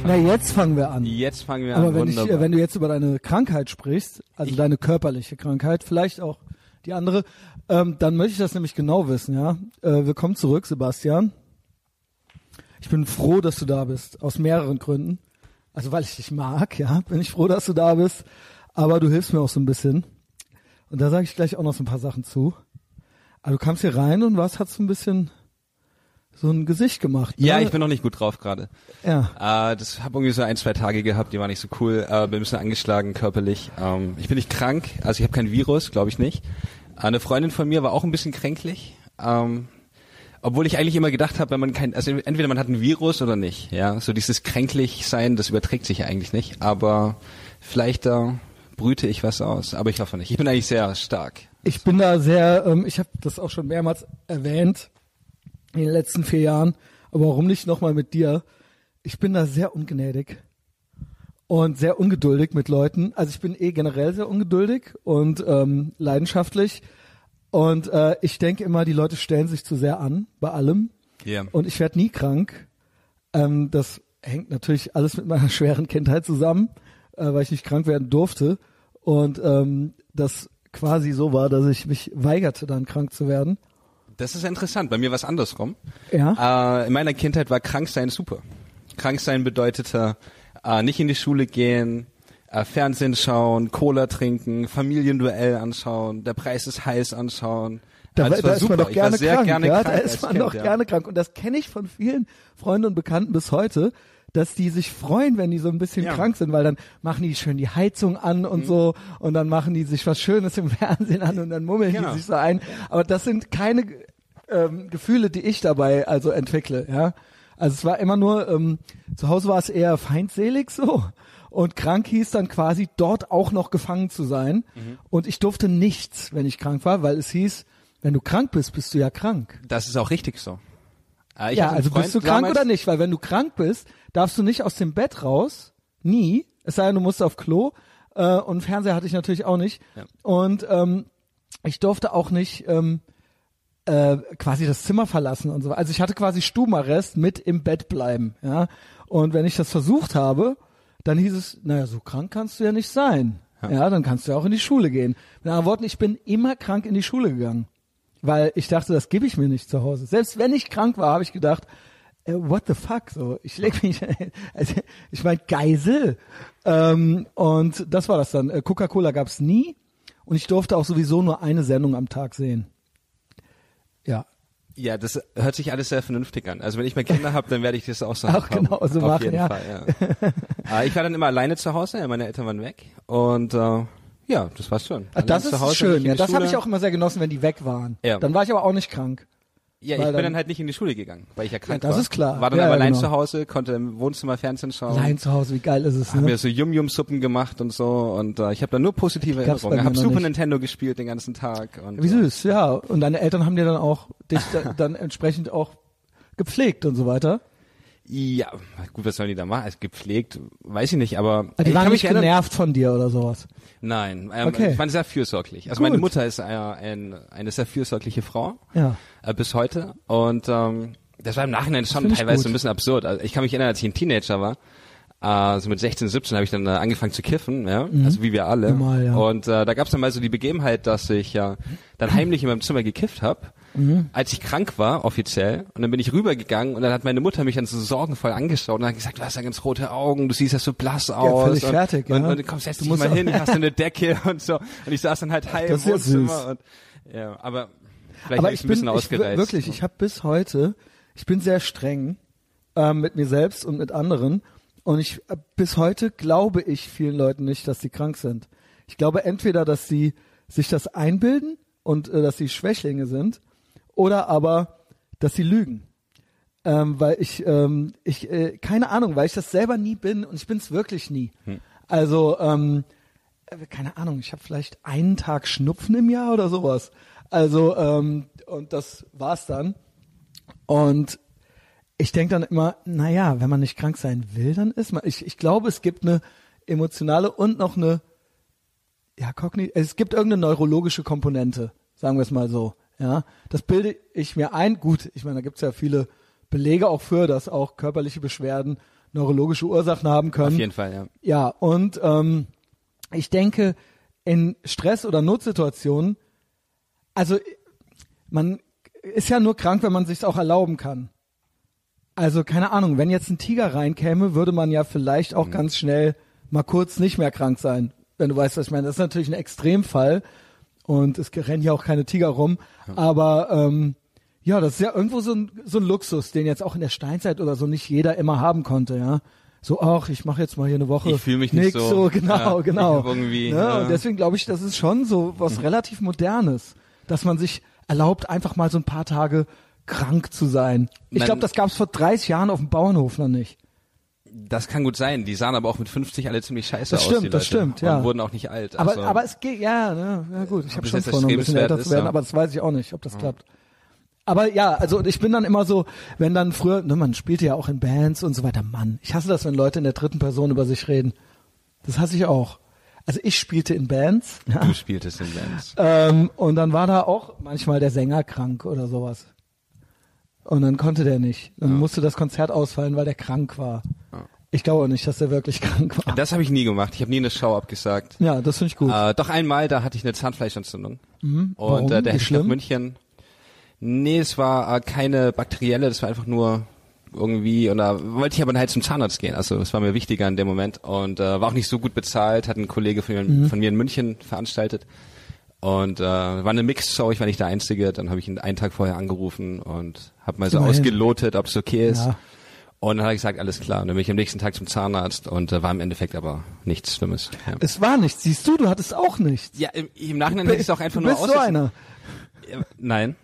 Na, jetzt fangen wir an. Jetzt fangen wir Aber an, wenn du jetzt über deine Krankheit sprichst, also deine körperliche Krankheit, vielleicht auch die andere, dann möchte ich das nämlich genau wissen, ja. Willkommen zurück, Sebastian. Ich bin froh, dass du da bist, aus mehreren Gründen. Also weil ich dich mag, ja, bin ich froh, dass du da bist. Aber du hilfst mir auch so ein bisschen. Und da sage ich gleich auch noch so ein paar Sachen zu. Aber du kamst hier rein und hast so ein bisschen so ein Gesicht gemacht. Ne? Ja, ich bin noch nicht gut drauf gerade. Ja. Das habe irgendwie so 1-2 Tage gehabt, die waren nicht so cool. Bin ein bisschen angeschlagen körperlich. Ich bin nicht krank, also ich habe kein Virus, glaube ich nicht. Eine Freundin von mir war auch ein bisschen kränklich. Obwohl ich eigentlich immer gedacht habe, wenn man also entweder man hat ein Virus oder nicht. Ja, so dieses kränklich sein, das überträgt sich ja eigentlich nicht. Aber vielleicht brüte ich was aus. Aber ich hoffe nicht. Ich bin eigentlich sehr stark. Ich bin da sehr, ich habe das auch schon mehrmals erwähnt in den letzten 4 Jahren, aber warum nicht nochmal mit dir? Ich bin da sehr ungnädig und sehr ungeduldig mit Leuten. Also ich bin generell sehr ungeduldig und leidenschaftlich und ich denke immer, die Leute stellen sich zu sehr an bei allem. Yeah. Und ich werde nie krank. Das hängt natürlich alles mit meiner schweren Kindheit zusammen, weil ich nicht krank werden durfte und das quasi so war, dass ich mich weigerte, dann krank zu werden. Das ist interessant. Bei mir war es andersrum. Ja. In meiner Kindheit war Kranksein super. Kranksein bedeutete nicht in die Schule gehen, Fernsehen schauen, Cola trinken, Familienduell anschauen, der Preis ist heiß anschauen. Da ist man doch gerne krank. Da krank ist man doch gerne krank. Und das kenne ich von vielen Freunden und Bekannten bis heute, dass die sich freuen, wenn die so ein bisschen krank sind, weil dann machen die schön die Heizung an und so und dann machen die sich was Schönes im Fernsehen an und dann mummeln die sich so ein. Aber das sind keine Gefühle, die ich dabei also entwickle. Ja, also es war immer nur, zu Hause war es eher feindselig so und krank hieß dann quasi dort auch noch gefangen zu sein und ich durfte nichts, wenn ich krank war, weil es hieß, wenn du krank bist, bist du ja krank. Das ist auch richtig so. Ja, also bist du krank oder nicht? Weil wenn du krank bist, darfst du nicht aus dem Bett raus, nie, es sei denn, du musst auf Klo und Fernseher hatte ich natürlich auch nicht. Ja. Und ich durfte auch nicht quasi das Zimmer verlassen und so. Also ich hatte quasi Stubenarrest mit im Bett bleiben. Ja. Und wenn ich das versucht habe, dann hieß es, naja, so krank kannst du ja nicht sein. Ja, dann kannst du ja auch in die Schule gehen. Mit anderen Worten, ich bin immer krank in die Schule gegangen. Weil ich dachte, das gebe ich mir nicht zu Hause. Selbst wenn ich krank war, habe ich gedacht, what the fuck, so, ich leg mich, also, ich meine, Geisel. Und das war das dann. Coca-Cola gab's nie und ich durfte auch sowieso nur eine Sendung am Tag sehen. Ja. Ja, das hört sich alles sehr vernünftig an. Also wenn ich mal Kinder habe, dann werde ich das auch so auch genau so machen, auf jeden Fall, ja. Ich war dann immer alleine zu Hause, meine Eltern waren weg und ja, das war's schon. Das ist Hause, schön, ja, das habe ich auch immer sehr genossen, wenn die weg waren. Ja. Dann war ich aber auch nicht krank. Ja, ich bin dann halt nicht in die Schule gegangen, weil ich ja krank war. Das ist klar. War dann aber allein zu Hause, konnte im Wohnzimmer Fernsehen schauen. Allein zu Hause, wie geil ist es, ne? Hab mir so Yum-Yum-Suppen gemacht und so und ich habe da nur positive Erinnerungen. Ich habe Super Nintendo gespielt den ganzen Tag. Und, wie süß, ja. Und deine Eltern haben dir dann auch dich dann entsprechend auch gepflegt und so weiter? Ja, gut, was sollen die da machen? Also gepflegt, weiß ich nicht, aber... Die waren nicht genervt von dir oder sowas? Nein, ich war sehr fürsorglich. Also meine Mutter ist eine sehr fürsorgliche Frau, bis heute. Und das war im Nachhinein schon teilweise so ein bisschen absurd. Also ich kann mich erinnern, als ich ein Teenager war, so mit 16, 17 habe ich dann angefangen zu kiffen, ja, also wie wir alle. Normal, ja. Und da gab es dann mal so die Begebenheit, dass ich dann heimlich in meinem Zimmer gekifft habe, als ich krank war, offiziell. Und dann bin ich rübergegangen und dann hat meine Mutter mich dann so sorgenvoll angeschaut und hat gesagt, du hast ja ganz rote Augen, du siehst ja so blass aus. Ja, völlig fertig, ja. Und du kommst jetzt nicht mal hin, hast du eine Decke und so. Und ich saß dann halt heim im Wohnzimmer. Und, ja, aber vielleicht habe ich ein bisschen ausgereizt. Wirklich, ich habe bis heute, ich bin sehr streng mit mir selbst und mit anderen. Und bis heute glaube ich vielen Leuten nicht, dass sie krank sind. Ich glaube entweder, dass sie sich das einbilden und dass sie Schwächlinge sind, oder aber, dass sie lügen. Weil ich keine Ahnung, weil ich das selber nie bin und ich bin es wirklich nie. Also, keine Ahnung, ich habe vielleicht einen Tag Schnupfen im Jahr oder sowas. Also, und das war's dann. Und ich denke dann immer, naja, wenn man nicht krank sein will, dann ist man. Ich glaube, es gibt eine emotionale und noch eine, es gibt irgendeine neurologische Komponente, sagen wir es mal so. Ja, das bilde ich mir ein. Gut, ich meine, da gibt es ja viele Belege auch für, dass auch körperliche Beschwerden neurologische Ursachen haben können. Auf jeden Fall, ja. Ja, und ich denke, in Stress- oder Notsituationen, also man ist ja nur krank, wenn man sich's auch erlauben kann. Also keine Ahnung, wenn jetzt ein Tiger reinkäme, würde man ja vielleicht auch ganz schnell mal kurz nicht mehr krank sein, wenn du weißt, was ich meine. Das ist natürlich ein Extremfall und es rennen ja auch keine Tiger rum, aber ja, das ist ja irgendwo so ein Luxus, den jetzt auch in der Steinzeit oder so nicht jeder immer haben konnte, ja. So, ach, ich mache jetzt mal hier eine Woche. Ich fühle mich nicht so. Genau. Ich hab irgendwie, ja. Und deswegen glaube ich, das ist schon so was relativ Modernes, dass man sich erlaubt, einfach mal so ein paar Tage krank zu sein. Ich glaube, das gab es vor 30 Jahren auf dem Bauernhof noch nicht. Das kann gut sein. Die sahen aber auch mit 50 alle ziemlich scheiße aus. Das stimmt, ja. Und wurden auch nicht alt. Also, aber es geht, ja gut. Ich habe schon vor, noch ein bisschen älter zu werden, aber das weiß ich auch nicht, ob das klappt. Aber ja, also ich bin dann immer so, wenn dann früher, man spielte ja auch in Bands und so weiter, Mann, ich hasse das, wenn Leute in der dritten Person über sich reden. Das hasse ich auch. Also ich spielte in Bands. Du spieltest in Bands. Und dann war da auch manchmal der Sänger krank oder sowas. Und dann konnte der nicht. Dann musste das Konzert ausfallen, weil der krank war. Ich glaube nicht, dass der wirklich krank war. Das habe ich nie gemacht. Ich habe nie eine Show abgesagt. Ja, das finde ich gut. Doch einmal, da hatte ich eine Zahnfleischentzündung. Warum? Und der Wie hätte ich nach schlimm? München. Nee, es war keine bakterielle, das war einfach nur irgendwie, und da wollte ich aber halt zum Zahnarzt gehen. Also das war mir wichtiger in dem Moment und war auch nicht so gut bezahlt, hat ein Kollege von mir in München veranstaltet. Und war eine Mixed-Show, ich war nicht der Einzige. Dann habe ich ihn einen Tag vorher angerufen und habe mal so ausgelotet, ob es okay ist. Ja. Und dann hat er gesagt, alles klar. Und dann bin ich am nächsten Tag zum Zahnarzt und war im Endeffekt aber nichts Schlimmes. Ja, Es war nichts. Siehst du hattest auch nichts. ja im Nachhinein hätte ich es auch einfach Du nur bist so einer. Nein.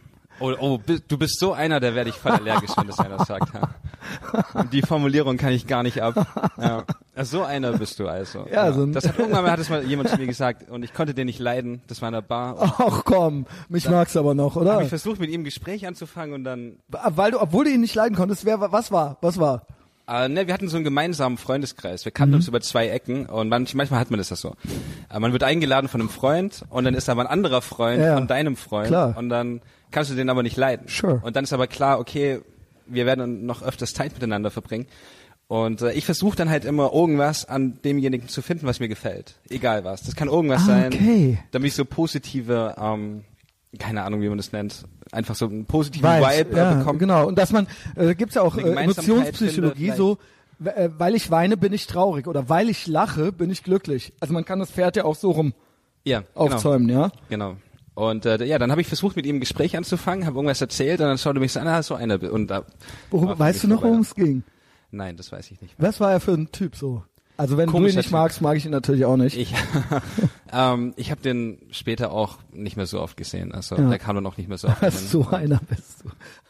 Du bist so einer, der werde ich voll allergisch, wenn das einer sagt. Ja. Die Formulierung kann ich gar nicht ab. Ja. So einer bist du also. Ja, so ein das hat irgendwann mal, hat es mal jemand zu mir gesagt und ich konnte den nicht leiden. Das war in der Bar. Ach komm, mich magst du aber noch, oder? Habe ich versucht, mit ihm ein Gespräch anzufangen und dann... Obwohl du ihn nicht leiden konntest, was war? Ne, wir hatten so einen gemeinsamen Freundeskreis. Wir kannten uns über 2 Ecken und manchmal hat man das so. Man wird eingeladen von einem Freund und dann ist aber ein anderer Freund von deinem Freund. Klar. Und dann kannst du den aber nicht leiden. Sure. Und dann ist aber klar, okay, wir werden noch öfters Zeit miteinander verbringen. Und ich versuche dann halt immer irgendwas an demjenigen zu finden, was mir gefällt. Egal was. Das kann irgendwas sein, damit ich so positive, keine Ahnung, wie man das nennt, einfach so einen positiven Vibe bekomme. Genau. Und dass man, gibt's ja auch Eine Gemeinsamkeit Emotionspsychologie findet, so, weil ich weine, bin ich traurig oder weil ich lache, bin ich glücklich. Also man kann das Pferd ja auch so rum aufzäumen, ja? Genau. Und dann habe ich versucht, mit ihm ein Gespräch anzufangen, habe irgendwas erzählt und dann schaute mich so an, so einer. Und da weißt du noch, worum es ging? Nein, das weiß ich nicht mehr. Was war er für ein Typ so? Also wenn Komischer du ihn nicht Typ. magst, mag ich ihn natürlich auch nicht. Ich habe den später auch nicht mehr so oft gesehen. Also der kam dann auch nicht mehr so oft. So einer bist du.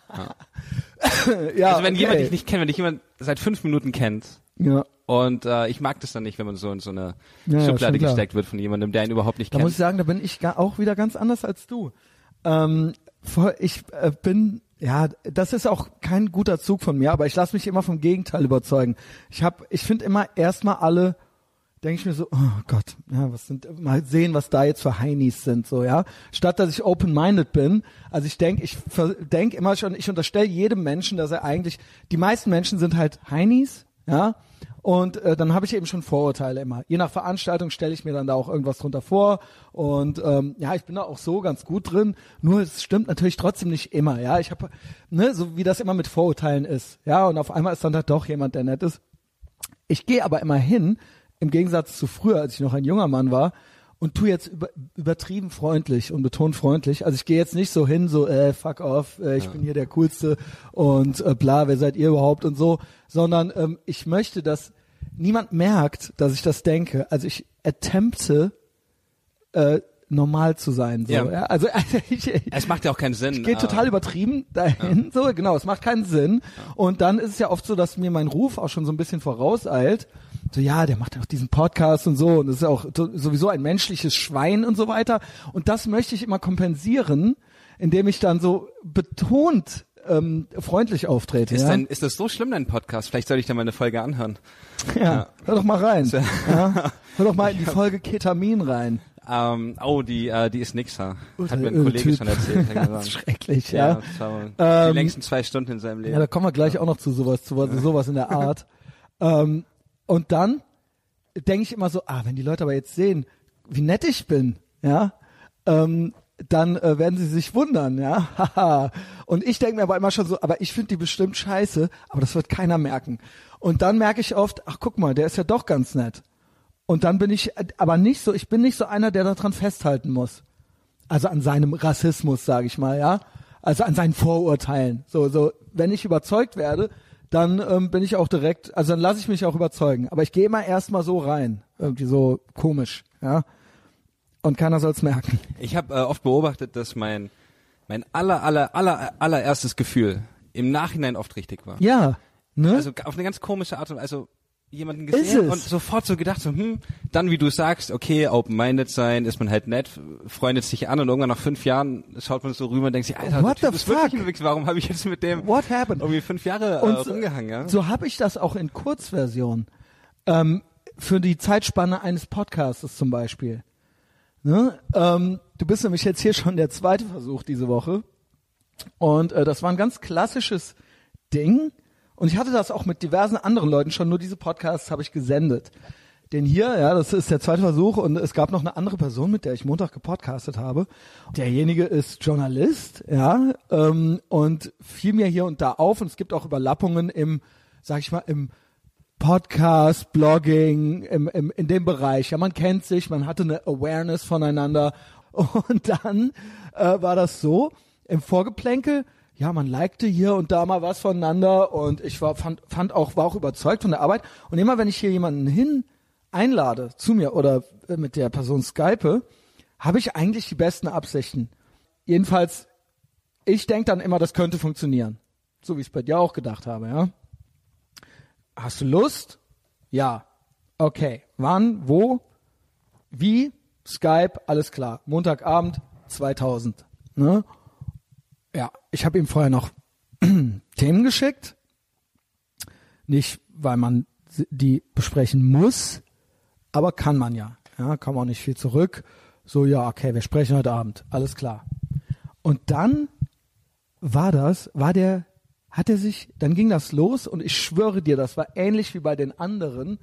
Ja, also wenn jemand dich nicht kennt, wenn dich jemand seit 5 Minuten kennt und ich mag das dann nicht, wenn man so in so eine Schublade gesteckt wird von jemandem, der ihn überhaupt nicht Da kennt. muss ich sagen, da bin ich auch wieder ganz anders als du. Ich bin, das ist auch kein guter Zug von mir, aber ich lasse mich immer vom Gegenteil überzeugen. Ich finde immer erstmal alle, denke ich mir so, oh Gott, mal sehen, was da jetzt für Heinis sind, so, ja. Statt dass ich open-minded bin, also ich denke immer schon, ich unterstelle jedem Menschen, dass er eigentlich, die meisten Menschen sind halt Heinis, ja. Und dann habe ich eben schon Vorurteile immer. Je nach Veranstaltung stelle ich mir dann da auch irgendwas drunter vor. Und ich bin da auch so ganz gut drin. Nur es stimmt natürlich trotzdem nicht immer. Ja, ich habe, so wie das immer mit Vorurteilen ist. Ja, und auf einmal ist dann halt doch jemand, der nett ist. Ich gehe aber immer hin, im Gegensatz zu früher, als ich noch ein junger Mann war, und tu jetzt übertrieben freundlich und betont freundlich. Also ich gehe jetzt nicht so hin, so fuck off, ich bin hier der Coolste und bla, wer seid ihr überhaupt und so, sondern ich möchte, dass niemand merkt, dass ich das denke. Also ich attempte normal zu sein. So, ja. Also es macht ja auch keinen Sinn. Ich gehe total übertrieben dahin, so genau, es macht keinen Sinn. Und dann ist es ja oft so, dass mir mein Ruf auch schon so ein bisschen vorauseilt. So, ja, der macht ja auch diesen Podcast und so und das ist ja auch sowieso ein menschliches Schwein und so weiter. Und das möchte ich immer kompensieren, indem ich dann so betont freundlich auftrete. Ist das so schlimm, dein Podcast? Vielleicht sollte ich da mal eine Folge anhören. Ja, hör doch mal rein. Hör doch mal in die Folge Ketamin rein. Die ist nix, ha. Hat mir ein Kollege schon erzählt. Das ist schrecklich, ja. Das war die längsten 2 Stunden in seinem Leben. Ja, da kommen wir gleich auch noch zu sowas in der Art. Und dann denke ich immer so, wenn die Leute aber jetzt sehen, wie nett ich bin, ja, dann werden sie sich wundern, ja, haha. Und ich denke mir aber immer schon so, aber ich finde die bestimmt scheiße, aber das wird keiner merken. Und dann merke ich oft, ach guck mal, der ist ja doch ganz nett. Und dann bin ich aber nicht so, ich bin nicht so einer, der daran festhalten muss. Also an seinem Rassismus, sage ich mal, ja. Also an seinen Vorurteilen. So, wenn ich überzeugt werde, dann bin ich auch direkt, also dann lasse ich mich auch überzeugen. Aber ich gehe immer erstmal so rein. Irgendwie so komisch, ja. Und keiner soll's merken. Ich habe oft beobachtet, dass mein allererstes Gefühl im Nachhinein oft richtig war. Ja, ne? Also auf eine ganz komische Art und Weise, also jemanden gesehen und sofort so gedacht, so, dann wie du sagst, okay, open-minded sein, ist man halt nett, freundet sich an und irgendwann nach 5 Jahren schaut man so rüber und denkt sich, Alter, what the das ist wirklich ein Wichs, warum habe ich jetzt mit dem What happened? irgendwie 5 Jahre rumgehangen, ja? So habe ich das auch in Kurzversion. Für die Zeitspanne eines Podcasts zum Beispiel. Ne? Du bist nämlich jetzt hier schon der zweite Versuch diese Woche. Und das war ein ganz klassisches Ding. Und ich hatte das auch mit diversen anderen Leuten schon, nur diese Podcasts habe ich gesendet. Den hier, ja, das ist der zweite Versuch und es gab noch eine andere Person, mit der ich Montag gepodcastet habe. Derjenige ist Journalist, ja, und fiel mir hier und da auf und es gibt auch Überlappungen im Podcast, Blogging, in dem Bereich. Ja, man kennt sich, man hatte eine Awareness voneinander und dann war das so, im Vorgeplänkel, ja, man likte hier und da mal was voneinander und ich war auch überzeugt von der Arbeit. Und immer wenn ich hier jemanden einlade zu mir oder mit der Person skype, habe ich eigentlich die besten Absichten. Jedenfalls, ich denke dann immer, das könnte funktionieren. So wie ich es bei dir auch gedacht habe, ja. Hast du Lust? Ja. Okay. Wann? Wo? Wie? Skype? Alles klar. Montagabend 2000. Ne? Ja, ich habe ihm vorher noch Themen geschickt. Nicht, weil man die besprechen muss, aber kann man ja. Ja, kam auch nicht viel zurück. So, ja, okay, wir sprechen heute Abend. Alles klar. Und dann dann ging das los und ich schwöre dir, das war ähnlich wie bei dem anderen.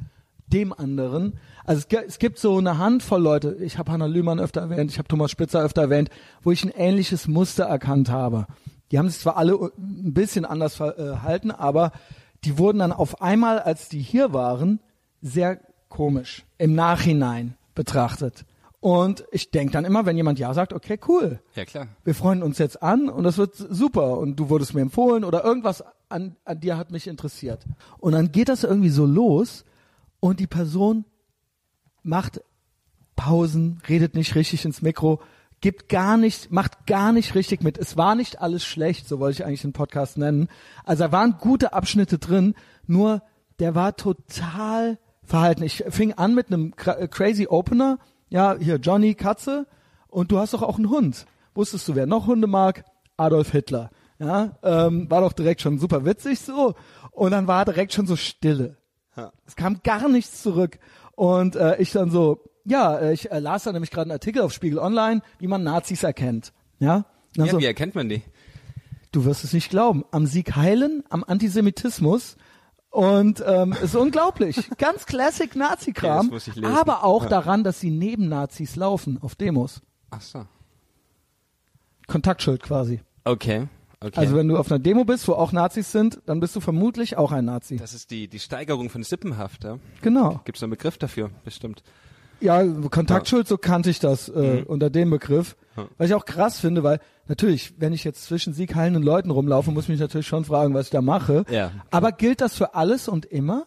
Also es gibt so eine Handvoll Leute, ich habe Hannah Lühmann öfter erwähnt, ich habe Thomas Spitzer öfter erwähnt, wo ich ein ähnliches Muster erkannt habe. Die haben sich zwar alle ein bisschen anders verhalten, aber die wurden dann auf einmal, als die hier waren, sehr komisch im Nachhinein betrachtet. Und ich denke dann immer, wenn jemand ja sagt, okay, cool. Ja, klar. Wir freuen uns jetzt an und das wird super und du wurdest mir empfohlen oder irgendwas an dir hat mich interessiert. Und dann geht das irgendwie so los und die Person macht Pausen, redet nicht richtig ins Mikro, macht gar nicht richtig mit. Es war nicht alles schlecht, so wollte ich eigentlich den Podcast nennen. Also da waren gute Abschnitte drin, nur der war total verhalten. Ich fing an mit einem crazy Opener. Ja, hier Johnny, Katze und du hast doch auch einen Hund. Wusstest du, wer noch Hunde mag? Adolf Hitler. Ja, war doch direkt schon super witzig so. Und dann war direkt schon so Stille. Ja. Es kam gar nichts zurück. Und ich dann so, ja, ich las da nämlich gerade einen Artikel auf Spiegel Online, wie man Nazis erkennt. Ja, ja, so, wie erkennt man die? Du wirst es nicht glauben. Am Sieg heilen, am Antisemitismus. Und ist unglaublich. Ganz classic Nazi-Kram, okay, das muss ich lesen. aber auch daran, dass sie neben Nazis laufen auf Demos. Ach so. Kontaktschild quasi. Okay. Also wenn du auf einer Demo bist, wo auch Nazis sind, dann bist du vermutlich auch ein Nazi. Das ist die Steigerung von Sippenhaft, ja? Genau. Gibt's einen Begriff dafür, bestimmt. Ja, Kontaktschild, so kannte ich das unter dem Begriff. Was ich auch krass finde, weil natürlich, wenn ich jetzt zwischen siegheilenden Leuten rumlaufe, muss ich mich natürlich schon fragen, was ich da mache. Ja. Aber gilt das für alles und immer?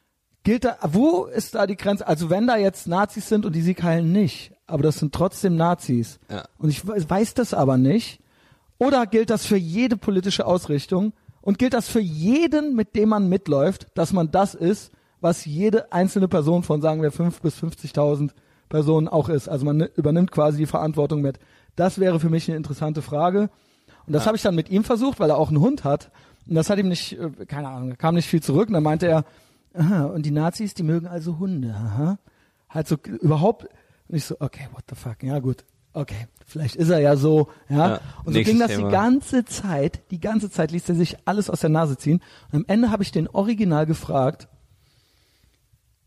Wo ist da die Grenze? Also wenn da jetzt Nazis sind und die Siegheilen nicht, aber das sind trotzdem Nazis. Ja. Und ich weiß das aber nicht. Oder gilt das für jede politische Ausrichtung? Und gilt das für jeden, mit dem man mitläuft, dass man das ist, was jede einzelne Person von, sagen wir, 5.000 bis 50.000 Personen auch ist? Also man übernimmt quasi die Verantwortung mit. Das wäre für mich eine interessante Frage. Und das habe ich dann mit ihm versucht, weil er auch einen Hund hat. Und das hat ihm nicht, keine Ahnung, kam nicht viel zurück. Und dann meinte er, aha, und die Nazis, die mögen also Hunde, aha. Halt so überhaupt, und ich so, okay, what the fuck, ja gut, okay, vielleicht ist er ja so, ja. Und so ging das Thema. Die ganze Zeit ließ er sich alles aus der Nase ziehen. Und am Ende habe ich den Original gefragt,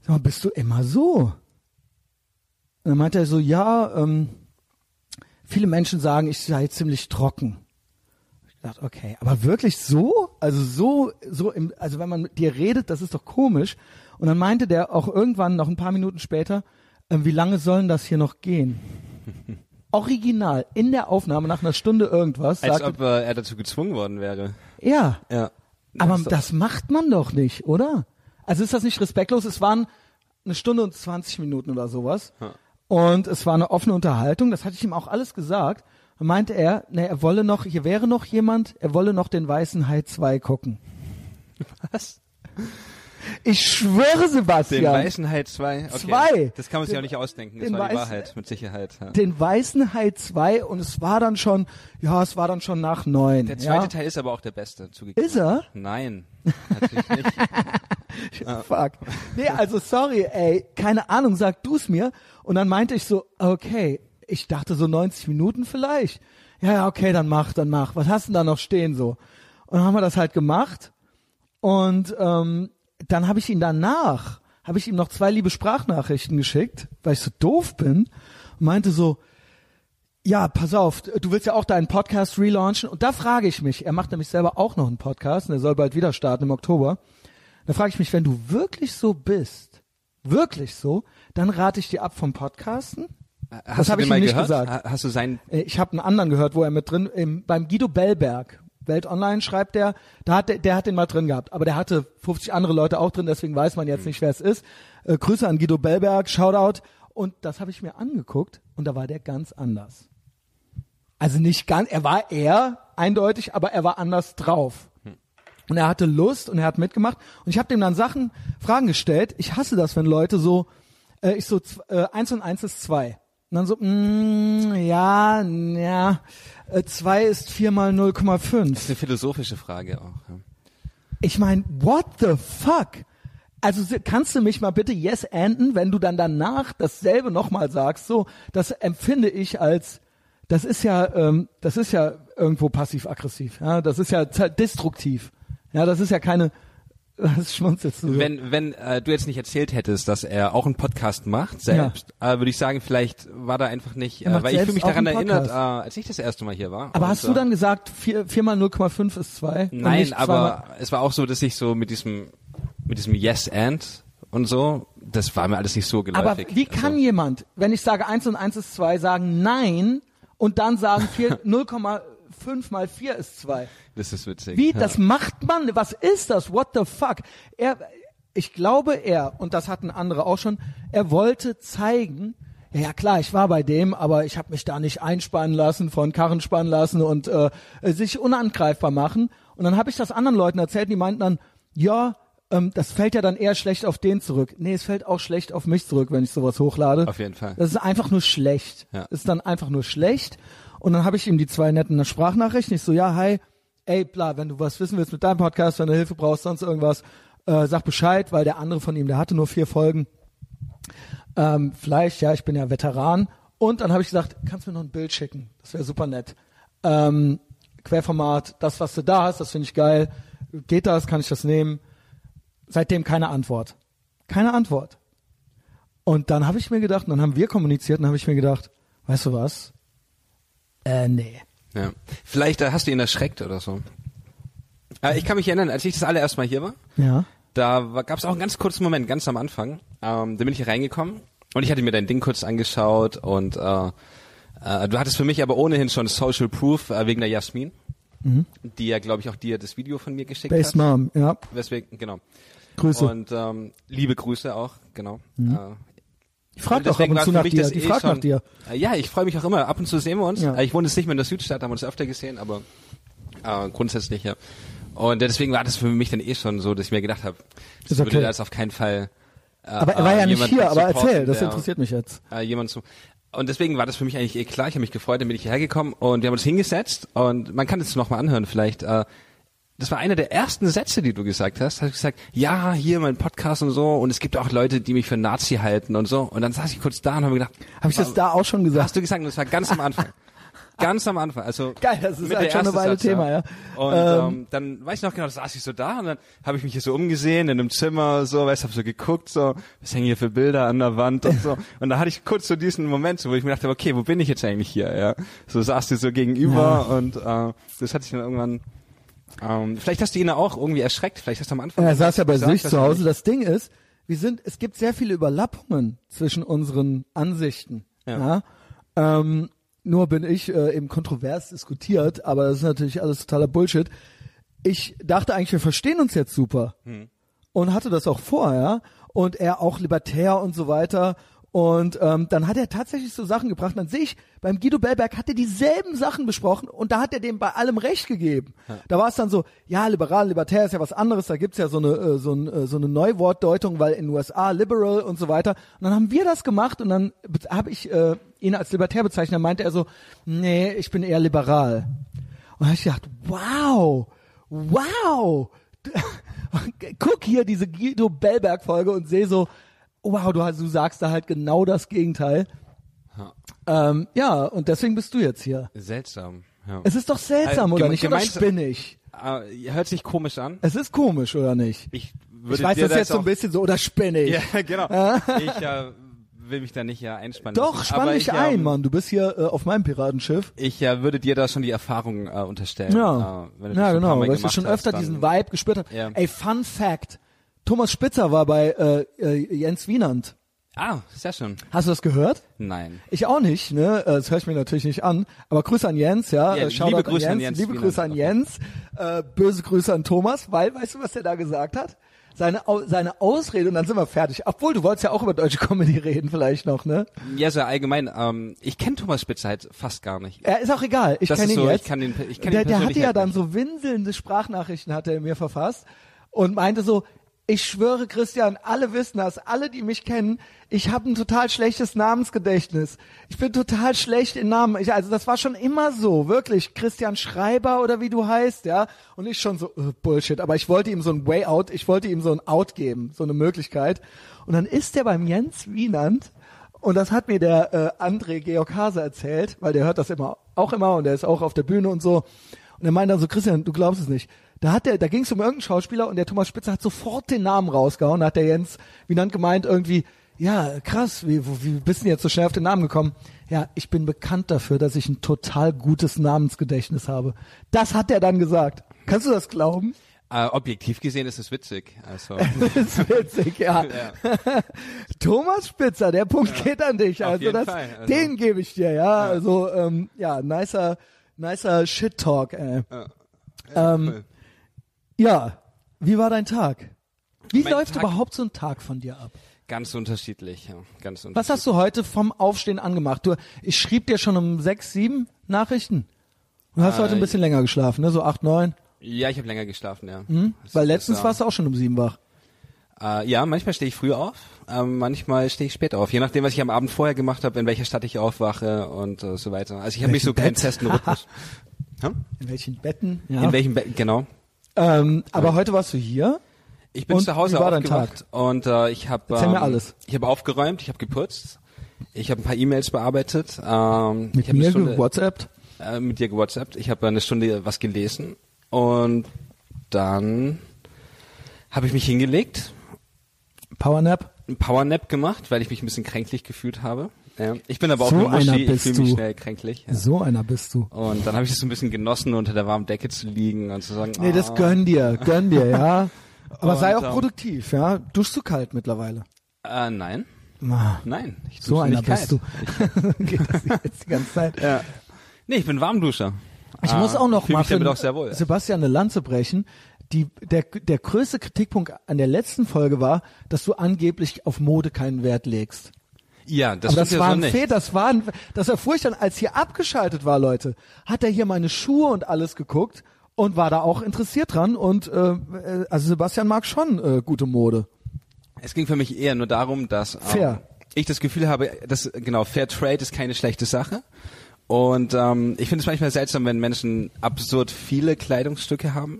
sag mal, bist du immer so? Und dann meinte er so, ja, viele Menschen sagen, ich sei ziemlich trocken. Ich dachte, okay, aber wirklich so? Also also wenn man mit dir redet, das ist doch komisch. Und dann meinte der auch irgendwann, noch ein paar Minuten später, wie lange sollen das hier noch gehen? Original, in der Aufnahme, nach einer Stunde irgendwas. Als sagte, ob er dazu gezwungen worden wäre. Ja, Ja. aber das macht man doch nicht, oder? Also ist das nicht respektlos? Es waren 1 Stunde und 20 Minuten oder sowas. Ja. Und es war eine offene Unterhaltung, das hatte ich ihm auch alles gesagt. Dann meinte er, er wolle noch, hier wäre noch jemand, er wolle noch den Weißen Hai 2 gucken. Was? Ich schwöre, Sebastian. Den Weißen Hai 2? Okay. 2. Das kann man sich auch nicht ausdenken, das war die Wahrheit, mit Sicherheit. Ja. Den Weißen Hai 2 und es war dann schon nach 9. Der zweite Teil ist aber auch der beste, zugegeben. Ist er? Nein, natürlich nicht. Fuck. Nee, also sorry, ey, keine Ahnung, sag du's mir. Und dann meinte ich so, okay, ich dachte so 90 Minuten vielleicht. Ja, okay, dann mach. Was hast du denn da noch stehen so? Und dann haben wir das halt gemacht. Und dann habe ich ihm noch 2 liebe Sprachnachrichten geschickt, weil ich so doof bin. Und meinte so, ja, pass auf, du willst ja auch deinen Podcast relaunchen. Und da frage ich mich, er macht nämlich selber auch noch einen Podcast und der soll bald wieder starten im Oktober. Da frage ich mich, wenn du wirklich so bist, dann rate ich dir ab vom Podcasten. Hast du den mal gehört? Hast du seinen? Ich habe einen anderen gehört, wo er mit drin, beim Guido Bellberg, Welt Online schreibt der hat den mal drin gehabt, aber der hatte 50 andere Leute auch drin, deswegen weiß man jetzt nicht, wer es ist. Grüße an Guido Bellberg, Shoutout. Und das habe ich mir angeguckt und da war der ganz anders. Also nicht ganz, er war eher eindeutig, aber er war anders drauf. Und er hatte Lust und er hat mitgemacht. Und ich habe dem dann Fragen gestellt. Ich hasse das, wenn Leute so, 1 und 1 ist 2. Und dann so, 2 ist 4 mal 0,5. Das ist eine philosophische Frage auch. Ja. Ich meine, what the fuck? Also kannst du mich mal bitte yes-anden, wenn du dann danach dasselbe nochmal sagst, so, das empfinde ich als, das ist ja irgendwo passiv-aggressiv, ja, das ist ja destruktiv, ja, das ist ja keine, was schmunzelst du so? Wenn du jetzt nicht erzählt hättest, dass er auch einen Podcast macht selbst, würde ich sagen, vielleicht war da einfach nicht, weil ich fühle mich daran erinnert, als ich das erste Mal hier war. Aber hast du dann gesagt, 4 mal 0,5 ist 2? Nein, aber es war auch so, dass ich so mit diesem Yes and und so, das war mir alles nicht so geläufig. Aber wie kann jemand, wenn ich sage 1 und 1 ist 2, sagen nein und dann sagen 0,5 mal 4 ist 2? Das ist witzig. Wie, ja. das macht man? Was ist das? What the fuck? Ich glaube und das hatten andere auch schon, er wollte zeigen, ja klar, ich war bei dem, aber ich habe mich da nicht einspannen lassen, von Karren spannen lassen und sich unangreifbar machen. Und dann habe ich das anderen Leuten erzählt, die meinten dann, ja, das fällt ja dann eher schlecht auf den zurück. Nee, es fällt auch schlecht auf mich zurück, wenn ich sowas hochlade. Auf jeden Fall. Das ist einfach nur schlecht. Ja. Das ist dann einfach nur schlecht. Und dann habe ich ihm die 2 netten Sprachnachrichten. Ich so, ja, hi, ey, bla, wenn du was wissen willst mit deinem Podcast, wenn du Hilfe brauchst, sonst irgendwas, sag Bescheid, weil der andere von ihm, der hatte nur 4 Folgen. Vielleicht, ja, ich bin ja Veteran. Und dann habe ich gesagt, kannst du mir noch ein Bild schicken? Das wäre super nett. Querformat, das, was du da hast, das finde ich geil. Geht das? Kann ich das nehmen? Seitdem keine Antwort. Keine Antwort. Und dann habe ich mir gedacht, und dann haben wir kommuniziert, und dann habe ich mir gedacht, weißt du was? Nee. Ja. Vielleicht hast du ihn erschreckt oder so. Ich kann mich erinnern, als ich das allererste Mal hier war, Ja. da gab es auch einen ganz kurzen Moment, ganz am Anfang. Da bin ich hier reingekommen und ich hatte mir dein Ding kurz angeschaut und du hattest für mich aber ohnehin schon Social Proof wegen der Jasmin, die ja, glaube ich, auch dir das Video von mir geschickt Base hat. Mom, ja. Weswegen, genau. Grüße. Und liebe Grüße auch, genau. Ich frage doch ab und zu nach dir. Die fragt nach dir. Ja, ich freue mich auch immer. Ab und zu sehen wir uns. Ja. Ich wohne jetzt nicht mehr in der Südstadt, haben uns öfter gesehen, aber grundsätzlich ja. Und deswegen war das für mich dann schon so, dass ich mir gedacht habe, das okay. würde das auf keinen Fall. Aber er war ja nicht hier, aber supporten, erzähl, das interessiert mich jetzt. Und deswegen war das für mich eigentlich klar. Ich habe mich gefreut, dann bin ich hierher gekommen und wir haben uns hingesetzt und man kann es nochmal anhören vielleicht. Das war einer der ersten Sätze, die du gesagt hast. Hast du gesagt, ja, hier mein Podcast und so und es gibt auch Leute, die mich für Nazi halten und so. Und dann saß ich kurz da und habe mir gedacht, Habe ich das da auch schon gesagt? Hast du gesagt, und das war ganz am Anfang. Ganz am Anfang, also Geil, das ist mit halt der schon eine erste Weile Satz, Thema, ja. Und dann weiß ich noch genau, da saß ich so da und dann habe ich mich hier so umgesehen in einem Zimmer, so, weißt, hab so geguckt, so, was hängen hier für Bilder an der Wand und so. Und da hatte ich kurz so diesen Moment, so, wo ich mir dachte, okay, wo bin ich jetzt eigentlich hier, ja? So saß du so gegenüber und das hatte ich dann irgendwann. Vielleicht hast du ihn auch irgendwie erschreckt, vielleicht hast du am Anfang. Er saß ja bei gesagt, sich dass zu er Hause. nicht- Das Ding ist, es gibt sehr viele Überlappungen zwischen unseren Ansichten. Ja. Nur bin ich eben kontrovers diskutiert, aber das ist natürlich alles totaler Bullshit. Ich dachte eigentlich, wir verstehen uns jetzt super und hatte das auch vorher und er auch libertär und so weiter. Und dann hat er tatsächlich so Sachen gebracht. Dann sehe ich, beim Guido Bellberg hat er dieselben Sachen besprochen und da hat er dem bei allem Recht gegeben. Ja. Da war es dann so, ja, liberal, libertär ist ja was anderes. Da gibt's ja so eine Neuwortdeutung, weil in den USA liberal und so weiter. Und dann haben wir das gemacht und dann habe ich ihn als libertär bezeichnet. Dann meinte er so, nee, ich bin eher liberal. Und dann habe ich gedacht, wow. Guck hier diese Guido Bellberg-Folge und sehe so, wow, du sagst da halt genau das Gegenteil. Ja, und deswegen bist du jetzt hier. Seltsam. Ja. Es ist doch seltsam, oder nicht? Oder spinne ich? Hört sich komisch an. Es ist komisch, oder nicht? Ich weiß das jetzt so ein bisschen so, oder spinne ich? Ja, genau. Ich will mich da nicht einspannen. Doch, lassen. spann Aber dich ein, Mann. Du bist hier auf meinem Piratenschiff. Ich würde dir da schon die Erfahrung unterstellen. Ja, wenn du das schon ein paar genau, Mal weil ich gemacht schon hast, öfter dann- diesen Vibe gespürt habe. Ja. Ey, Fun Fact. Thomas Spitzer war bei Jens Wienand. Sehr schön. Hast du das gehört? Nein. Ich auch nicht, ne? Das höre ich mir natürlich nicht an. Aber Grüße an Jens, ja. Ja, Shoutout liebe Grüße an Jens Liebe Wienand. Grüße an Jens. Böse Grüße an Thomas, weil, weißt du, was er da gesagt hat? Seine Ausrede und dann sind wir fertig. Obwohl, du wolltest ja auch über deutsche Comedy reden vielleicht noch, ne? Ja, so allgemein. Ich kenne Thomas Spitzer halt fast gar nicht. Ja, ist auch egal. Ich Das kenne ist ihn so, jetzt. ich kenn ihn der persönlich hatte ja halt dann nicht. so winselnde Sprachnachrichten hat er mir verfasst und meinte so, ich schwöre, Christian, alle wissen das, alle, die mich kennen, ich habe ein total schlechtes Namensgedächtnis. Ich bin total schlecht in Namen. Also das war schon immer so, wirklich. Christian Schreiber oder wie du heißt, ja. Und ich schon so, Bullshit. Aber ich wollte ihm so ein Way Out, ich wollte ihm so ein Out geben, so eine Möglichkeit. Und dann ist der beim Jens Wienand und das hat mir der André Georg Hase erzählt, weil der hört das auch immer und der ist auch auf der Bühne und so. Und er meinte dann so, Christian, du glaubst es nicht. Da ging es um irgendeinen Schauspieler und der Thomas Spitzer hat sofort den Namen rausgehauen. Da hat der Jens Wienand gemeint irgendwie, ja, krass, wie bist du denn jetzt so schnell auf den Namen gekommen? Ja, ich bin bekannt dafür, dass ich ein total gutes Namensgedächtnis habe. Das hat er dann gesagt. Kannst du das glauben? Objektiv gesehen ist es witzig. Also Das ist witzig, ja. Thomas Spitzer, der Punkt geht an dich. Auf Also jeden Fall. Also- den gebe ich dir, ja. Also nicer Shit Talk. cool. Ja, wie war dein Tag? Wie Mein läuft Tag- überhaupt so ein Tag von dir ab? Ganz unterschiedlich, ja. Ganz unterschiedlich. Was hast du heute vom Aufstehen angemacht? Ich schrieb dir schon um 6, 7 Nachrichten. Du hast heute ein bisschen länger geschlafen, ne? So 8, 9. Ja, ich habe länger geschlafen, ja. Das Weil ist, letztens warst du auch schon um 7 wach. Ja, manchmal stehe ich früh auf, manchmal stehe ich spät auf. Je nachdem, was ich am Abend vorher gemacht habe, in welcher Stadt ich aufwache und so weiter. Also ich habe nicht so keinen Bett? festen Rhythmus. In welchen Betten? Ja. In welchem Bett, genau. Aber heute warst du hier. Ich bin Und zu Hause wie war dein aufgewacht und ich habe Erzähl mir alles. Ich habe aufgeräumt, ich habe geputzt, ich habe ein paar E-Mails bearbeitet, Mit ich habe mir eine Stunde gewhatsappt. mit dir gewhatsappt, ich habe eine Stunde was gelesen und dann habe ich mich hingelegt, Powernap. einen Powernap gemacht, weil ich mich ein bisschen kränklich gefühlt habe. Ja. Ich bin aber auch So eine Muschi, einer ich bist fühle mich du. schnell kränklich. Ja. So einer bist du. Und dann habe ich das so ein bisschen genossen, unter der warmen Decke zu liegen und zu sagen, Nee, das gönn dir, ja. Aber Und, sei auch produktiv, ja. Duschst du kalt mittlerweile? Nein, Ah, nein, ich so dusche einer nicht bist kalt. du. Geht das jetzt die ganze Zeit? Ja. Nee, ich bin Warmduscher. Ich muss auch noch fühl mal mich damit für auch sehr wohl. Sebastian eine Lanze brechen. Der größte Kritikpunkt an der letzten Folge war, dass du angeblich auf Mode keinen Wert legst. Ja, das Aber das stimmt war ja ein so nicht. Fehler, das erfuhr ich dann, als hier abgeschaltet war, Leute. Hat er hier meine Schuhe und alles geguckt und war da auch interessiert dran und also Sebastian mag schon gute Mode. Es ging für mich eher nur darum, dass Fair. ich das Gefühl habe, dass genau Fair Trade ist keine schlechte Sache. Und ich finde es manchmal seltsam, wenn Menschen absurd viele Kleidungsstücke haben.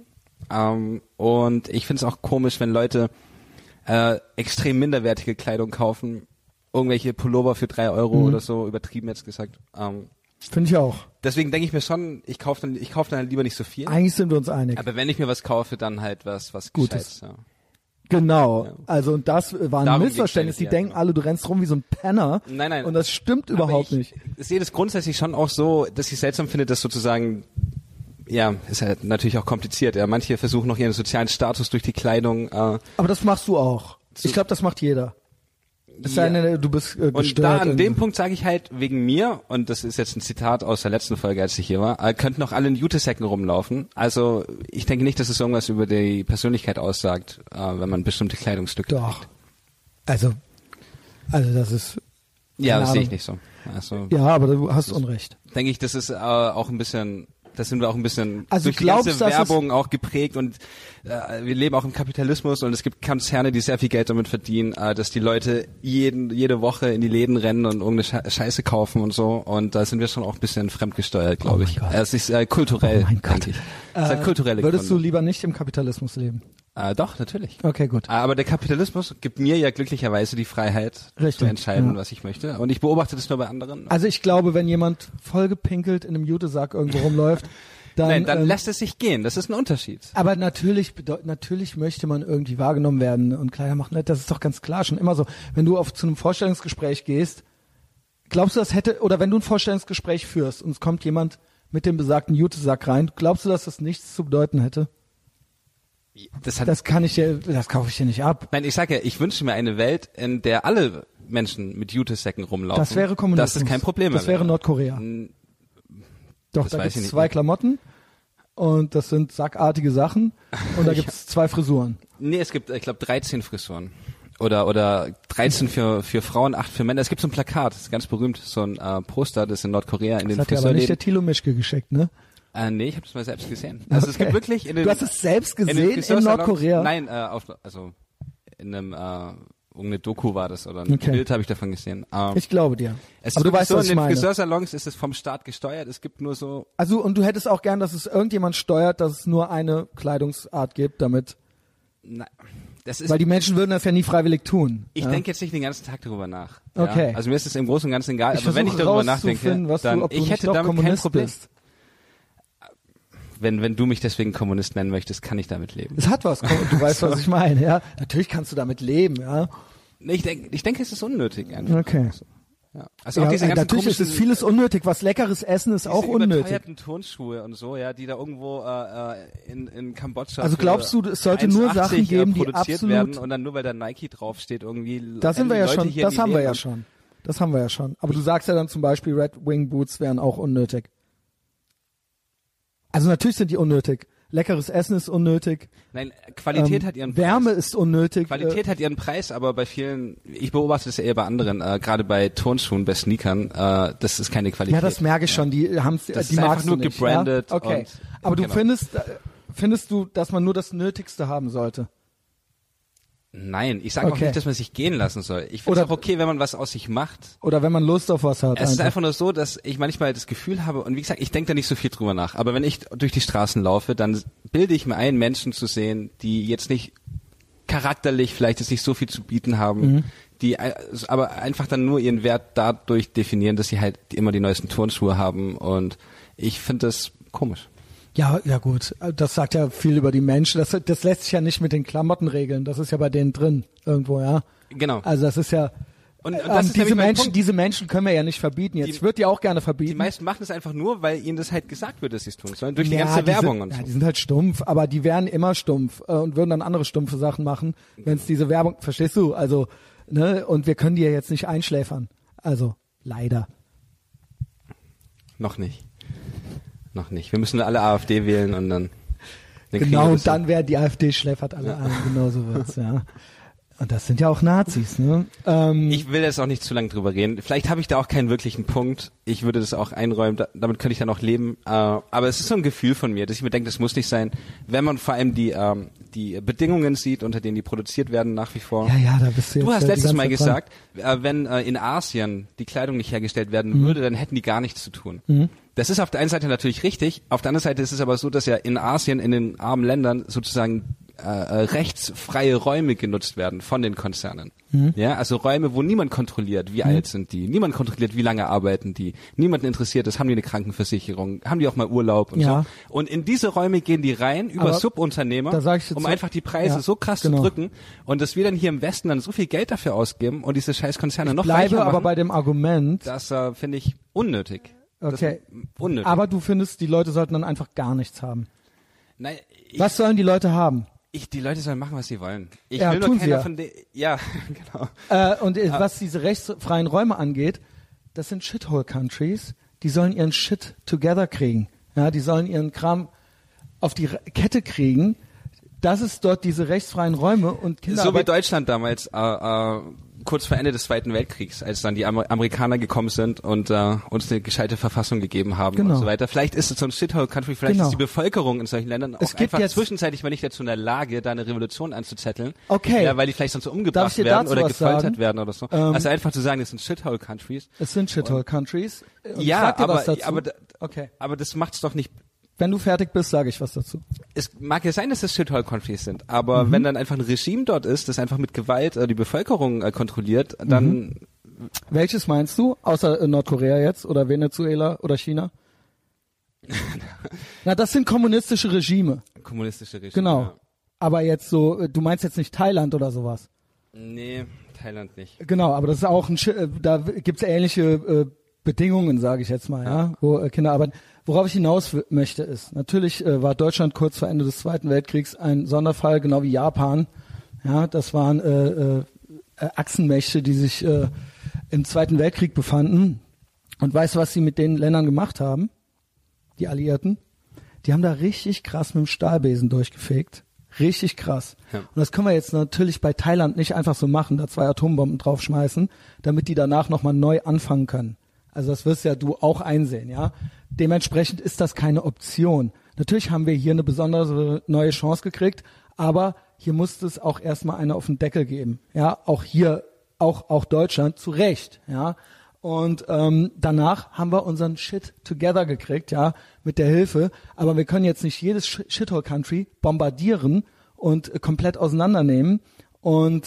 Und ich finde es auch komisch, wenn Leute extrem minderwertige Kleidung kaufen. Irgendwelche Pullover für 3 € oder so, übertrieben jetzt gesagt. Finde ich auch. Deswegen denke ich mir schon, ich kaufe dann lieber nicht so viel. Eigentlich sind wir uns einig. Aber wenn ich mir was kaufe, dann halt was Gutes. Gescheites. Ja. Genau. Ja. Also und das war ein Darum Missverständnis. ging's Die eigentlich, denken alle, du rennst rum wie so ein Penner. Nein. Und das stimmt überhaupt nicht. Ich sehe das grundsätzlich schon auch so, dass ich seltsam finde, dass sozusagen, ja, ist halt natürlich auch kompliziert. Ja, manche versuchen noch ihren sozialen Status durch die Kleidung. Aber das machst du auch. Ich glaube, das macht jeder. Es sei denn, du bist gestört. Und da an dem Punkt sage ich halt, wegen mir, und das ist jetzt ein Zitat aus der letzten Folge, als ich hier war, könnten noch alle in Jutesäcken rumlaufen. Also ich denke nicht, dass es irgendwas über die Persönlichkeit aussagt, wenn man bestimmte Kleidungsstücke Doch. trägt. Also das ist... Ja, das sehe Ahnung. ich nicht so. Also, Ja, aber du hast Unrecht. denke ich, das ist auch ein bisschen... Das sind wir auch ein bisschen Also durch die glaubst, ganze dass Werbung auch geprägt und wir leben auch im Kapitalismus und es gibt Konzerne, die sehr viel Geld damit verdienen, dass die Leute jede Woche in die Läden rennen und irgendeine Scheiße kaufen und so und da sind wir schon auch ein bisschen fremdgesteuert, glaube ich. Gott. Es ist kulturell, Oh mein Gott. denke ich. Es hat kulturelle Würdest du Gründe. lieber nicht im Kapitalismus leben? Doch, natürlich. Okay, gut. Aber der Kapitalismus gibt mir ja glücklicherweise die Freiheit Richtig, zu entscheiden, ja. was ich möchte und ich beobachte das nur bei anderen. Also ich glaube, wenn jemand vollgepinkelt in einem Jutesack irgendwo rumläuft, dann... Nein, dann lässt es sich gehen. Das ist ein Unterschied. Aber natürlich möchte man irgendwie wahrgenommen werden und Kleider machen. Das ist doch ganz klar schon immer so. Wenn du zu einem Vorstellungsgespräch gehst, glaubst du, oder wenn du ein Vorstellungsgespräch führst und es kommt jemand mit dem besagten Jutesack rein, glaubst du, dass das nichts zu bedeuten hätte? Das kaufe ich dir nicht ab. Nein, ich sage ja, ich wünsche mir eine Welt, in der alle Menschen mit Jutesäcken rumlaufen. Das wäre Kommunismus. Das ist kein Problem mehr. Das wäre Nordkorea. Doch, Das da weiß gibt ich es nicht. 2 Klamotten und das sind sackartige Sachen und da gibt es 2 Frisuren. Nee, es gibt, ich glaube, 13 Frisuren. Oder 13 für Frauen, 8 für Männer. Es gibt so ein Plakat, das ist ganz berühmt, so ein Poster, das in Nordkorea in Das den hat dir aber nicht der Friseurläden. Thilo Mischke geschickt, ne? Nee, ich habe das mal selbst gesehen. Also es gibt wirklich Du hast es selbst in den gesehen in Friseursalons- Nordkorea? Nein, also in einem irgendeine Doku war das oder ein Okay. Bild habe ich davon gesehen. Ich glaube dir. Es Aber ist du weißt, so, was in ich den meine. Friseursalons ist es vom Staat gesteuert. Es gibt nur so. Also, und du hättest auch gern, dass es irgendjemand steuert, dass es nur eine Kleidungsart gibt, damit, Na, das ist. weil die Menschen würden das ja nie freiwillig tun. Ich ja? denke jetzt nicht den ganzen Tag darüber nach. Okay. Ja? Also mir ist es im Großen und Ganzen egal. Ich Aber wenn ich versuche darüber nachdenke, rauszufinden, was dann ob du ich nicht hätte doch damit kein Kommunist Problem. bist. Wenn du mich deswegen Kommunist nennen möchtest, kann ich damit leben. Es hat was, du weißt, was ich meine, ja. Natürlich kannst du damit leben, ja. Ich denke, es ist unnötig einfach. Okay. Ja. Also Ja, auch diese ganzen natürlich ist es komischen- vieles unnötig. Was leckeres Essen ist diese auch unnötig. überteuerten Turnschuhe und so, ja, die da irgendwo in Kambodscha. Also glaubst du, es sollte nur 1,80 Sachen geben, die produziert absolut- werden und dann nur weil da Nike draufsteht irgendwie. Da sind wir ja Leute schon, hier in das die haben wir Läden ja und- schon. Das haben wir ja schon. Aber du sagst ja dann zum Beispiel, Red Wing Boots wären auch unnötig. Also natürlich sind die unnötig. Leckeres Essen ist unnötig. Nein, Qualität hat ihren Preis. Wärme ist unnötig. Qualität hat ihren Preis, aber bei vielen, ich beobachte das ja eher bei anderen, gerade bei Turnschuhen, bei Sneakern, das ist keine Qualität. Ja, das merke ich schon. Die haben's, Das die ist einfach magst nur du nicht, gebrandet Ja? Okay. und- Aber du genau. findest du, dass man nur das Nötigste haben sollte? Nein, ich sage auch Okay. nicht, dass man sich gehen lassen soll. Ich finde Oder- es auch okay, wenn man was aus sich macht. Oder wenn man Lust auf was hat? Es ist einfach nur so, dass ich manchmal das Gefühl habe, und wie gesagt, ich denke da nicht so viel drüber nach, aber wenn ich durch die Straßen laufe, dann bilde ich mir ein, Menschen zu sehen, die jetzt nicht charakterlich vielleicht jetzt nicht so viel zu bieten haben, die aber einfach dann nur ihren Wert dadurch definieren, dass sie halt immer die neuesten Turnschuhe haben und ich finde das komisch. Ja, gut. Das sagt ja viel über die Menschen. Das lässt sich ja nicht mit den Klamotten regeln. Das ist ja bei denen drin irgendwo, ja. Genau. Also das ist ja. Und das ist nämlich mein Punkt. Diese Menschen können wir ja nicht verbieten. Jetzt, ich würde die auch gerne verbieten. Die meisten machen es einfach nur, weil ihnen das halt gesagt wird, dass sie es tun sollen, durch die Ja, ganze Werbung sind, und so. Ja, die sind halt stumpf, aber die wären immer stumpf und würden dann andere stumpfe Sachen machen, wenn es diese Werbung, verstehst du? Also, ne, und wir können die ja jetzt nicht einschläfern. Also, leider. Noch nicht. Wir müssen alle AfD wählen und dann kriegen Genau, wir und das dann wäre die AfD schläfert alle ein, genau so wird's, ja. Und das sind ja auch Nazis, ne? Ich will jetzt auch nicht zu lange drüber reden. Vielleicht habe ich da auch keinen wirklichen Punkt. Ich würde das auch einräumen, damit könnte ich dann auch leben. Aber es ist so ein Gefühl von mir, dass ich mir denke, das muss nicht sein, wenn man vor allem die Bedingungen sieht, unter denen die produziert werden nach wie vor. Ja, da bist du jetzt Du hast die letztes ganze Mal Zeit dran. gesagt, wenn in Asien die Kleidung nicht hergestellt werden würde, dann hätten die gar nichts zu tun. Das ist auf der einen Seite natürlich richtig, auf der anderen Seite ist es aber so, dass ja in Asien, in den armen Ländern sozusagen rechtsfreie Räume genutzt werden von den Konzernen. Ja, also Räume, wo niemand kontrolliert, wie alt sind die, niemand kontrolliert, wie lange arbeiten die, niemanden interessiert ist, haben die eine Krankenversicherung, haben die auch mal Urlaub und so. Und in diese Räume gehen die rein über Aber Subunternehmer, um einfach die Preise so krass zu drücken und dass wir dann hier im Westen dann so viel Geld dafür ausgeben und diese scheiß Konzerne noch reicher machen. Ich bleibe aber bei dem Argument. Das finde ich unnötig. Okay, unnötig. Aber du findest, die Leute sollten dann einfach gar nichts haben. Nein, was sollen die Leute haben? Die Leute sollen machen, was sie wollen. Ich ja, will nur keiner von denen. Ja, genau. Was diese rechtsfreien Räume angeht, das sind Shithole-Countries. Die sollen ihren Shit together kriegen. Ja, die sollen ihren Kram auf die Kette kriegen. Das ist dort diese rechtsfreien Räume und Kinderarbeit. So wie Deutschland damals, kurz vor Ende des Zweiten Weltkriegs, als dann die Amerikaner gekommen sind und uns eine gescheite Verfassung gegeben haben und so weiter. Vielleicht ist es so ein Shithole-Country, vielleicht ist die Bevölkerung in solchen Ländern auch einfach zwischenzeitlich mal nicht dazu in der Lage, da eine Revolution anzuzetteln. Okay. Ja, weil die vielleicht sonst so umgebracht werden oder gefoltert werden oder so. Also einfach zu sagen, das sind Shithole-Countries. Es sind Shithole-Countries. Ja, aber das macht's doch nicht. Wenn du fertig bist, sage ich was dazu. Es mag ja sein, dass es Shithole-Countries sind, aber wenn dann einfach ein Regime dort ist, das einfach mit Gewalt die Bevölkerung kontrolliert, dann... Welches meinst du? Außer Nordkorea jetzt oder Venezuela oder China? Na, das sind kommunistische Regime. Kommunistische Regime, genau. Ja. Aber jetzt so, du meinst jetzt nicht Thailand oder sowas? Nee, Thailand nicht. Genau, aber das ist auch da gibt's ähnliche Bedingungen, sage ich jetzt mal, ja, wo Kinder arbeiten. Worauf ich hinaus möchte ist, natürlich war Deutschland kurz vor Ende des Zweiten Weltkriegs ein Sonderfall, genau wie Japan. Ja, das waren Achsenmächte, die sich im Zweiten Weltkrieg befanden. Und weißt du, was sie mit den Ländern gemacht haben? Die Alliierten? Die haben da richtig krass mit dem Stahlbesen durchgefegt. Richtig krass. Ja. Und das können wir jetzt natürlich bei Thailand nicht einfach so machen, da 2 Atombomben draufschmeißen, damit die danach nochmal neu anfangen können. Also das wirst ja du auch einsehen, ja. Dementsprechend ist das keine Option. Natürlich haben wir hier eine besondere neue Chance gekriegt, aber hier musste es auch erstmal eine auf den Deckel geben. Ja, auch hier, auch Deutschland, zu Recht, ja. Und danach haben wir unseren Shit together gekriegt, ja, mit der Hilfe. Aber wir können jetzt nicht jedes Shithole-Country bombardieren und komplett auseinandernehmen und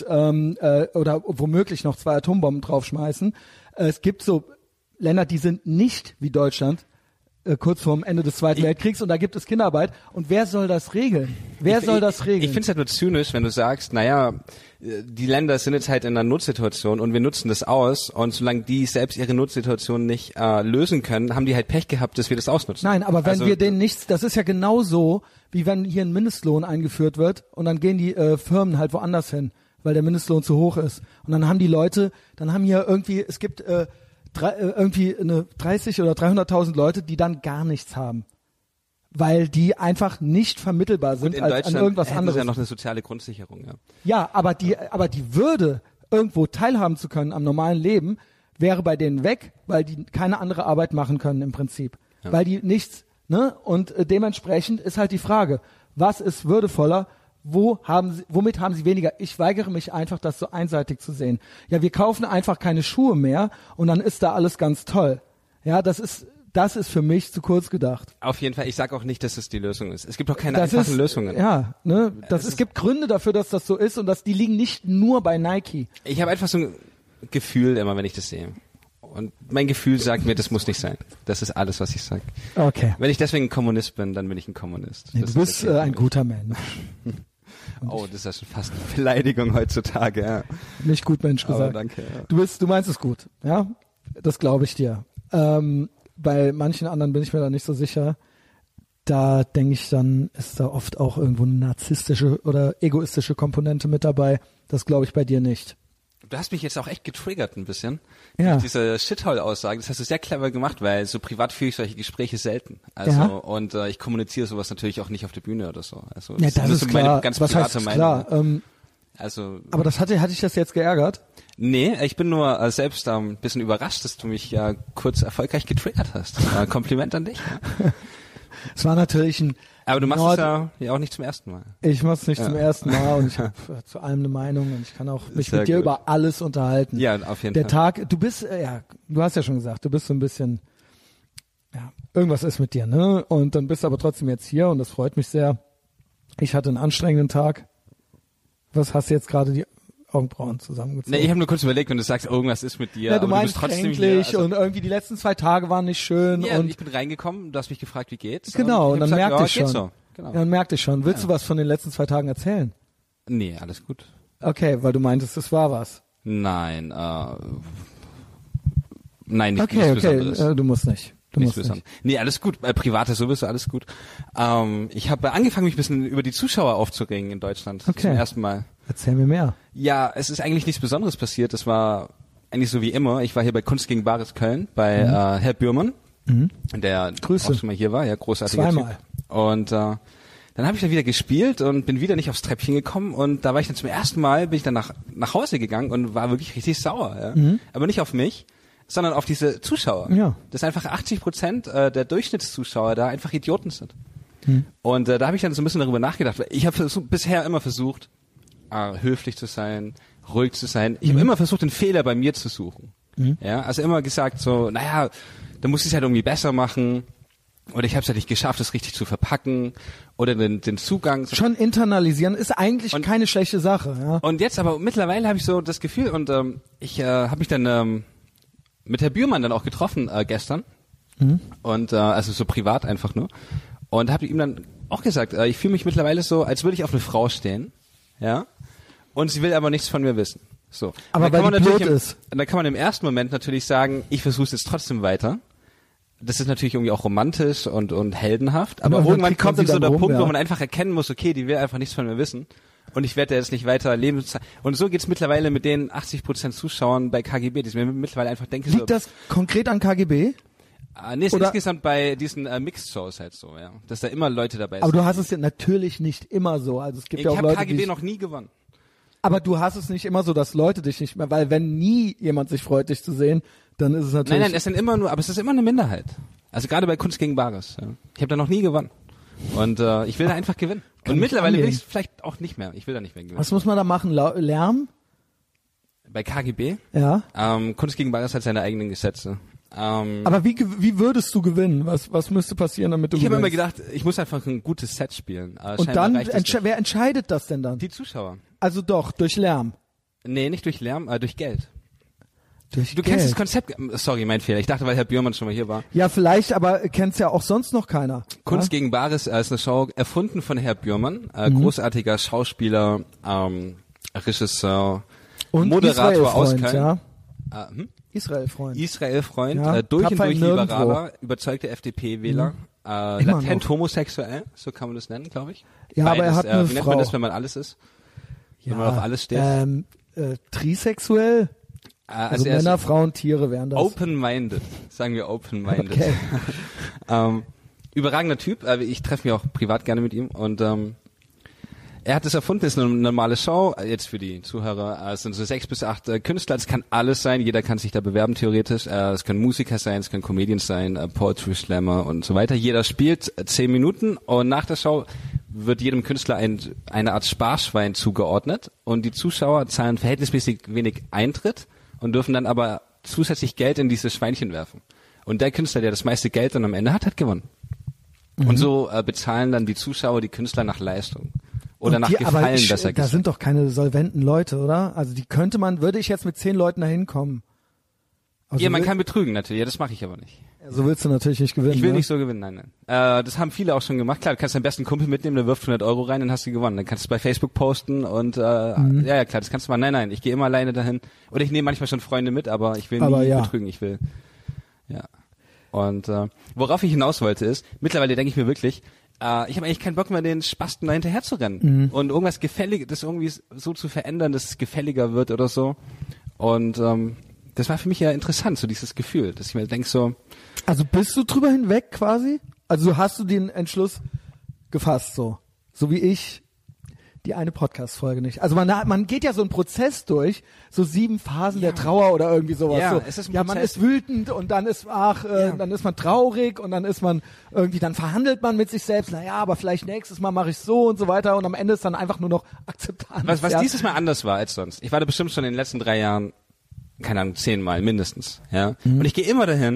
oder womöglich noch 2 Atombomben draufschmeißen. Es gibt so Länder, die sind nicht wie Deutschland kurz vorm Ende des Zweiten Weltkriegs und da gibt es Kinderarbeit. Und wer soll das regeln? Wer soll das regeln? Ich finde es halt nur zynisch, wenn du sagst, naja, die Länder sind jetzt halt in einer Notsituation und wir nutzen das aus und solange die selbst ihre Notsituation nicht lösen können, haben die halt Pech gehabt, dass wir das ausnutzen. Nein, aber wenn wir denen nichts, das ist ja genauso, wie wenn hier ein Mindestlohn eingeführt wird und dann gehen die Firmen halt woanders hin, weil der Mindestlohn zu hoch ist. Und dann haben die Leute, dann haben hier irgendwie, es gibt irgendwie 30 oder 300.000 Leute, die dann gar nichts haben, weil die einfach nicht vermittelbar sind als an irgendwas anderes. Das ist ja noch eine soziale Grundsicherung, ja. Ja, aber die Würde, irgendwo teilhaben zu können am normalen Leben, wäre bei denen weg, weil die keine andere Arbeit machen können im Prinzip, weil die nichts, ne? Und dementsprechend ist halt die Frage, was ist würdevoller? Womit haben sie weniger? Ich weigere mich einfach, das so einseitig zu sehen. Ja, wir kaufen einfach keine Schuhe mehr und dann ist da alles ganz toll. Ja, das ist für mich zu kurz gedacht. Auf jeden Fall. Ich sage auch nicht, dass es die Lösung ist. Es gibt auch keine einfachen Lösungen. Ja, ne? Es gibt Gründe dafür, dass das so ist und die liegen nicht nur bei Nike. Ich habe einfach so ein Gefühl immer, wenn ich das sehe. Und mein Gefühl sagt mir, das muss nicht sein. Das ist alles, was ich sage. Okay. Wenn ich deswegen ein Kommunist bin, dann bin ich ein Kommunist. Nee, du bist ein guter Mensch. Das ist ja schon fast eine Beleidigung heutzutage. Ja. Nicht gut Mensch gesagt. Aber danke. Ja. Du meinst es gut, ja? Das glaube ich dir. Bei manchen anderen bin ich mir da nicht so sicher. Da denke ich, dann ist da oft auch irgendwo eine narzisstische oder egoistische Komponente mit dabei. Das glaube ich bei dir nicht. Du hast mich jetzt auch echt getriggert ein bisschen. Ja. Durch diese Shithole-Aussagen. Das hast du sehr clever gemacht, weil so privat führe ich solche Gespräche selten. Also, und ich kommuniziere sowas natürlich auch nicht auf der Bühne oder so. Also, ja, das ist klar. Meine ganz private Meinung. Klar. Aber hatte dich das jetzt geärgert? Nee, ich bin nur selbst ein bisschen überrascht, dass du mich ja kurz erfolgreich getriggert hast. Kompliment an dich. Ja. Es war natürlich aber du machst es ja auch nicht zum ersten Mal. Ich mach's nicht zum ersten Mal und ich habe zu allem eine Meinung und ich kann auch mich mit dir über alles unterhalten. Ja, auf jeden Fall. Der Tag, du bist, du hast ja schon gesagt, du bist so ein bisschen, irgendwas ist mit dir, ne? Und dann bist du aber trotzdem jetzt hier und das freut mich sehr. Ich hatte einen anstrengenden Tag. Was hast du jetzt gerade die Augenbrauen zusammengezogen? Nee, ich habe nur kurz überlegt, wenn du sagst, irgendwas ist mit dir, Ja, du aber meinst du bist trotzdem kränklich hier. Also, und irgendwie die letzten 2 Tage waren nicht schön. ja, und ich bin reingekommen, du hast mich gefragt, wie geht's? genau, und ich dann hab merkte gesagt, ich ja, schon. geht so. Genau. Ja, dann merkte ich schon. Willst du was von den letzten 2 Tagen erzählen? Nee, alles gut. Okay, weil du meintest, es war was. Nein, nichts Okay, Besonderes. du musst nicht. Du Nichts musst nicht. Besonderes. Nee, alles gut. Private sowieso, alles gut. Ich habe angefangen, mich ein bisschen über die Zuschauer aufzuregen in Deutschland. Okay. Zum ersten Mal. Erzähl mir mehr. Ja, es ist eigentlich nichts Besonderes passiert. Es war eigentlich so wie immer. Ich war hier bei Kunst gegen Bares Köln bei Herr Bührmann, der Grüße. auch schon mal hier war. Ja, großartiger Zweimal. Typ. Und dann habe ich da wieder gespielt und bin wieder nicht aufs Treppchen gekommen. Und da war ich dann zum ersten Mal, bin ich dann nach Hause gegangen und war wirklich richtig sauer. Ja? Aber nicht auf mich, sondern auf diese Zuschauer. Ja. Dass einfach 80% der Durchschnittszuschauer da einfach Idioten sind. Und da habe ich dann so ein bisschen darüber nachgedacht. Weil ich habe bisher immer versucht, höflich zu sein, ruhig zu sein. Ich habe immer versucht, den Fehler bei mir zu suchen. Ja, also immer gesagt so, naja, da muss ich es halt irgendwie besser machen. Oder ich habe es halt nicht geschafft, das richtig zu verpacken. Oder den Zugang. Schon internalisieren ist eigentlich keine schlechte Sache. Ja. Und jetzt aber mittlerweile habe ich so das Gefühl und ich habe mich dann mit Herr Bührmann dann auch getroffen gestern. Und also so privat einfach nur. Und habe ihm dann auch gesagt, ich fühle mich mittlerweile so, als würde ich auf eine Frau stehen. Ja. Und sie will aber nichts von mir wissen. So. Aber weil die blöd ist. Da kann man im ersten Moment natürlich sagen, ich versuche es jetzt trotzdem weiter. Das ist natürlich irgendwie auch romantisch und heldenhaft. Aber Und irgendwann dann kommt dann so der Punkt, ja. wo man einfach erkennen muss, okay, die will einfach nichts von mir wissen. Und ich werde jetzt nicht weiter leben. Und so geht's mittlerweile mit den 80% Zuschauern bei KGB, die ich mir mittlerweile einfach denke. Liegt das konkret an KGB? Nee, ist Oder- insgesamt bei diesen Mixed-Shows halt so, ja. Dass da immer Leute dabei sind. Aber du hast es ja natürlich nicht immer so. Also es gibt Ich ja auch habe Leute, KGB die noch nie gewonnen. aber du hast es nicht immer so, dass Leute dich nicht mehr, weil wenn nie jemand sich freut, dich zu sehen, dann ist es natürlich. Nein, es sind immer nur, aber es ist immer eine Minderheit. Also gerade bei Kunst gegen Bares. Ja. Ich habe da noch nie gewonnen. Und ich will da einfach gewinnen. Kann Und ich mittlerweile will angehen. ich es vielleicht auch nicht mehr. Ich will da nicht mehr gewinnen. Was muss man da machen? Lärm? Bei KGB? Ja. Kunst gegen Bares hat seine eigenen Gesetze. Aber wie würdest du gewinnen? Was müsste passieren, damit du Ich habe immer gewinnst? gedacht, ich muss einfach ein gutes Set spielen. Aber Und scheinbar dann, reicht es nicht. wer entscheidet das denn dann? Die Zuschauer. Also doch, durch Lärm. Nee, nicht durch Lärm, durch Geld. Durch Du kennst das Konzept, sorry, mein Fehler. Ich dachte, weil Herr Bührmann schon mal hier war. Ja, vielleicht, aber kennt's ja auch sonst noch keiner. Kunst gegen Bares ist eine Show erfunden von Herr Bührmann, großartiger Schauspieler, Regisseur, Und Moderator aus Israel-Freund, Köln. ja. Israel-Freund. Israel-Freund, Ja, durch und Tapfer durch nirgendwo. Liberaler, überzeugter FDP-Wähler, latent noch. homosexuell, so kann man das nennen, glaube ich. Ja, aber er hat eine wie nennt Frau. man das, wenn man alles ist? Wenn man auf alles steht? Trisexuell? Also er ist Männer, Frauen, Tiere wären das. open-minded, sagen wir open-minded. Okay. Überragender Typ, ich treffe mich auch privat gerne mit ihm und er hat es erfunden, ist eine normale Show, jetzt für die Zuhörer, es sind so 6 bis 8 Künstler, es kann alles sein, jeder kann sich da bewerben theoretisch, es können Musiker sein, es können Comedians sein, Poetry Slammer und so weiter. Jeder spielt 10 Minuten und nach der Show wird jedem Künstler eine Art Sparschwein zugeordnet und die Zuschauer zahlen verhältnismäßig wenig Eintritt und dürfen dann aber zusätzlich Geld in dieses Schweinchen werfen. Und der Künstler, der das meiste Geld dann am Ende hat gewonnen. Und so bezahlen dann die Zuschauer die Künstler nach Leistung. Oder Und nach Gefallen, besser Da gesagt. sind doch keine solventen Leute, oder? Also die würde ich jetzt mit 10 Leuten da hinkommen. Also Ja, man kann betrügen natürlich, ja, das mache ich aber nicht. so willst du natürlich nicht gewinnen. Ich will ne? nicht so gewinnen, nein. Das haben viele auch schon gemacht. Klar, du kannst deinen besten Kumpel mitnehmen, der wirft 100 Euro rein, dann hast du gewonnen. Dann kannst du es bei Facebook posten und ja, klar, das kannst du mal. Nein, ich gehe immer alleine dahin. Oder ich nehme manchmal schon Freunde mit, aber ich will nie betrügen. Ich will, ja. Und worauf ich hinaus wollte ist, mittlerweile denke ich mir wirklich, ich habe eigentlich keinen Bock mehr, den Spasten da hinterher zu rennen. Und irgendwas Gefälliges, das irgendwie so zu verändern, dass es gefälliger wird oder so. Und das war für mich ja interessant, so dieses Gefühl, dass ich mir denke so, Also bist du drüber hinweg quasi? Also hast du den Entschluss gefasst so wie ich die eine Podcast-Folge nicht. Also man geht ja so einen Prozess durch, so 7 Phasen der Trauer oder irgendwie sowas. Ja, so. es ist ein man Prozess. ist wütend und dann ist dann ist man traurig und dann ist man irgendwie, dann verhandelt man mit sich selbst, naja, aber vielleicht nächstes Mal mache ich so und so weiter und am Ende ist dann einfach nur noch Akzeptanz. was ja. dieses Mal anders war als sonst. Ich war da bestimmt schon in den letzten 3 Jahren, keine Ahnung, 10 Mal mindestens, ja. Und ich gehe immer dahin,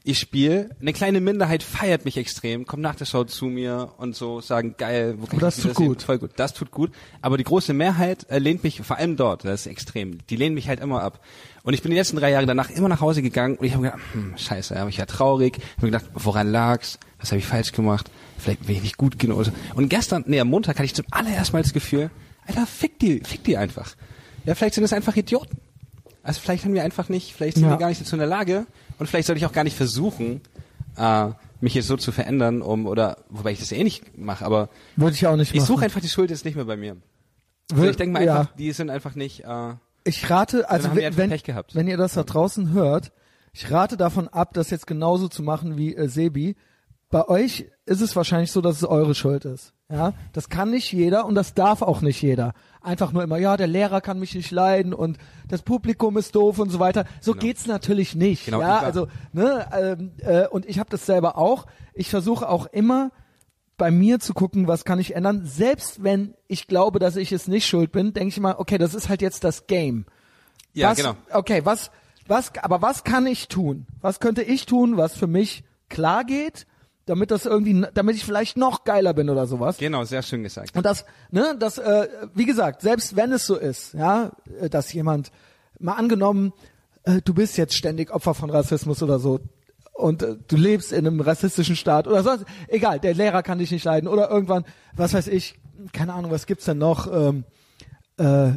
Ich spiele, eine kleine Minderheit feiert mich extrem, kommt nach der Show zu mir und so sagen, geil, wo kann das ich tut wiedersehen? gut. Voll gut. Das tut gut. Aber die große Mehrheit lehnt mich, vor allem dort, das ist extrem, die lehnen mich halt immer ab. Und ich bin die letzten 3 Jahre danach immer nach Hause gegangen und ich habe gedacht, scheiße, ich war traurig. Ich habe gedacht, woran lag's? Was habe ich falsch gemacht? Vielleicht bin ich nicht gut genug. Und am Montag hatte ich zum allerersten Mal das Gefühl, Alter, fick die einfach. Ja, vielleicht sind es einfach Idioten. Also vielleicht haben wir einfach nicht, vielleicht sind wir gar nicht dazu in der Lage und vielleicht sollte ich auch gar nicht versuchen, mich jetzt so zu verändern, wobei ich das eh nicht mache, aber würde ich auch nicht machen. Ich suche einfach die Schuld jetzt nicht mehr bei mir. Also ich denke mal einfach, die sind einfach nicht. Ich rate, also wenn ihr das da draußen hört, ich rate davon ab, das jetzt genauso zu machen wie Sebi. Bei euch ist es wahrscheinlich so, dass es eure Schuld ist. Ja, das kann nicht jeder und das darf auch nicht jeder. Einfach nur immer, ja, der Lehrer kann mich nicht leiden und das Publikum ist doof und so weiter. So geht's natürlich nicht. Genau, ja, also und ich habe das selber auch. Ich versuche auch immer bei mir zu gucken, was kann ich ändern. Selbst wenn ich glaube, dass ich es nicht schuld bin, denke ich mal, okay, das ist halt jetzt das Game. Ja, genau. Okay, was kann ich tun? Was könnte ich tun, was für mich klar geht? Damit ich vielleicht noch geiler bin oder sowas. Genau, sehr schön gesagt. Und wie gesagt, selbst wenn es so ist, ja, dass jemand, mal angenommen, du bist jetzt ständig Opfer von Rassismus oder so und du lebst in einem rassistischen Staat oder sonst, egal, der Lehrer kann dich nicht leiden oder irgendwann, was weiß ich, keine Ahnung, was gibt's denn noch, keine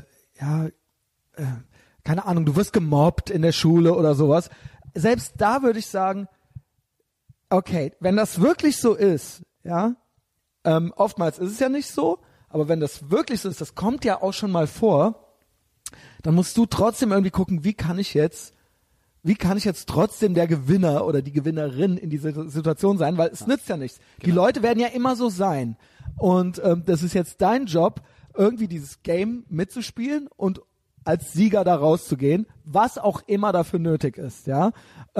Ahnung, du wirst gemobbt in der Schule oder sowas. Selbst da würde ich sagen, okay, wenn das wirklich so ist, ja, oftmals ist es ja nicht so, aber wenn das wirklich so ist, das kommt ja auch schon mal vor, dann musst du trotzdem irgendwie gucken, wie kann ich jetzt trotzdem der Gewinner oder die Gewinnerin in dieser Situation sein, weil es nützt ja nichts. Genau. Die Leute werden ja immer so sein und das ist jetzt dein Job, irgendwie dieses Game mitzuspielen und als Sieger da rauszugehen, was auch immer dafür nötig ist, ja,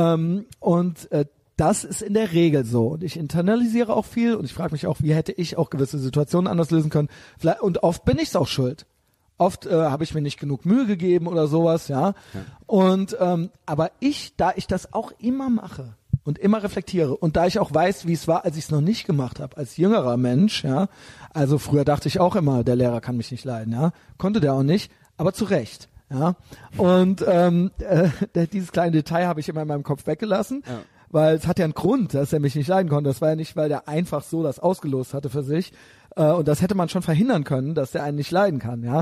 das ist in der Regel so. Und ich internalisiere auch viel und ich frage mich auch, wie hätte ich auch gewisse Situationen anders lösen können. Und oft bin ich es auch schuld. Oft habe ich mir nicht genug Mühe gegeben oder sowas, ja. Und aber da ich das auch immer mache und immer reflektiere und da ich auch weiß, wie es war, als ich es noch nicht gemacht habe, als jüngerer Mensch, ja. Also früher dachte ich auch immer, der Lehrer kann mich nicht leiden, ja. Konnte der auch nicht, aber zu Recht, ja. Und dieses kleine Detail habe ich immer in meinem Kopf weggelassen. Ja. Weil es hat ja einen Grund, dass er mich nicht leiden konnte. Das war ja nicht, weil der einfach so das ausgelost hatte für sich. Und das hätte man schon verhindern können, dass der einen nicht leiden kann, ja.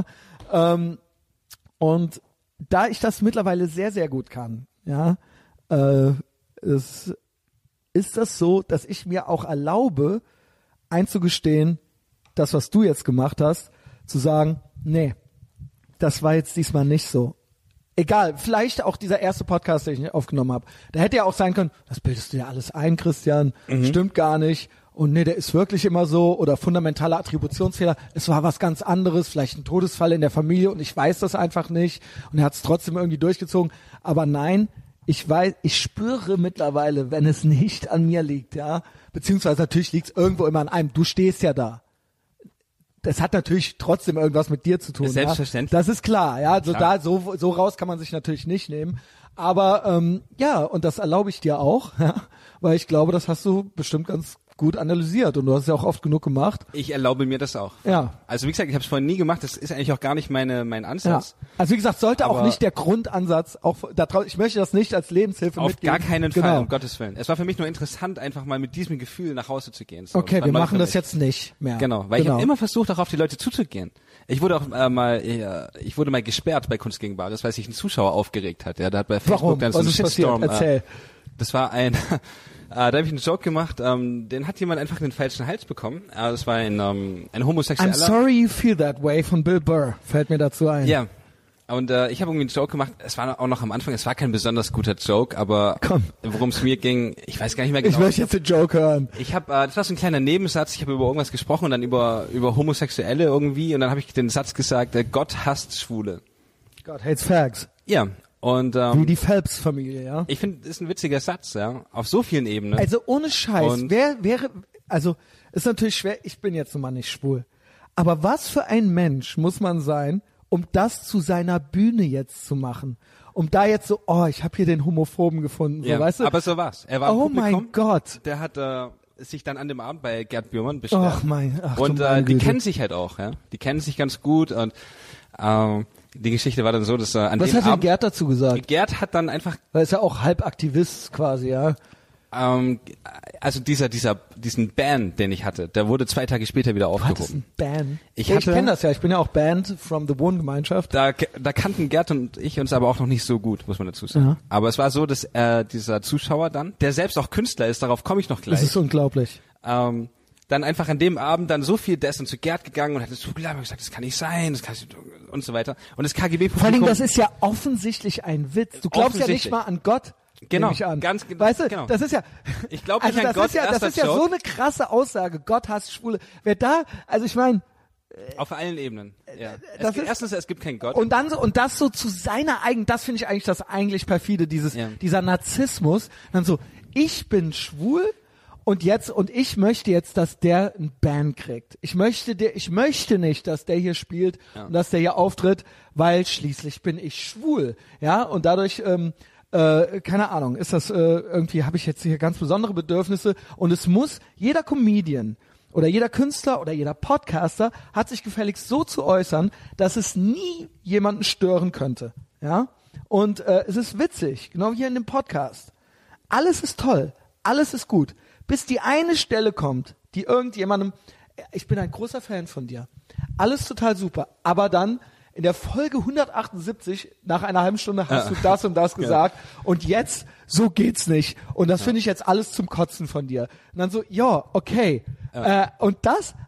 Und da ich das mittlerweile sehr, sehr gut kann, ja, ist das so, dass ich mir auch erlaube, einzugestehen, das, was du jetzt gemacht hast, zu sagen, nee, das war jetzt diesmal nicht so. Egal, vielleicht auch dieser erste Podcast, den ich aufgenommen habe. Da hätte ja auch sein können, das bildest du ja alles ein, Christian, stimmt gar nicht. Und nee, der ist wirklich immer so. Oder fundamentale Attributionsfehler, es war was ganz anderes, vielleicht ein Todesfall in der Familie und ich weiß das einfach nicht. Und er hat es trotzdem irgendwie durchgezogen. Aber nein, ich spüre mittlerweile, wenn es nicht an mir liegt, ja. Beziehungsweise natürlich liegt es irgendwo immer an einem. Du stehst ja da. Das hat natürlich trotzdem irgendwas mit dir zu tun. Selbstverständlich. Ja? Das ist klar, ja. So raus kann man sich natürlich nicht nehmen. Aber und das erlaube ich dir auch, ja, weil ich glaube, das hast du bestimmt ganz gut analysiert und du hast es ja auch oft genug gemacht. Ich erlaube mir das auch. Ja. Also wie gesagt, ich habe es vorhin nie gemacht, das ist eigentlich auch gar nicht mein Ansatz. Ja. Also wie gesagt, sollte auch nicht der Grundansatz, ich möchte das nicht als Lebenshilfe mitgeben. Auf gar keinen Fall, um Gottes Willen. Es war für mich nur interessant, einfach mal mit diesem Gefühl nach Hause zu gehen. So, okay, wir machen das jetzt nicht mehr. Genau, weil ich habe immer versucht, auch auf die Leute zuzugehen. Ich wurde auch mal gesperrt bei Kunst gegen Bares, weil sich ein Zuschauer aufgeregt hat. Ja, da hat bei Facebook dann so einen Shitstorm. Erzähl. Das war da habe ich einen Joke gemacht, den hat jemand einfach in den falschen Hals bekommen. Das war ein Homosexueller. I'm sorry you feel that way von Bill Burr, fällt mir dazu ein. Ja, und ich habe irgendwie einen Joke gemacht, es war auch noch am Anfang, es war kein besonders guter Joke, aber worum es mir ging, ich weiß gar nicht mehr genau. Ich möchte jetzt den Joke hören. Das war so ein kleiner Nebensatz, ich habe über irgendwas gesprochen und dann über Homosexuelle irgendwie und dann habe ich den Satz gesagt, Gott hasst Schwule. God hates fags. Ja. Und, wie die Phelps-Familie, ja. Ich finde, das ist ein witziger Satz, ja. Auf so vielen Ebenen. Also ohne Scheiß. Ist natürlich schwer, ich bin jetzt nun mal nicht schwul. Aber was für ein Mensch muss man sein, um das zu seiner Bühne jetzt zu machen? um da jetzt so, ich habe hier den Homophoben gefunden, so, weißt du? Aber so war's. Er war im Publikum. Mein Gott. Der hat sich dann an dem Abend bei Gerd Bührmann beschwert. Und die Güte. kennen sich halt auch, ja. Die kennen sich ganz gut und die Geschichte war dann so, dass an Was dem hat denn Abend Gerd dazu gesagt? Gerd hat dann einfach Weil ist ja auch halb Aktivist quasi, ja. also diesen Ban, den ich hatte, der wurde 2 Tage später wieder Was ist aufgehoben. ein Ban? Ich Ich kenne das ja, ich bin ja auch Band from the Wohngemeinschaft. Da kannten Gerd und ich uns aber auch noch nicht so gut, muss man dazu sagen. Ja. Aber es war so, dass dieser Zuschauer dann, der selbst auch Künstler ist, darauf komme ich noch gleich, Das ist unglaublich. dann einfach an dem Abend dann so viel dessen zu Gerd gegangen und hat es zugeladen und gesagt, das kann nicht sein, und so weiter. Und das KGB-Publikum... Vor allem, das ist ja offensichtlich ein Witz. Du glaubst ja nicht mal an Gott. Genau, nehme ich an. ganz genau. Weißt du, genau. das ist ja, Ich glaube nicht also an das Gott, ist ja, das erster ist ja Joke. so eine krasse Aussage. Gott hasst Schwule. Wer da, also ich meine, Auf allen Ebenen. Ja. Erstens, es gibt keinen Gott. und dann so, und das so zu seiner eigenen, das finde ich eigentlich das eigentlich perfide, dieser Narzissmus, dann so, ich bin schwul und ich möchte jetzt, dass der ein Ban kriegt. Ich möchte nicht, dass der hier spielt und dass der hier auftritt, weil schließlich bin ich schwul. Ja, und dadurch, keine Ahnung, ist das irgendwie, habe ich jetzt hier ganz besondere Bedürfnisse und es muss jeder Comedian oder jeder Künstler oder jeder Podcaster hat sich gefälligst so zu äußern, dass es nie jemanden stören könnte. Ja, und es ist witzig, genau wie hier in dem Podcast. Alles ist toll, alles ist gut, bis die eine Stelle kommt, die irgendjemandem, ich bin ein großer Fan von dir, alles total super, aber dann in der Folge 178, nach einer halben Stunde hast du das und das gesagt und jetzt, so geht's nicht. Und das finde ich jetzt alles zum Kotzen von dir. Und dann so, ja, okay. Und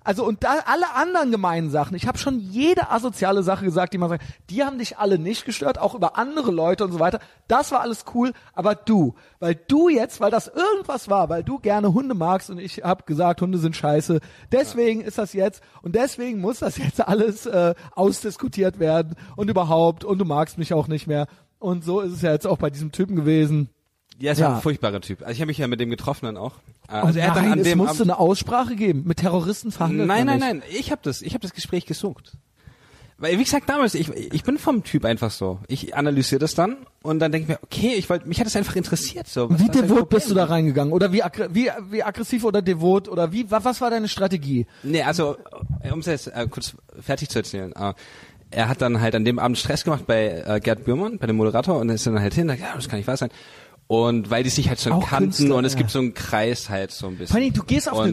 alle anderen gemeinen Sachen, ich habe schon jede asoziale Sache gesagt, die man sagt, die haben dich alle nicht gestört, auch über andere Leute und so weiter. Das war alles cool, aber weil das irgendwas war, weil du gerne Hunde magst und ich habe gesagt, Hunde sind scheiße, deswegen ist das jetzt und deswegen muss das jetzt alles ausdiskutiert werden und überhaupt und du magst mich auch nicht mehr. Und so ist es ja jetzt auch bei diesem Typen gewesen. Ja, es war ein furchtbarer Typ. Also ich habe mich ja mit dem getroffen dann auch. Also er hat dann es musste eine Aussprache geben, mit Terroristen verhandelt. Nein. Ich habe das Gespräch gesucht. Weil, wie gesagt, damals, ich bin vom Typ einfach so. Ich analysiere das dann und dann denke ich mir, okay, mich hat das einfach interessiert. So. Wie devot bist du da reingegangen? Oder wie aggressiv oder devot? Oder was war deine Strategie? Nee, also, um es jetzt kurz fertig zu erzählen. Er hat dann halt an dem Abend Stress gemacht bei Gerd Bührmann, bei dem Moderator, und ist dann halt hin, ja, das kann nicht wahr sein. Und weil die sich halt schon auch kannten Künstler, und es gibt so einen Kreis halt so ein bisschen. Vor allem, du gehst auf eine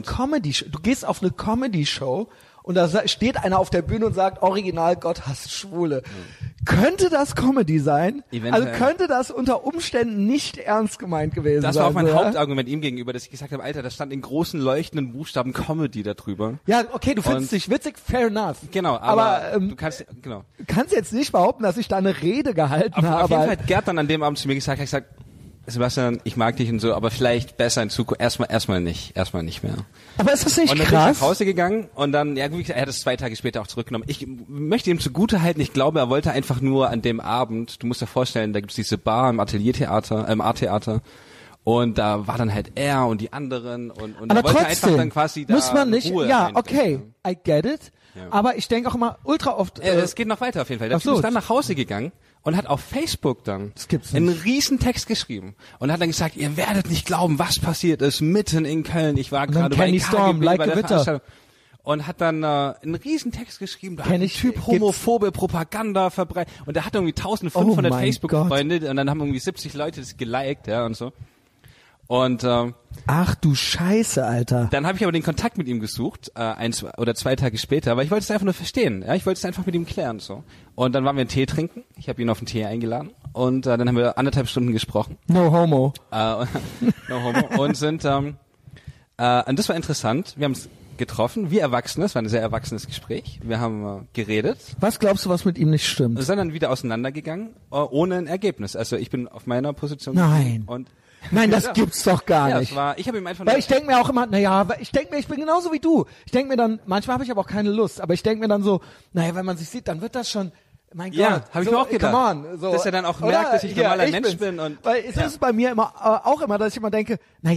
Comedy-Show und da steht einer auf der Bühne und sagt, Original, Gott hasst Schwule. Könnte das Comedy sein? Eventuell. Also könnte das unter Umständen nicht ernst gemeint gewesen sein? Das war auch mein Hauptargument ihm gegenüber, dass ich gesagt habe, Alter, da stand in großen leuchtenden Buchstaben Comedy da drüber. Ja, okay, du findest dich witzig, fair enough. Genau, aber du kannst jetzt nicht behaupten, dass ich da eine Rede gehalten habe. Auf jeden Fall hat Gerd dann an dem Abend zu mir gesagt, Sebastian, ich mag dich und so, aber vielleicht besser in Zukunft, erstmal nicht mehr. Aber ist das nicht krass? Und dann krass? bin ich nach Hause gegangen und dann, ja, wie gesagt, er hat es 2 Tage später auch zurückgenommen. Ich möchte ihm zugute halten, ich glaube, er wollte einfach nur an dem Abend, du musst dir vorstellen, da gibt's diese Bar im Ateliertheater, im A-Theater. Und da war dann halt er und die anderen und aber er wollte trotzdem, einfach dann quasi da muss man nicht, Ruhe ja, reinbringen. okay, I get it. Ja. Aber ich denke auch immer ultra oft. Es geht noch weiter auf jeden Fall. Der Typ ist dann nach Hause gegangen und hat auf Facebook dann einen riesen Text geschrieben und hat dann gesagt, ihr werdet nicht glauben, was passiert ist mitten in Köln. Ich war gerade bei KGB bei der Veranstaltung. Und hat dann einen riesen Text geschrieben, da hat ein Typ homophobe Propaganda verbreitet. Und der hat irgendwie 1500 Facebook-Freunde und dann haben irgendwie 70 Leute das geliked, ja, und so. Und ach du Scheiße, Alter. Dann habe ich aber den Kontakt mit ihm gesucht, 1 oder 2 Tage später, weil ich wollte es einfach nur verstehen. Ja, ich wollte es einfach mit ihm klären so. Und dann waren wir einen Tee trinken. Ich habe ihn auf einen Tee eingeladen und dann haben wir 1,5 Stunden gesprochen. No homo. No homo. Und sind und das war interessant. Wir haben es getroffen, wie Erwachsene. Es war ein sehr erwachsenes Gespräch. Wir haben geredet. Was glaubst du, was mit ihm nicht stimmt? Wir sind dann wieder auseinandergegangen, ohne ein Ergebnis. Also ich bin auf meiner Position. Nein. Nein, das gibt's doch gar nicht. Ich habe ihm einfach weil ich denke mir auch immer, ich bin genauso wie du. Ich denke mir dann, manchmal habe ich aber auch keine Lust, aber ich denke mir dann so, wenn man sich sieht, dann wird das schon, mein Gott. Ja, habe ich mir auch gedacht. Come on, so. Dass er dann auch merkt, dass ich normaler Mensch bin. Weil es ist bei mir immer, auch immer, dass ich immer denke,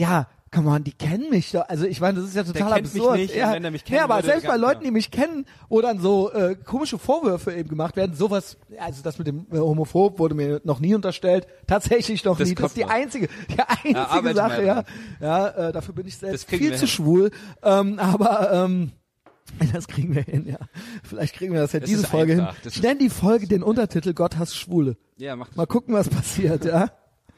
come on, die kennen mich doch. Also ich meine, das ist ja total kennt absurd. mich nicht, ja, und wenn er mich kennen ja, aber würde, selbst bei ganz Leuten, genau. die mich kennen, wo dann so komische Vorwürfe eben gemacht werden, sowas, also das mit dem Homophob wurde mir noch nie unterstellt, tatsächlich noch Das nie. Das ist die kommt noch. einzige arbeiten Sache, wir ja. dran. Ja, dafür bin ich selbst Das kriegen viel wir zu hin. schwul. Aber das kriegen wir hin, ja. Vielleicht kriegen wir das ja Das diese ist Folge einfach. hin. Das Ich nenne die Folge den Untertitel Gott hasst Schwule. Ja, mach das. Mal gucken, was passiert, ja.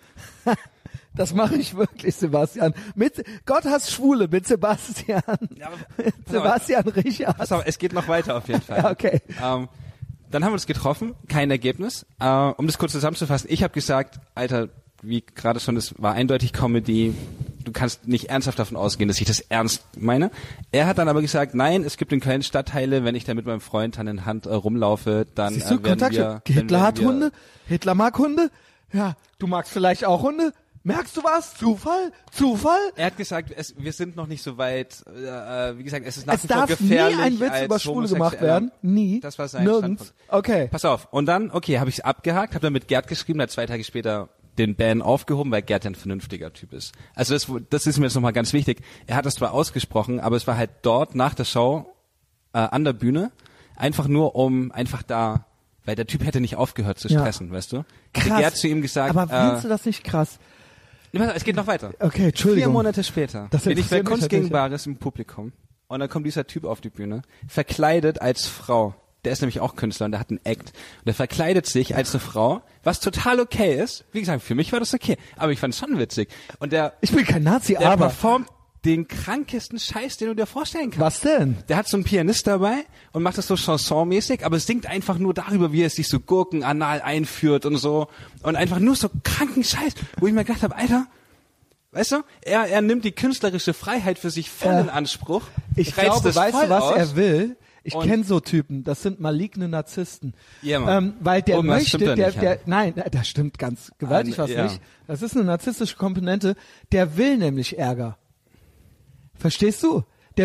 Das mache ich wirklich, Sebastian. Mit Gott hasst Schwule mit Sebastian. Ja, aber, Sebastian Richard. Pass auf, es geht noch weiter auf jeden Fall. Ja, okay. Dann haben wir uns getroffen, kein Ergebnis. Um das kurz zusammenzufassen, ich habe gesagt, Alter, wie gerade schon, das war eindeutig Comedy, du kannst nicht ernsthaft davon ausgehen, dass ich das ernst meine. Er hat dann aber gesagt, nein, es gibt in Köln Stadtteile, wenn ich da mit meinem Freund Hand in Hand rumlaufe, dann Siehst du, werden Kontakt? wir... Hitler dann hat werden wir- Hunde, Hitler mag Hunde. Ja, du magst vielleicht auch Hunde. Merkst du was? Zufall? Zufall? Er hat gesagt, wir sind noch nicht so weit, wie gesagt, es ist nach Es wie vor darf nie gefährlich ein Witz als über Schwule gemacht Homosexueller. werden. Nie. Das war sein Nirgends. Standpunkt. Okay. Pass auf. Und dann, okay, habe ich es abgehakt, habe dann mit Gerd geschrieben, hat 2 Tage später den Ban aufgehoben, weil Gerd ja ein vernünftiger Typ ist. Also das ist mir jetzt nochmal ganz wichtig. Er hat das zwar ausgesprochen, aber es war halt dort nach der Show an der Bühne, einfach nur einfach da, weil der Typ hätte nicht aufgehört zu stressen, weißt du? Hätte Krass. Gerd zu ihm gesagt, Aber findest du das nicht krass? es geht noch weiter. Okay, Entschuldigung. 4 Monate später Das bin ich bei interessiert mich Kunst gegen natürlich. Bares im Publikum und dann kommt dieser Typ auf die Bühne, verkleidet als Frau. Der ist nämlich auch Künstler und der hat einen Act. Und der verkleidet sich als eine Frau, was total okay ist. Wie gesagt, für mich war das okay, aber ich fand es schon witzig. Und der Ich bin kein Nazi, der aber performt den krankesten Scheiß, den du dir vorstellen kannst. was denn? Der hat so einen Pianist dabei und macht das so chansonmäßig, aber es singt einfach nur darüber, wie er sich so gurkenanal einführt und so. Und einfach nur so kranken Scheiß, wo ich mir gedacht habe, Alter, weißt du, er nimmt die künstlerische Freiheit für sich voll in Anspruch. Ich reizt glaube, das weißt voll du, was aus. er will? Ich Und- kenne so Typen, das sind maligne Narzissten. Ja, Mann. Weil der Irgendwas möchte, stimmt da nicht, ja. nein, das stimmt ganz gewaltig was Ja. nicht. Das ist eine narzisstische Komponente. Der will nämlich Ärger. Verstehst du?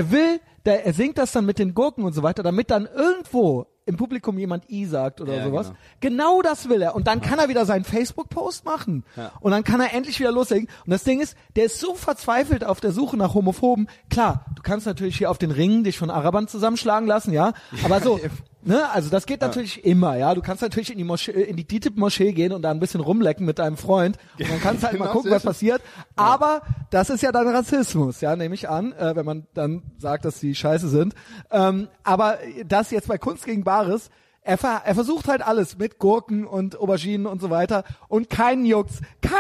Er singt das dann mit den Gurken und so weiter, damit dann irgendwo im Publikum jemand I sagt oder Ja, sowas. Genau das will er. Und dann kann er wieder seinen Facebook-Post machen. Ja. Und dann kann er endlich wieder loslegen. Und das Ding ist, der ist so verzweifelt auf der Suche nach Homophoben. Klar, du kannst natürlich hier auf den Ringen dich von Arabern zusammenschlagen lassen, ja. Aber so, ne, also das geht natürlich immer, ja. Du kannst natürlich in die DİTİB-Moschee gehen und da ein bisschen rumlecken mit deinem Freund. Und dann kannst du halt mal Genau, gucken, sehr was schön. passiert. Aber das ist ja dann Rassismus, ja, nehme ich an, wenn man dann sagt, dass die scheiße sind. Aber das jetzt bei Kunst gegen Bares, er versucht halt alles mit Gurken und Auberginen und so weiter und keinen Jucks,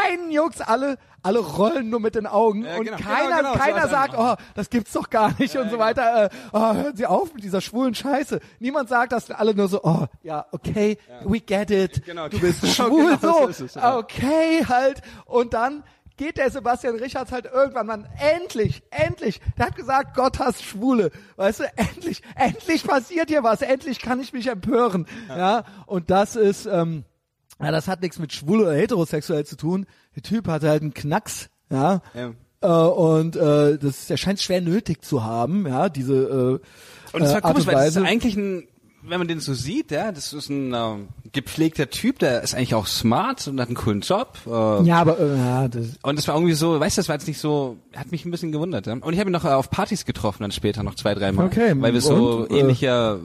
alle rollen nur mit den Augen Ja, und genau, keiner genau, so keiner hat er sagt, gemacht. oh, das gibt's doch gar nicht und so weiter, hören Sie auf mit dieser schwulen Scheiße. Niemand sagt das, alle nur so, oh, ja, okay, we get it, Genau, du bist genau schwul, so so, ist es, ja. okay, halt, und dann geht der Sebastian Richards halt irgendwann, Mann, endlich, der hat gesagt, Gott hasst Schwule, weißt du, endlich passiert hier was, endlich kann ich mich empören, ja, und das ist, ja, das hat nichts mit schwul oder heterosexuell zu tun, der Typ hatte halt einen Knacks, ja, und der scheint schwer nötig zu haben, ja, diese Und es war Art komisch, und weil das ist Weise. eigentlich wenn man den so sieht, ja, das ist ein gepflegter Typ, der ist eigentlich auch smart und hat einen coolen Job. Ja, aber ja, das, Und das war irgendwie so, weißt du, das war jetzt nicht so, hat mich ein bisschen gewundert. Ja? Und ich habe ihn noch auf Partys getroffen, dann später noch 2, 3 Mal. Okay, weil wir so und, ähnliche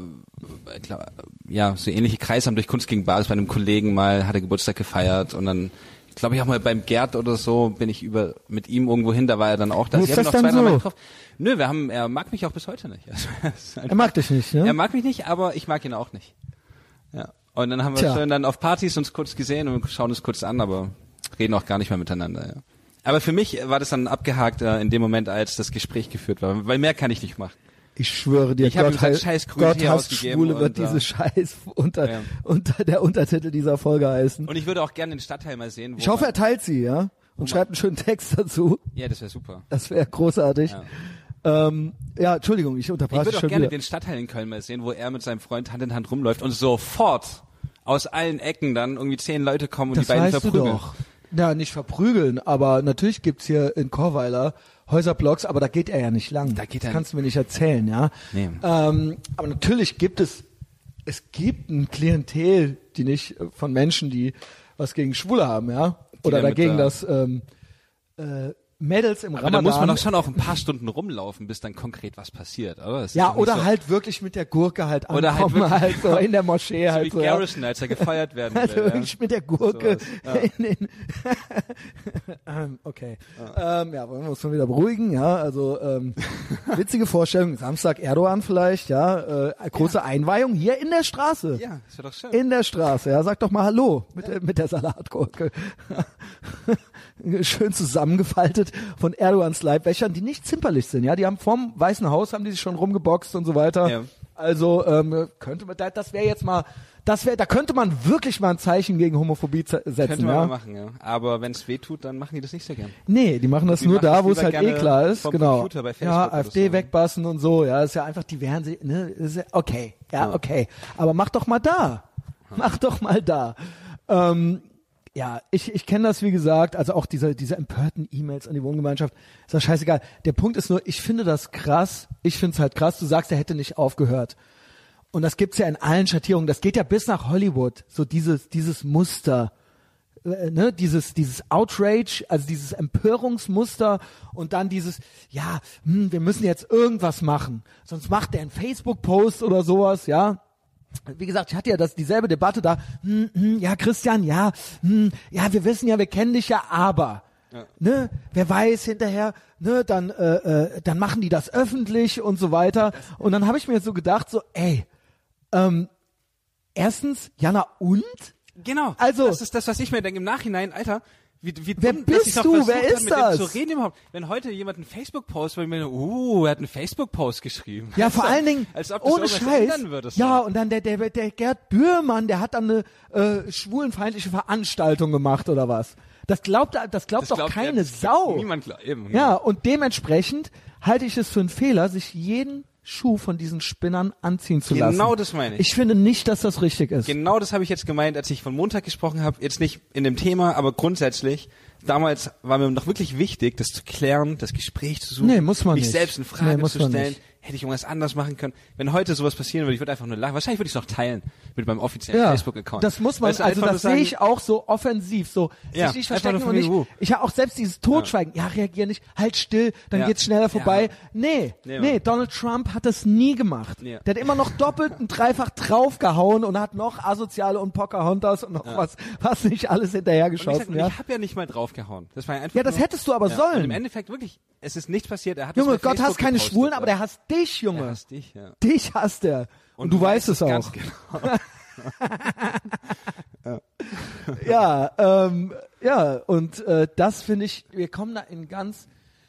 Kreise haben durch Kunst gegen Bares bei einem Kollegen mal, hat er Geburtstag gefeiert und dann, glaube ich auch mal beim Gerd oder so, bin ich mit ihm irgendwo hin, da war er dann auch da. Wo Ich ist hab ihn das noch dann 2, 3 Mal so? getroffen. Nö, er mag mich auch bis heute nicht. Also, es ist einfach- er mag dich nicht, ne? er mag mich nicht, aber ich mag ihn auch nicht. Ja. Und dann haben wir Tja. schön dann auf Partys uns kurz gesehen und schauen uns kurz an, aber reden auch gar nicht mehr miteinander. Ja. Aber für mich war das dann abgehakt in dem Moment, als das Gespräch geführt war, weil mehr kann ich nicht machen. Ich schwöre dir, Ich hab ihm Gott, gesagt, scheiß Grüße Gott hier hasst ausgegeben Schwule wird und, diese Scheiß unter Ja. der Untertitel dieser Folge heißen. Und ich würde auch gerne den Stadtteil mal sehen. Ich hoffe, er teilt sie, ja? Und schreibt einen schönen Text dazu. Ja, das wäre super. Das wäre großartig. Ja, Entschuldigung, ich Ich unterbreche würde auch schon gerne wieder. den Stadtteil in Köln mal sehen, wo er mit seinem Freund Hand in Hand rumläuft und sofort aus allen Ecken dann irgendwie 10 Leute kommen und Das die beiden weißt du verprügeln. doch. Ja, nicht verprügeln, aber natürlich gibt's hier in Chorweiler Häuserblocks, aber da geht er ja nicht lang. Da geht das er kannst du mir nicht erzählen, ja. Nee. Aber natürlich gibt es gibt ein Klientel, die nicht von Menschen, die was gegen Schwule haben, ja. Oder dann dagegen mit, das Mädels im Aber Ramadan. da muss man doch schon auch ein paar Stunden rumlaufen, bis dann konkret was passiert, oder? Das ist Ja, doch nicht oder so, halt wirklich mit der Gurke halt Oder halt ankommen, wirklich- halt so in der Moschee so halt wie so. Ja. Garrison, als er gefeiert werden Also will. wirklich mit der Gurke Sowas, ja. in den okay. Ja, wollen wir uns mal wieder beruhigen, ja, also witzige Vorstellung, Samstag Erdogan vielleicht, ja, große Einweihung hier in der Straße. Ja, ist ja doch schön. In der Straße, ja, sag doch mal Hallo mit der Salatgurke. Schön zusammengefaltet von Erdogans Leibwächtern, die nicht zimperlich sind, ja, die haben vorm Weißen Haus, haben die sich schon rumgeboxt und so weiter. Ja. Also könnte man, das wäre jetzt mal, da könnte man wirklich mal ein Zeichen gegen Homophobie setzen, Könnte man ja. mal machen, ja. Aber wenn es weh tut, dann machen die das nicht so gern. Nee, die machen das Die nur machen da, das wo es lieber halt gerne klar ist, vom genau. Computer bei Facebook Ja, oder AfD so. wegbassen und so, ja, ist ja einfach, die werden sie, ne, ist ja, okay, ja, okay. Aber mach doch mal da. Mach doch mal da. Ja, ich kenne das, wie gesagt, also auch diese empörten E-Mails an die Wohngemeinschaft, ist das scheißegal. Der Punkt ist nur, ich finde das krass, ich finde es halt krass, du sagst, er hätte nicht aufgehört. Und das gibt's ja in allen Schattierungen, das geht ja bis nach Hollywood, so dieses Muster, ne, dieses Outrage, also dieses Empörungsmuster und dann dieses, ja, wir müssen jetzt irgendwas machen, sonst macht er einen Facebook-Post oder sowas, ja. Wie gesagt, ich hatte ja dieselbe Debatte da, ja, Christian, ja, wir wissen ja, wir kennen dich ja, aber, Ja. ne, wer weiß hinterher, ne, dann machen die das öffentlich und so weiter. Und dann habe ich mir so gedacht, so, ey, erstens, Jana, und? Genau. Also- das ist das, was ich mir denke im Nachhinein, Alter. Wie Wer dumm, bist dass ich noch du? versucht Wer habe, ist mit das? dem zu reden überhaupt. Wenn heute jemand einen Facebook-Post, wo ich mir, er hat einen Facebook-Post geschrieben. Ja, vor allen Dingen, als ob das ohne irgendwas Scheiß. ändern würde. Ja, und dann der Gerd Bührmann, der hat dann eine schwulenfeindliche Veranstaltung gemacht oder was. Das glaubt doch keine Sau. Niemand glaubt, eben. Ja, und dementsprechend halte ich es für einen Fehler, sich jeden Schuh von diesen Spinnern anziehen zu lassen. Genau das meine ich. Ich finde nicht, dass das richtig ist. Genau das habe ich jetzt gemeint, als ich von Montag gesprochen habe. Jetzt nicht in dem Thema, aber grundsätzlich. Damals war mir noch wirklich wichtig, das zu klären, das Gespräch zu suchen. Nee, muss man mich nicht. selbst in Frage Nee, muss zu man stellen. nicht. Hätte ich irgendwas anders machen können. Wenn heute sowas passieren würde, ich würde einfach nur lachen. Wahrscheinlich würde ich es noch teilen mit meinem offiziellen Ja, Facebook-Account. das muss man, Weißt du, also einfach das nur sehe sagen, ich auch so offensiv, so Ja, sich nicht einfach verstecken nur und von nicht, mir, ich habe auch selbst dieses Totschweigen, ja, reagier nicht, halt still, dann Ja. geht's schneller vorbei. Ja. Nee, Nee, Donald Trump hat das nie gemacht. Ja. Der hat immer noch doppelt und dreifach draufgehauen und hat noch Asoziale und Pocahontas und noch was nicht alles und hinterhergeschossen, ja. ich habe ja nicht mal draufgehauen. Das war ja einfach Ja, das nur, hättest du aber Und sollen. im Endeffekt wirklich, es ist nichts passiert. Er hat das Junge, bei Gott Facebook hasst keine gepostet, Schwulen, aber der hasst dich, Junge. Er hasst dich, ja. Dich hasst er. Und du weißt es ganz auch. Genau. Ja, und das finde ich, wir kommen da in ganz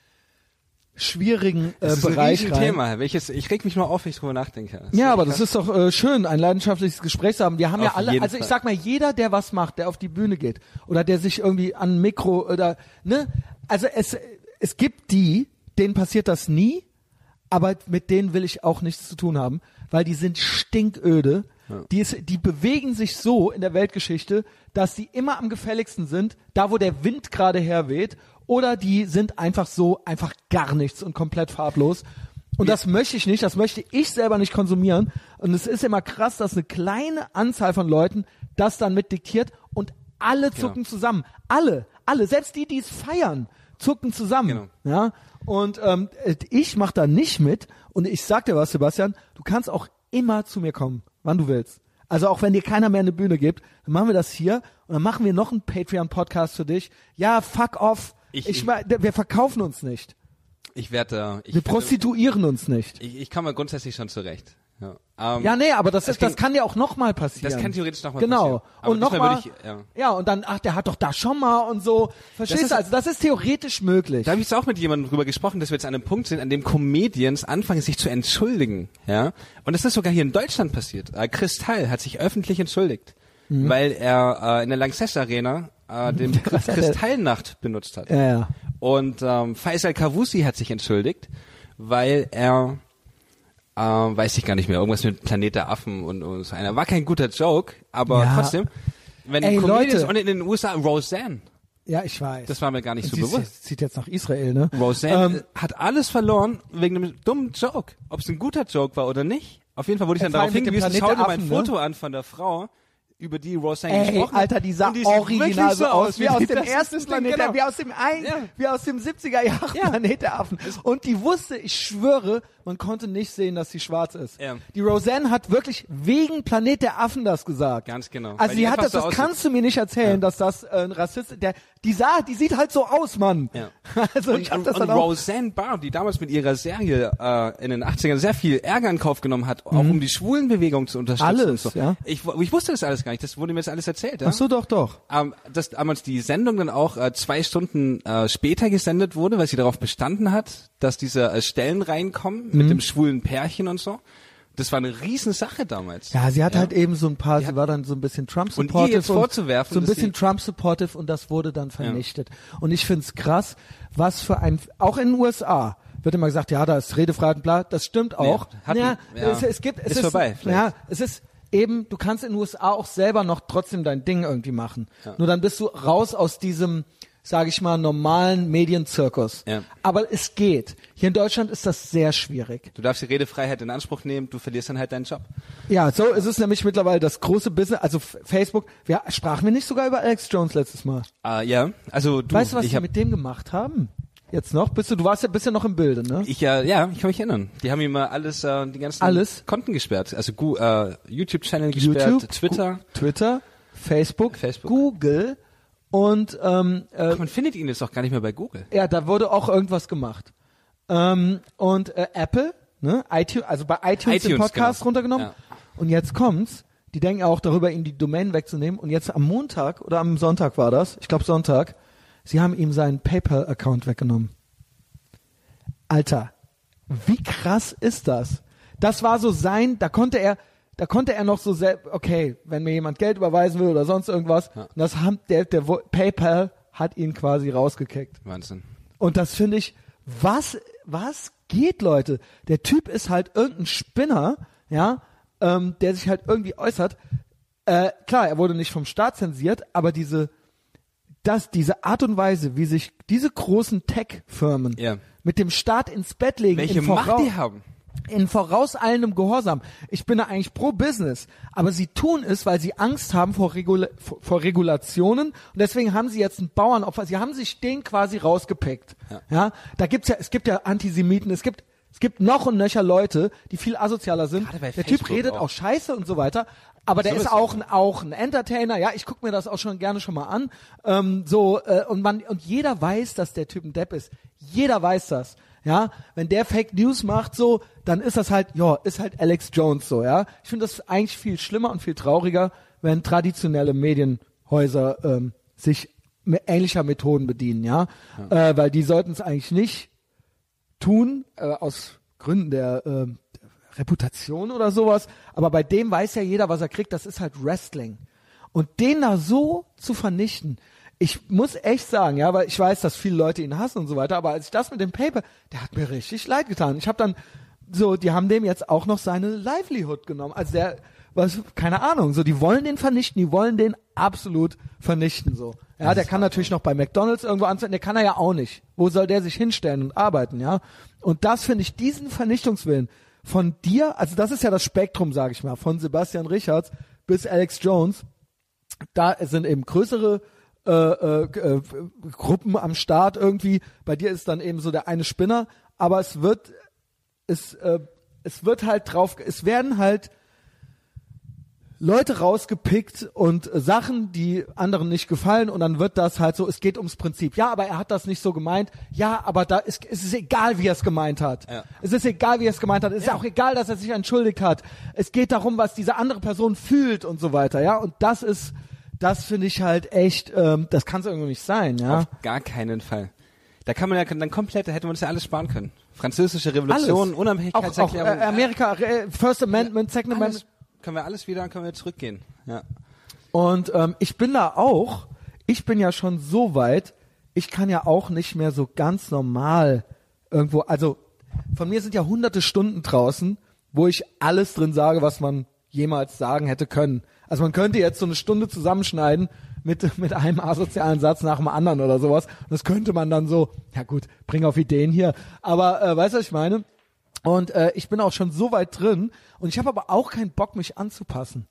schwierigen Das ist ein Bereich rein. Thema, ich reg mich nur auf, wenn ich drüber nachdenke. Ja, aber das ist doch schön, ein leidenschaftliches Gespräch zu haben. Wir haben ja Auf alle, jeden also ich Fall. sag mal, jeder, der was macht, der auf die Bühne geht oder der sich irgendwie an ein Mikro oder, ne, also es gibt denen passiert das nie, aber mit denen will ich auch nichts zu tun haben, weil die sind stinköde. Ja. Die bewegen sich so in der Weltgeschichte, dass die immer am gefälligsten sind, da wo der Wind gerade herweht, oder die sind einfach gar nichts und komplett farblos. Und das möchte ich nicht, das möchte ich selber nicht konsumieren. Und es ist immer krass, dass eine kleine Anzahl von Leuten das dann mit diktiert und alle zucken zusammen. Alle, selbst die es feiern, zucken zusammen. Genau. Ja. Und ich mache da nicht mit. Und ich sag dir was, Sebastian, du kannst auch immer zu mir kommen, wann du willst. Also auch wenn dir keiner mehr eine Bühne gibt, dann machen wir das hier und dann machen wir noch einen Patreon-Podcast für dich. Ja, fuck off. Wir verkaufen uns nicht. Wir prostituieren uns nicht. Ich komme grundsätzlich schon zurecht. Ja, Ja, nee, aber das kann dir auch nochmal passieren. Das kann theoretisch nochmal genau. passieren. Aber Und diesmal nochmal, würde ja, und dann, der hat doch da schon mal und so. Verstehst du? Also das ist theoretisch möglich. Da habe ich jetzt auch mit jemandem drüber gesprochen, dass wir jetzt an einem Punkt sind, an dem Comedians anfangen, sich zu entschuldigen. Ja, und das ist sogar hier in Deutschland passiert. Kristall hat sich öffentlich entschuldigt, weil er in der Lanxess Arena den Kristallnacht benutzt hat. Ja. Und Faisal Kawusi hat sich entschuldigt, weil er weiß ich gar nicht mehr, irgendwas mit Planet der Affen und so einer. War kein guter Joke, aber Ja. trotzdem, wenn Ey, Comedians Leute. und in den USA Roseanne, Ja, ich weiß. das war mir gar nicht so Sie bewusst. zieht jetzt nach Israel, ne? Roseanne hat alles verloren wegen einem dummen Joke. Ob es ein guter Joke war oder nicht. Auf jeden Fall wurde ich dann Vor darauf allem mit dem hingewiesen, Planet schau dir der mein Affen, Foto ne? an von der Frau. über die Roseanne gesprochen. Alter, die sah Und die sieht original wirklich so aus wie aus dem das ersten ist das Planet, Ding, genau. wie aus dem 70er Jahren Planet der Affen. Und die wusste, ich schwöre, man konnte nicht sehen, dass sie schwarz ist. Ja. Die Roseanne hat wirklich wegen Planet der Affen das gesagt. Ganz genau. Also Weil sie hat einfach das, so das aussieht. kannst du mir nicht erzählen, dass das ein Rassist, die sieht halt so aus, Mann. Ja. Also ich hab das und dann auch. Roseanne Barr, die damals mit ihrer Serie in den 80ern sehr viel Ärger in Kauf genommen hat, auch um die Schwulenbewegung zu unterstützen. Alles, und so. ja. Ich wusste das alles gar nicht, das wurde mir jetzt alles erzählt. Ja? Ach so, doch. Dass damals die Sendung dann auch 2 Stunden später gesendet wurde, weil sie darauf bestanden hat, dass diese Stellen reinkommen mit dem schwulen Pärchen und so. Das war eine Riesensache damals. Ja, sie hat halt eben so ein paar, sie war dann so ein bisschen Trump-supportive. Und ihr jetzt vorzuwerfen, so ein dass bisschen Trump-supportive und das wurde dann vernichtet. Und ich find's krass, was für auch in den USA wird immer gesagt, ja, da ist Redefreiheit und bla, das stimmt auch. Ist vorbei, vielleicht. Ja, es ist eben, du kannst in den USA auch selber noch trotzdem dein Ding irgendwie machen. Ja. Nur dann bist du raus aus diesem, sage ich mal, normalen Medienzirkus. Ja. Aber es geht. Hier in Deutschland ist das sehr schwierig. Du darfst die Redefreiheit in Anspruch nehmen, du verlierst dann halt deinen Job. Ja, so ist es nämlich mittlerweile das große Business, also Facebook. Sprachen wir nicht sogar über Alex Jones letztes Mal? Ja, also Weißt du, was die mit dem gemacht haben? Jetzt noch? Bist ja noch im Bilde, ne? Ich kann mich erinnern. Die haben ihm mal die ganzen Konten gesperrt. Also YouTube-Channel gesperrt, Twitter, Facebook, Google und man findet ihn jetzt auch gar nicht mehr bei Google. Ja, da wurde auch irgendwas gemacht. Und Apple, ne? iTunes, also bei iTunes den Podcast runtergenommen. Ja. Und jetzt kommt's. Die denken auch darüber, ihm die Domain wegzunehmen. Und jetzt am Montag oder am Sonntag war das, ich glaube Sonntag, sie haben ihm seinen PayPal-Account weggenommen. Alter, wie krass ist das? Das war so da konnte er noch so okay, wenn mir jemand Geld überweisen will oder sonst irgendwas, und das der PayPal hat ihn quasi rausgekickt. Wahnsinn. Und das finde ich, was geht, Leute? Der Typ ist halt irgendein Spinner, ja, der sich halt irgendwie äußert. Klar, er wurde nicht vom Staat zensiert, aber diese Art und Weise, wie sich diese großen Tech-Firmen mit dem Staat ins Bett legen, welche Macht die haben, in vorauseilendem Gehorsam. Ich bin da eigentlich pro Business, aber sie tun es, weil sie Angst haben vor Regulationen und deswegen haben sie jetzt einen Bauernopfer, sie haben sich den quasi rausgepickt. Ja, es gibt ja Antisemiten, es gibt noch und nöcher Leute, die viel asozialer sind. Der Typ redet auch Scheiße und so weiter, aber der ist auch ein Entertainer. Ja, ich gucke mir das auch gerne schon mal an. Und jeder weiß, dass der Typ ein Depp ist. Jeder weiß das. Ja, wenn der Fake News macht, so, dann ist das halt, ist halt Alex Jones so, ja. Ich finde das eigentlich viel schlimmer und viel trauriger, wenn traditionelle Medienhäuser sich ähnlicher Methoden bedienen, ja. Weil die sollten es eigentlich nicht tun, aus Gründen der Reputation oder sowas. Aber bei dem weiß ja jeder, was er kriegt, das ist halt Wrestling. Und den da so zu vernichten, ich muss echt sagen, ja, weil ich weiß, dass viele Leute ihn hassen und so weiter, aber als ich das mit dem Paper, der hat mir richtig leid getan. Ich habe dann die haben dem jetzt auch noch seine Livelihood genommen. Also keine Ahnung, so, die wollen den vernichten, die wollen den absolut vernichten, so. Ja, der kann natürlich noch bei McDonald's irgendwo anzeigen, der kann er ja auch nicht. Wo soll der sich hinstellen und arbeiten, ja? Und das finde ich, diesen Vernichtungswillen von dir, also das ist ja das Spektrum, sage ich mal, von Sebastian Richards bis Alex Jones, da sind eben größere Gruppen am Start irgendwie. Bei dir ist dann eben so der eine Spinner, aber es werden halt Leute rausgepickt und Sachen, die anderen nicht gefallen, und dann wird das halt so, es geht ums Prinzip. Ja, aber er hat das nicht so gemeint. Ja, aber es ist egal, wie er es gemeint hat. Ja. Es ist egal, wie er es gemeint hat. Es ist auch egal, dass er sich entschuldigt hat. Es geht darum, was diese andere Person fühlt und so weiter, ja. Und das finde ich halt echt, das kann es irgendwie nicht sein, ja. Auf gar keinen Fall. Da kann man ja dann komplett, da hätte man uns ja alles sparen können. Französische Revolution, alles. Unabhängigkeitserklärung. Auch Amerika, First Amendment, Second Amendment. Können wir alles wieder, können wir zurückgehen. Ja. Und ich bin ja schon so weit, ich kann ja auch nicht mehr so ganz normal irgendwo, also von mir sind ja hunderte Stunden draußen, wo ich alles drin sage, was man jemals sagen hätte können. Also man könnte jetzt so eine Stunde zusammenschneiden mit einem asozialen Satz nach dem anderen oder sowas. Und das könnte man dann so, ja gut, bring auf Ideen hier. Aber weißt du, was ich meine? Und ich bin auch schon so weit drin und ich habe aber auch keinen Bock, mich anzupassen.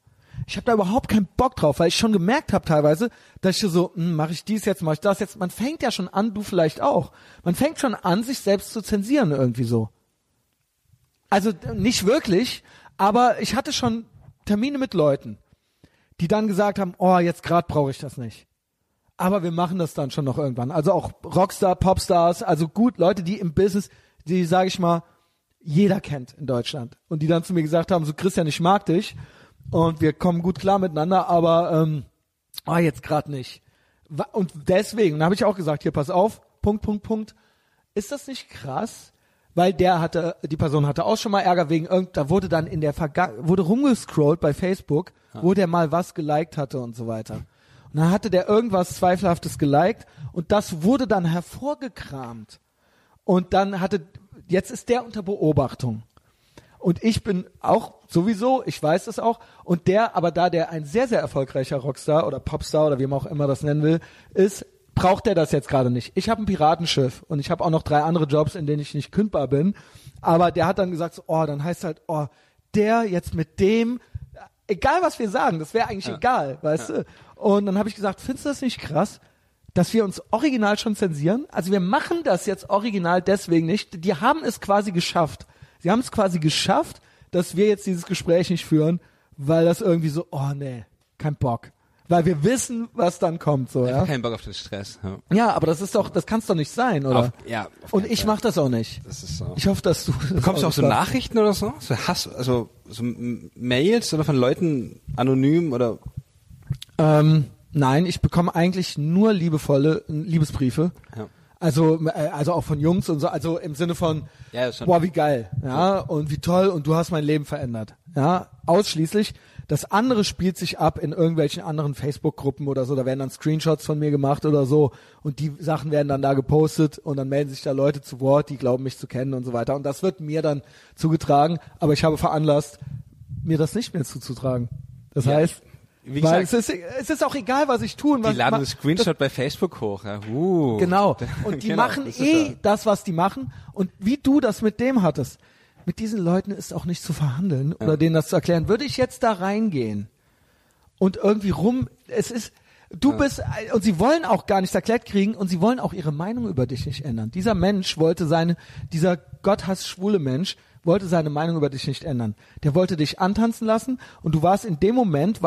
Ich habe da überhaupt keinen Bock drauf, weil ich schon gemerkt habe teilweise, dass ich so, mache ich dies jetzt, mache ich das jetzt. Man fängt ja schon an, du vielleicht auch. Man fängt schon an, sich selbst zu zensieren irgendwie so. Also nicht wirklich, aber ich hatte schon Termine mit Leuten, die dann gesagt haben, oh, jetzt gerade brauche ich das nicht. Aber wir machen das dann schon noch irgendwann. Also auch Rockstar, Popstars, also gut, Leute, die im Business, die, sage ich mal, jeder kennt in Deutschland. Und die dann zu mir gesagt haben, so Christian, ich mag dich und wir kommen gut klar miteinander, aber jetzt gerade nicht. Und deswegen habe ich auch gesagt, hier, pass auf, Punkt. Ist das nicht krass? Weil die Person hatte auch schon mal Ärger wegen da wurde dann wurde rumgescrollt bei Facebook, wo der mal was geliked hatte und so weiter. Und dann hatte der irgendwas Zweifelhaftes geliked und das wurde dann hervorgekramt. Und dann jetzt ist der unter Beobachtung. Und ich bin auch sowieso, ich weiß das auch, und aber da der ein sehr, sehr erfolgreicher Rockstar oder Popstar oder wie man auch immer das nennen will, ist, braucht der das jetzt gerade nicht. Ich habe ein Piratenschiff und ich habe auch noch 3 andere Jobs, in denen ich nicht kündbar bin. Aber der hat dann gesagt, so, dann heißt halt, der jetzt mit dem, egal was wir sagen, das wäre eigentlich egal, weißt du? Und dann habe ich gesagt, findest du das nicht krass, dass wir uns original schon zensieren? Also wir machen das jetzt original deswegen nicht. Die haben es quasi geschafft. Sie haben es quasi geschafft, dass wir jetzt dieses Gespräch nicht führen, weil das irgendwie so, nee, kein Bock. Weil wir wissen, was dann kommt, so, ja. Kein Bock auf den Stress. Ja, aber das kann's doch nicht sein, oder? Und ich mach das auch nicht. Das ist so. Ich hoffe, dass du. Bekommst du auch so Nachrichten oder so? So so Mails oder von Leuten anonym oder? Nein, ich bekomme eigentlich nur liebevolle Liebesbriefe. Ja. Also auch von Jungs und so, also im Sinne von, boah, wie geil, ja, und wie toll und du hast mein Leben verändert, ja, ausschließlich. Das andere spielt sich ab in irgendwelchen anderen Facebook-Gruppen oder so, da werden dann Screenshots von mir gemacht oder so und die Sachen werden dann da gepostet und dann melden sich da Leute zu Wort, die glauben mich zu kennen und so weiter und das wird mir dann zugetragen, aber ich habe veranlasst, mir das nicht mehr zuzutragen. Das heißt, wie gesagt, weil es ist auch egal, was ich tue. Die laden einen Screenshot bei Facebook hoch. Ja. Genau. Und die machen das, was die machen. Und wie du das mit dem hattest, mit diesen Leuten ist auch nicht zu verhandeln oder denen das zu erklären. Würde ich jetzt da reingehen und irgendwie bist, und sie wollen auch gar nichts erklärt kriegen und sie wollen auch ihre Meinung über dich nicht ändern. Dieser Mensch dieser Gott hasst schwule Mensch, wollte seine Meinung über dich nicht ändern. Der wollte dich antanzen lassen und du warst in dem Moment,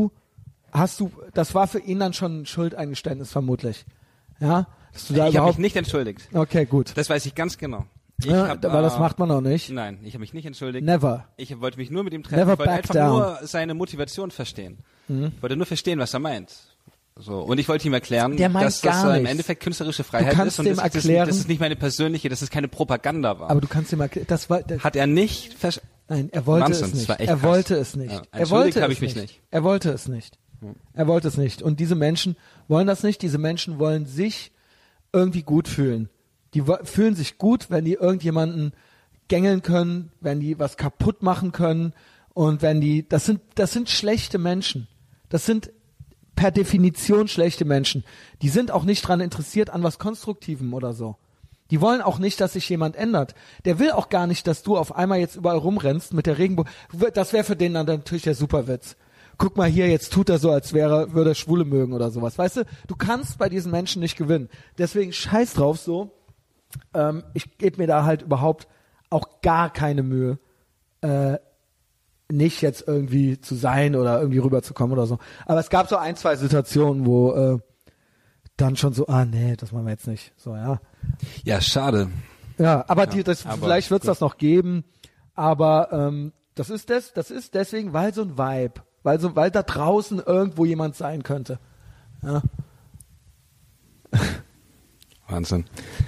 das war für ihn dann schon ein Schuldeingeständnis vermutlich. Ja? Dass du da ich habe mich nicht entschuldigt. Okay, gut. Das weiß ich ganz genau. Aber das macht man auch nicht. Nein, ich habe mich nicht entschuldigt. Never. Ich wollte mich nur mit ihm treffen. Never ich wollte back einfach down. nur seine Motivation verstehen. Ich wollte nur verstehen, was er meint. So, und ich wollte ihm erklären, dass das im Endeffekt künstlerische Freiheit ist und das ist nicht meine persönliche, dass es keine Propaganda war. Aber du kannst ihm erklären, hat er nicht Nein, er wollte es nicht. Er wollte es nicht. Ja, entschuldigt habe ich mich nicht. Er wollte es nicht. Er wollte es nicht. Und diese Menschen wollen das nicht. Diese Menschen wollen sich irgendwie gut fühlen. Die fühlen sich gut, wenn die irgendjemanden gängeln können, wenn die was kaputt machen können und das sind schlechte Menschen. Das sind per Definition schlechte Menschen. Die sind auch nicht dran interessiert an was Konstruktivem oder so. Die wollen auch nicht, dass sich jemand ändert. Der will auch gar nicht, dass du auf einmal jetzt überall rumrennst mit der Regenbogen. Das wäre für den dann natürlich der Superwitz. Guck mal hier, jetzt tut er so, als würde er Schwule mögen oder sowas. Weißt du, du kannst bei diesen Menschen nicht gewinnen. Deswegen scheiß drauf so. Ich gebe mir da halt überhaupt auch gar keine Mühe, nicht jetzt irgendwie zu sein oder irgendwie rüberzukommen oder so. Aber es gab so 1, 2 Situationen, wo dann schon so, nee, das machen wir jetzt nicht. So, ja. Ja, schade. Ja, aber vielleicht wird es das noch geben. Aber das ist deswegen, weil so ein Vibe, weil da draußen irgendwo jemand sein könnte. Ja. Wahnsinn.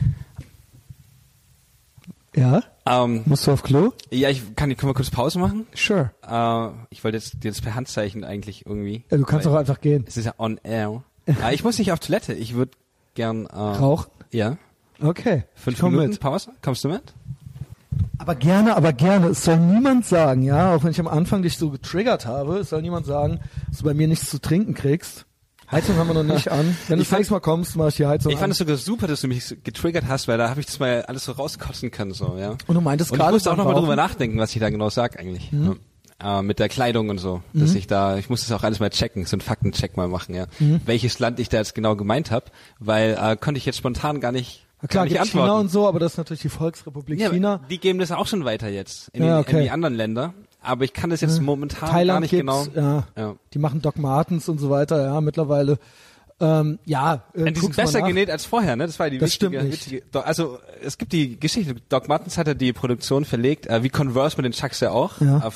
Ja? Musst du auf Klo? Ja, können wir kurz Pause machen? Sure. Ich wollte dir das per Handzeichen eigentlich irgendwie. Ja, du kannst doch einfach gehen. Es ist ja on air. Ich muss nicht auf Toilette. Ich würde gern rauchen? Ja. Okay. 5 Minuten mit. Pause. Kommst du mit? Aber gerne. Es soll niemand sagen, ja, auch wenn ich am Anfang dich so getriggert habe, es soll niemand sagen, dass du bei mir nichts zu trinken kriegst. Heizung haben wir noch nicht an. Wenn du das nächste Mal kommst, mach ich die Heizung an. Ich fand es sogar super, dass du mich getriggert hast, weil da habe ich das mal alles so rauskotzen können, so, ja. Und du meintest gerade. Ich musste auch nochmal drüber nachdenken, was ich da genau sag eigentlich. mit der Kleidung und so, dass ich muss das auch alles mal checken, so einen Faktencheck mal machen, ja, welches Land ich da jetzt genau gemeint habe, weil konnte ich jetzt spontan gar nicht Klar, nicht antworten. China und so, aber das ist natürlich die Volksrepublik ja, China. Die geben das auch schon weiter jetzt in die anderen Länder, aber ich kann das jetzt momentan Thailand gar nicht genau. Ja. Die machen Doc Martens und so weiter, ja, mittlerweile. Die sind besser genäht als vorher, ne? Das war die das wichtige. Also es gibt die Geschichte. Doc Martens hat ja die Produktion verlegt, wie Converse mit den Chucks ja auch. Ja.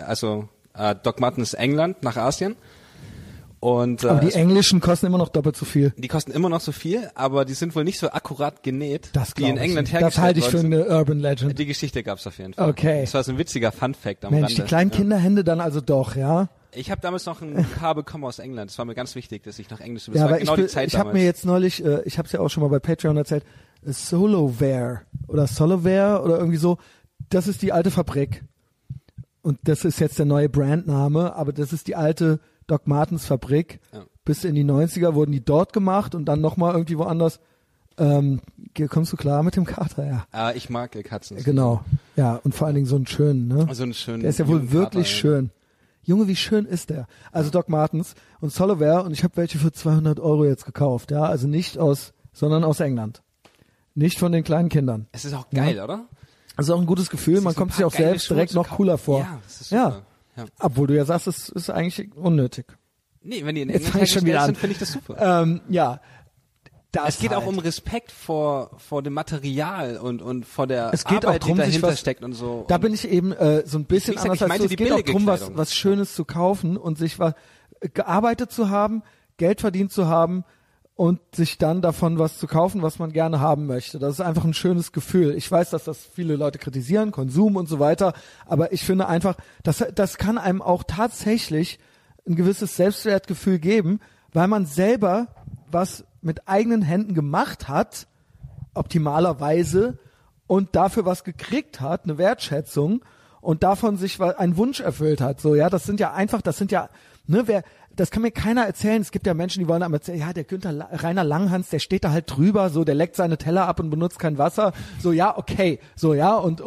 Doc Martens England nach Asien. Und, aber die englischen kosten immer noch doppelt so viel. Die kosten immer noch so viel, aber die sind wohl nicht so akkurat genäht, das die in England hergestellt Das halte ich für eine Urban Legend. Die Geschichte gab's auf jeden Fall. Okay. Das war so ein witziger Fun-Fact am Mensch, Rande. die kleinen Kinderhände dann also doch, ja? Ich habe damals noch ein Haar bekommen aus England. Das war mir ganz wichtig, dass ich nach Englisch. Das ja, war aber genau die Zeit ich habe mir jetzt neulich, ich habe es ja auch schon mal bei Patreon erzählt, Solovare oder Solovare oder irgendwie so. Das ist die alte Fabrik und das ist jetzt der neue Brandname, aber das ist die alte Doc Martens Fabrik. Ja. Bis in die 90er wurden die dort gemacht und dann nochmal irgendwie woanders. Kommst du klar mit dem Kater? Ja. Ich mag Katzen. Genau. Ja, und vor allen Dingen so einen schönen, ne? So einen schönen. Der ist ja wohl wirklich Kater, schön. Junge, wie schön ist der? Also Doc Martens und Solovare und ich habe welche für 200 € jetzt gekauft, ja, also nicht sondern aus England. Nicht von den kleinen Kindern. Es ist auch geil, ja? Oder? Das ist auch ein gutes Gefühl, man kommt sich auch selbst direkt noch cooler vor. Ja, das ist super. Ja. Obwohl du ja sagst, es ist eigentlich unnötig. Nee, wenn die in England hergestellt sind, finde ich das super. Ja. Es geht auch um Respekt vor dem Material und vor der es geht Arbeit, auch drum, die dahinter steckt und so. Da bin ich eben so ein bisschen anders als du. Es geht auch drum, was Schönes zu kaufen und sich gearbeitet zu haben, Geld verdient zu haben und sich dann davon was zu kaufen, was man gerne haben möchte. Das ist einfach ein schönes Gefühl. Ich weiß, dass das viele Leute kritisieren, Konsum und so weiter, aber ich finde einfach, das kann einem auch tatsächlich ein gewisses Selbstwertgefühl geben, weil man selber was mit eigenen Händen gemacht hat, optimalerweise, und dafür was gekriegt hat, eine Wertschätzung, und davon sich einen Wunsch erfüllt hat. So, ja, das sind ja, ne, das kann mir keiner erzählen. Es gibt ja Menschen, die wollen einem erzählen, ja, der Rainer Langhans, der steht da halt drüber, so, der leckt seine Teller ab und benutzt kein Wasser. So, ja, okay. So, ja, und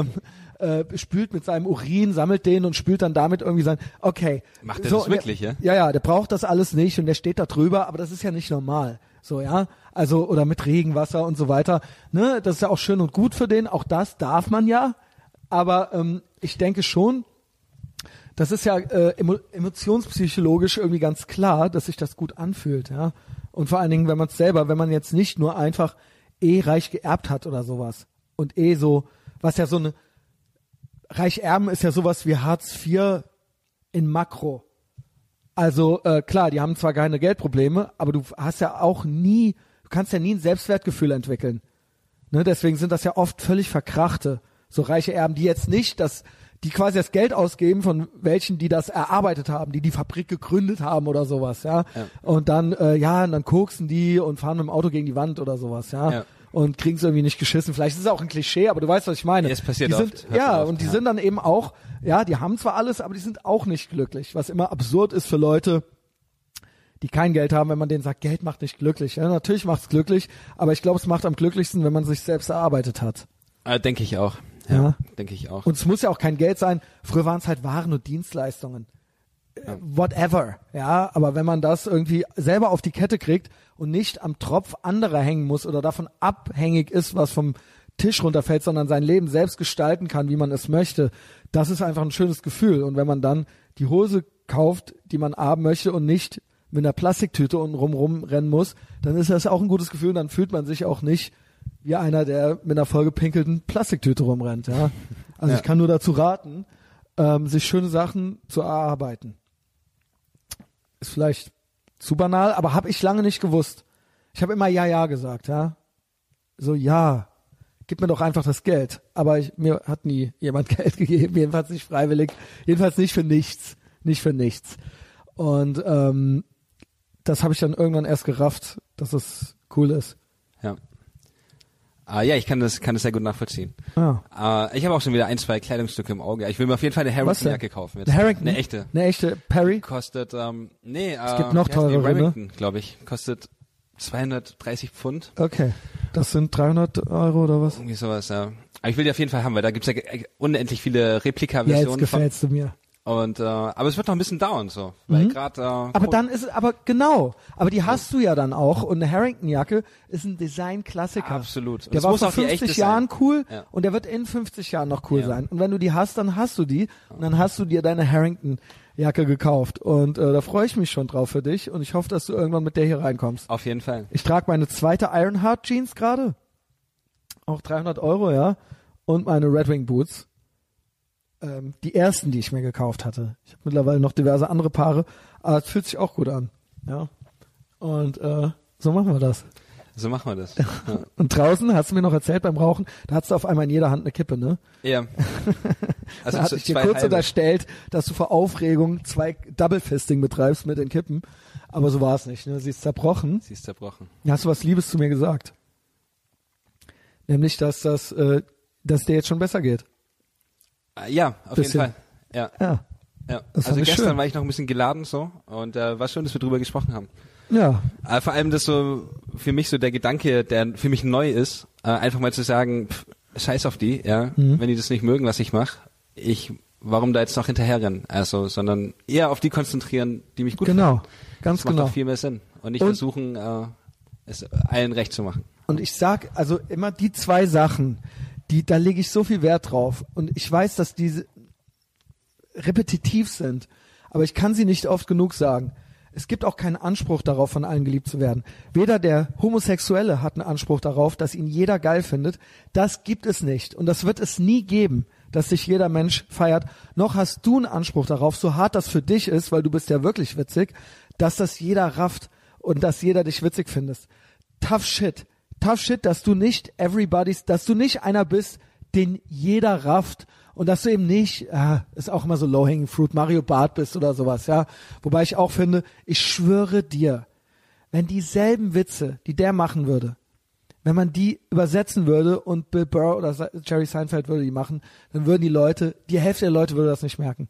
spült mit seinem Urin, sammelt den und spült dann damit irgendwie okay. Macht er das wirklich, ja? Ja, der braucht das alles nicht und der steht da drüber, aber das ist ja nicht normal. So, ja, also, oder mit Regenwasser und so weiter, ne, das ist ja auch schön und gut für den, auch das darf man ja, aber ich denke schon, das ist ja emotionspsychologisch irgendwie ganz klar, dass sich das gut anfühlt, ja, und vor allen Dingen, wenn man jetzt nicht nur einfach reich geerbt hat oder sowas und so, was ja so eine reich erben ist ja sowas wie Hartz IV in Makro. Also klar, die haben zwar keine Geldprobleme, aber du kannst ja nie ein Selbstwertgefühl entwickeln. Ne? Deswegen sind das ja oft völlig verkrachte, so reiche Erben, die jetzt nicht die quasi das Geld ausgeben von welchen, die das erarbeitet haben, die Fabrik gegründet haben oder sowas, ja. Und dann, dann koksen die und fahren mit dem Auto gegen die Wand oder sowas, ja. Und kriegen es irgendwie nicht geschissen. Vielleicht ist es auch ein Klischee, aber du weißt, was ich meine. Es passiert oft. Und die sind dann eben auch, die haben zwar alles, aber die sind auch nicht glücklich, was immer absurd ist für Leute, die kein Geld haben, wenn man denen sagt, Geld macht nicht glücklich. Ja, natürlich macht es glücklich, aber ich glaube, es macht am glücklichsten, wenn man sich selbst erarbeitet hat. Denke ich auch. Ja, denke ich auch. Und es muss ja auch kein Geld sein. Früher waren es halt Waren und Dienstleistungen. Whatever, ja, aber wenn man das irgendwie selber auf die Kette kriegt und nicht am Tropf anderer hängen muss oder davon abhängig ist, was vom Tisch runterfällt, sondern sein Leben selbst gestalten kann, wie man es möchte, das ist einfach ein schönes Gefühl. Und wenn man dann die Hose kauft, die man haben möchte und nicht mit einer Plastiktüte unten rumrennen muss, dann ist das auch ein gutes Gefühl, dann fühlt man sich auch nicht wie einer, der mit einer vollgepinkelten Plastiktüte rumrennt, ja. Also ich kann nur dazu raten, sich schöne Sachen zu erarbeiten. Ist vielleicht zu banal, aber habe ich lange nicht gewusst. Ich habe immer ja gesagt, ja. So, ja, gib mir doch einfach das Geld. Aber mir hat nie jemand Geld gegeben, jedenfalls nicht freiwillig, jedenfalls nicht für nichts. Nicht für nichts. Und das habe ich dann irgendwann erst gerafft, dass es cool ist. Ja. Ja, ich kann das sehr gut nachvollziehen. Ja. Ich habe auch schon wieder 1, 2 Kleidungsstücke im Auge. Ich will mir auf jeden Fall eine Harrington-Jacke kaufen. Jetzt. Eine Harrington? Eine echte. Eine echte Perry? Kostet, es gibt noch teurere, Remington, glaube ich. Kostet 230 Pfund. Okay. Das sind 300 Euro oder was? Irgendwie sowas, ja. Aber ich will die auf jeden Fall haben, weil da gibt's ja unendlich viele Replika-Versionen. Ja, jetzt gefällst du mir. Und aber es wird noch ein bisschen dauern so, weil gerade Aber dann ist es, aber die hast du ja dann auch und eine Harrington-Jacke ist ein Design-Klassiker. Absolut. Und Der es war muss vor auch die 50 echte Jahren sein. cool Ja. und der wird in 50 Jahren noch cool Ja. sein. Und wenn du die hast, dann hast du die und dann hast du dir deine Harrington-Jacke gekauft und da freue ich mich schon drauf für dich und ich hoffe, dass du irgendwann mit der hier reinkommst. Auf jeden Fall. Ich trage meine zweite Ironheart Jeans gerade, auch 300 €, ja, und meine Red Wing Boots. Die ersten, die ich mir gekauft hatte. Ich habe mittlerweile noch diverse andere Paare, aber es fühlt sich auch gut an. Ja. Und so machen wir das. So machen wir das. Ja. Und draußen, hast du mir noch erzählt beim Rauchen, da hattest du auf einmal in jeder Hand eine Kippe, ne? Ja. Also Da hatte ich dir zwei kurz halbe. unterstellt, dass du vor Aufregung 2 Double Fisting betreibst mit den Kippen. Aber so war es nicht, ne? Sie ist zerbrochen. Sie ist zerbrochen. Da hast du was Liebes zu mir gesagt. Nämlich, dass dir jetzt schon besser geht. Ja, auf Bisschen. jeden Fall. Ja. Ja. Ja. Das Also fand ich gestern schön. war ich noch ein bisschen geladen so und war schön, dass wir drüber gesprochen haben. Ja. Vor allem das so für mich so der Gedanke, der für mich neu ist, einfach mal zu sagen, scheiß auf die, ja, wenn die das nicht mögen, was ich mache, warum da jetzt noch hinterherrennen? Also, sondern eher auf die konzentrieren, die mich gut Genau. finden. Ganz Das macht genau. auch viel mehr Sinn. Und nicht Und- versuchen, es allen recht zu machen. Und ich sag, also immer die 2 Sachen, da lege ich so viel Wert drauf. Und ich weiß, dass diese repetitiv sind, aber ich kann sie nicht oft genug sagen. Es gibt auch keinen Anspruch darauf, von allen geliebt zu werden. Weder der Homosexuelle hat einen Anspruch darauf, dass ihn jeder geil findet. Das gibt es nicht. Und das wird es nie geben, dass sich jeder Mensch feiert. Noch hast du einen Anspruch darauf, so hart das für dich ist, weil du bist ja wirklich witzig, dass das jeder rafft und dass jeder dich witzig findest. Tough shit. Tough shit, dass du nicht dass du nicht einer bist, den jeder rafft und dass du eben nicht, ist auch immer so low-hanging fruit, Mario Barth bist oder sowas, ja. Wobei ich auch finde, ich schwöre dir, wenn dieselben Witze, die der machen würde, wenn man die übersetzen würde und Bill Burr oder Jerry Seinfeld würde die machen, dann würden die Hälfte der Leute würde das nicht merken.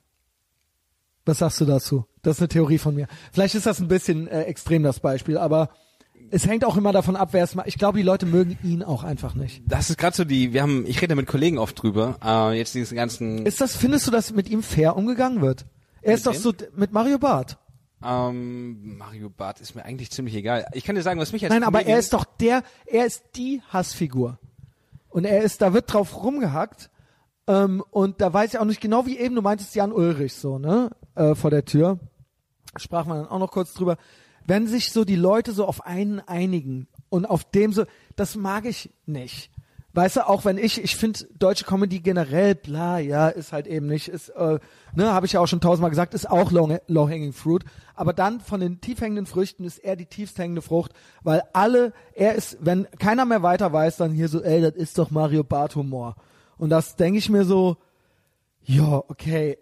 Was sagst du dazu? Das ist eine Theorie von mir. Vielleicht ist das ein bisschen extrem, das Beispiel, aber es hängt auch immer davon ab, wer es macht. Ich glaube, die Leute mögen ihn auch einfach nicht. Das ist gerade so ich rede mit Kollegen oft drüber, jetzt diesen ganzen, Findest du, dass mit ihm fair umgegangen wird? Er ist doch wem? so mit Mario Barth. Mario Barth ist mir eigentlich ziemlich egal. Ich kann dir sagen, was mich als Nein, aber Comedian- er ist doch er ist die Hassfigur. Und da wird drauf rumgehackt. Und da weiß ich auch nicht genau, wie eben, du meintest Jan Ulrich so, ne? Vor der Tür. Sprach man dann auch noch kurz drüber. Wenn sich so die Leute so auf einen einigen und auf dem so, das mag ich nicht. Weißt du, auch wenn ich finde deutsche Comedy generell, bla, ja, ist halt eben nicht, habe ich ja auch schon 1000-mal gesagt, ist auch low-hanging fruit. Aber dann von den tiefhängenden Früchten ist er die tiefsthängende Frucht, weil wenn keiner mehr weiter weiß, dann hier so, das ist doch Mario Barth Humor. Und das denke ich mir so, ja, okay,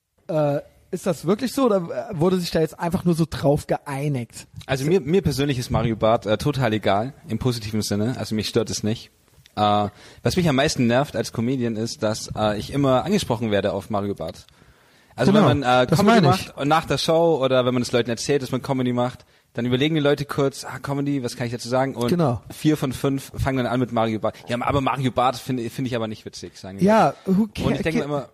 ist das wirklich so oder wurde sich da jetzt einfach nur so drauf geeinigt? Also mir persönlich ist Mario Barth total egal, im positiven Sinne, also mich stört es nicht. Was mich am meisten nervt als Comedian ist, dass ich immer angesprochen werde auf Mario Barth. Also Genau, wenn man das Comedy meine ich. macht und nach der Show oder wenn man es Leuten erzählt, dass man Comedy macht, dann überlegen die Leute kurz, Comedy, was kann ich dazu sagen? Und Genau. 4 von 5 fangen dann an mit Mario Barth. Ja, aber Mario Barth finde ich aber nicht witzig, sagen die. Ja, who cares? Und ich denke mir immer,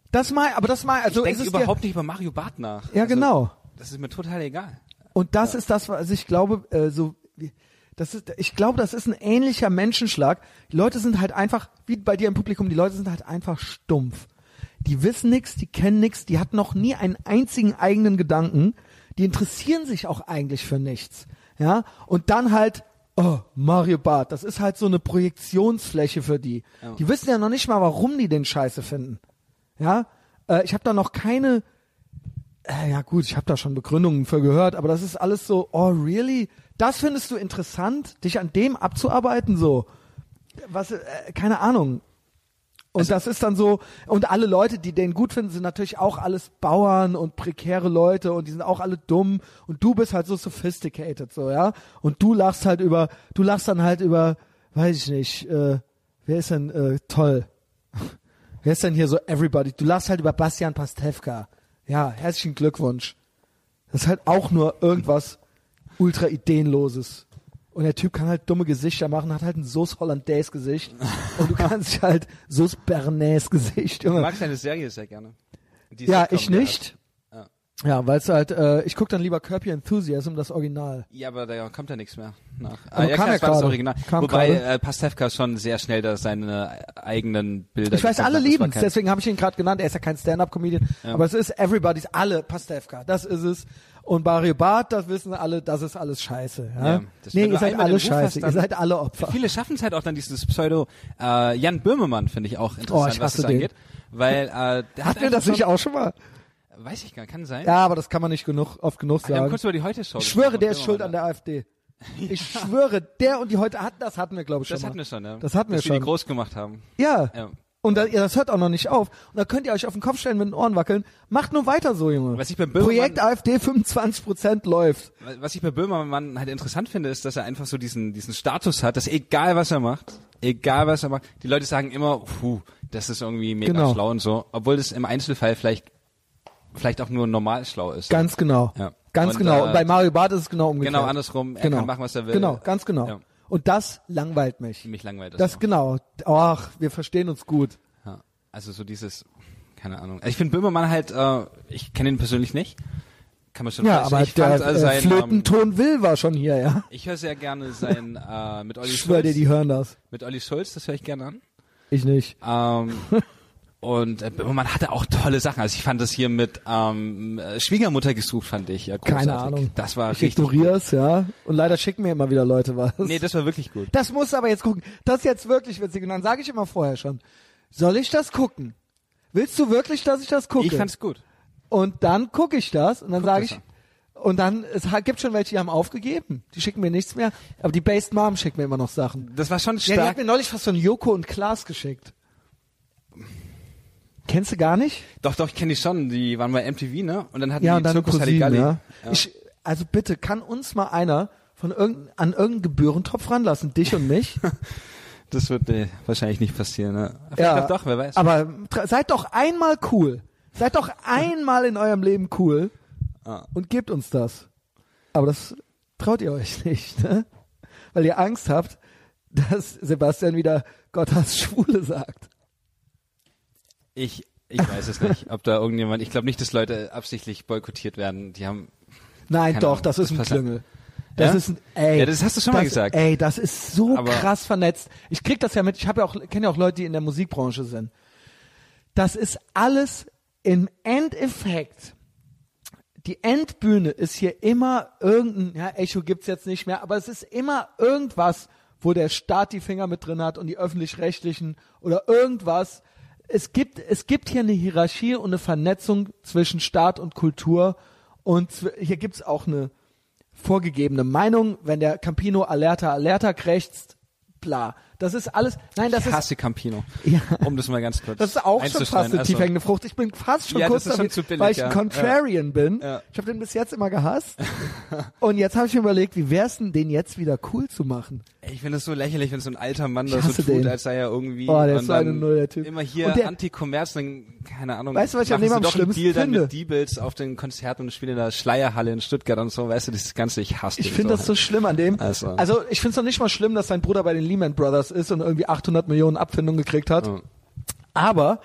also ich denke ist es überhaupt nicht über Mario Barth nach. Ja, Also, genau. Das ist mir total egal. Und das ist das, was ich glaube, ich glaube, das ist ein ähnlicher Menschenschlag. Die Leute sind halt einfach, wie bei dir im Publikum, die Leute sind halt einfach stumpf. Die wissen nichts, die kennen nichts, die hatten noch nie einen einzigen eigenen Gedanken, die interessieren sich auch eigentlich für nichts. Ja, und dann halt, Mario Barth, das ist halt so eine Projektionsfläche für die. Ja. Die wissen ja noch nicht mal, warum die den Scheiße finden. Ja, ich habe da noch keine, ja gut, ich habe da schon Begründungen für gehört, aber das ist alles so, oh really? Das findest du interessant, dich an dem abzuarbeiten, so? Was, keine Ahnung. Und Also- das ist dann so, und alle Leute, die den gut finden, sind natürlich auch alles Bauern und prekäre Leute und die sind auch alle dumm und du bist halt so sophisticated, so, ja? Und du lachst dann halt über, weiß ich nicht, wer ist denn toll? Wer ist denn hier so everybody? Du lachst halt über Bastian Pastewka. Ja, herzlichen Glückwunsch. Das ist halt auch nur irgendwas ultra ideenloses. Und der Typ kann halt dumme Gesichter machen, hat halt ein Sauce Hollandaise Gesicht. Und du kannst halt Sauce Bernays Gesicht. Ich mag seine Serie sehr gerne. Die Ja, Sitcom, ich der nicht. hat- Ja, weil es halt, ich guck dann lieber Curb Your Enthusiasm, das Original. Ja, aber da kommt ja nichts mehr nach. Aber kam klar, ja es war das gerade. Original. Kam Wobei gerade. Pastewka schon sehr schnell da seine eigenen Bilder. Ich weiß, gezeigt alle hat. Das war lieben es, kein- deswegen habe ich ihn gerade genannt. Er ist ja kein Stand-Up-Comedian, aber es ist Everybody's, alle Pastewka, das ist es. Und Mario Barth, das wissen alle, das ist alles scheiße. Ja? Ja, das- Nee, wenn ihr du seid einmal alle den Ruf hast, scheiße, ihr dann- seid alle Opfer. Viele schaffen es halt auch dann dieses Pseudo Jan Böhmermann, finde ich auch interessant, ich was hasse das den. angeht. Weil der hat Hatten wir einfach das nicht schon- auch schon mal? Weiß ich gar nicht, kann sein. Ja, aber das kann man nicht oft genug Wir haben sagen. kurz über die Heute-Show Ich schwöre, gesprochen, der ist schuld an Böhmermann. der AfD. Ich schwöre, der und die heute das hatten wir, glaube ich, schon Das mal. hatten wir schon, ja. Das hatten wir Dass wir schon. die groß gemacht haben. Ja. Ja. Und das hört auch noch nicht auf. Und da könnt ihr euch auf den Kopf stellen, mit den Ohren wackeln. Macht nur weiter so, Junge. Was ich bei Böhmermann- Projekt AfD 25% läuft. Was ich bei Böhmermann halt interessant finde, ist, dass er einfach so diesen Status hat, dass egal was er macht, die Leute sagen immer, das ist irgendwie mega Genau. schlau und so, obwohl das im Einzelfall vielleicht auch nur normal schlau ist. Ganz genau. Ja. Ganz Und, genau. Und bei Mario Barth ist es genau umgekehrt. Genau andersrum, er kann machen, was er will. Genau, ganz genau. Ja. Und das langweilt mich. Mich langweilt das. Das auch. genau. Ach, wir verstehen uns gut. Ja. Also so dieses, keine Ahnung. Also ich finde Böhmermann halt, ich kenne ihn persönlich nicht. Kann man schon Ja, aber ich fand, der sein, Flötenton Will war schon hier, ja. ich höre sehr gerne sein mit Olli Ich schwöre dir, die hören das. Mit Olli Schulz, das höre ich gerne an. Ich nicht. Und Böhmermann hatte auch tolle Sachen. Also ich fand das hier mit Schwiegermutter gesucht, fand ich ja großartig. Keine Ahnung. Das war Ich richtig ignoriere es, ja. Und leider schicken mir immer wieder Leute was. Nee, das war wirklich gut. Das musst du aber jetzt gucken. Das ist jetzt wirklich witzig. Und dann sage ich immer vorher schon, soll ich das gucken? Willst du wirklich, dass ich das gucke? Ich fand's gut. Und dann gucke ich das und dann sage das ich, und dann, gibt schon welche, die haben aufgegeben. Die schicken mir nichts mehr. Aber die Based Mom schickt mir immer noch Sachen. Das war schon Ja, die hat stark. mir neulich was von Joko und Klaas geschickt. Kennst du gar nicht? Doch, ich kenne die schon. Die waren bei MTV, ne? Und dann hatten Ja, die und dann Zirkus ProSieben, Halligalli. ja. Ja. Also bitte, kann uns mal einer an irgendeinen Gebührentopf ranlassen, dich und mich? Das wird wahrscheinlich nicht passieren, ne? Vielleicht Ja, doch, wer weiß. Aber seid doch einmal cool. Seid doch einmal in eurem Leben cool und gebt uns das. Aber das traut ihr euch nicht, ne? Weil ihr Angst habt, dass Sebastian wieder Gott hasst Schwule sagt. Ich weiß es nicht, ob da irgendjemand, ich glaube nicht, dass Leute absichtlich boykottiert werden. Die haben, Nein, Keine doch, Ahnung, das ist das ein passt- Klüngel. Das Ja? ist ein, ey. Ja, das hast du schon mal gesagt. Ey, das ist so Aber- krass vernetzt. Ich krieg das ja mit, kenne ja auch Leute, die in der Musikbranche sind. Das ist alles im Endeffekt. Die Endbühne ist hier immer Echo gibt's jetzt nicht mehr, aber es ist immer irgendwas, wo der Staat die Finger mit drin hat und die Öffentlich-Rechtlichen oder irgendwas. Es gibt hier eine Hierarchie und eine Vernetzung zwischen Staat und Kultur und hier gibt's auch eine vorgegebene Meinung, wenn der Campino Alerta krächzt, bla. Das ist alles, nein, das ich ist, hasse Campino. Ja. Um das mal ganz kurz das ist auch schon fast eine einzustellen. tiefhängende Frucht. Ich bin fast schon Ja, kurz das ist schon damit, zu billig, weil ich ja. ein Contrarian bin. Ja. Ich habe den bis jetzt immer gehasst. Und jetzt habe ich mir überlegt, wie wär's denn, den jetzt wieder cool zu machen? Ich finde es so lächerlich, wenn so ein alter Mann Ich das so hasse tut, den. als sei er irgendwie Oh, der ist und so eine dann Null, der Typ. immer hier Und der- Anti-Kommerz, dann keine Ahnung. Weißt du, was ich an machen dem sie am doch einen schlimmsten Deal dann finde? mit Diebels auf den Konzerten und spielen in der Schleierhalle in Stuttgart und so, weißt du, dieses ganze, ich hasse Ich den finde das so schlimm an dem. Also. Also ich finde es noch nicht mal schlimm, dass sein Bruder bei den Lehman Brothers ist und irgendwie 800 Millionen Abfindungen gekriegt hat. Ja. Aber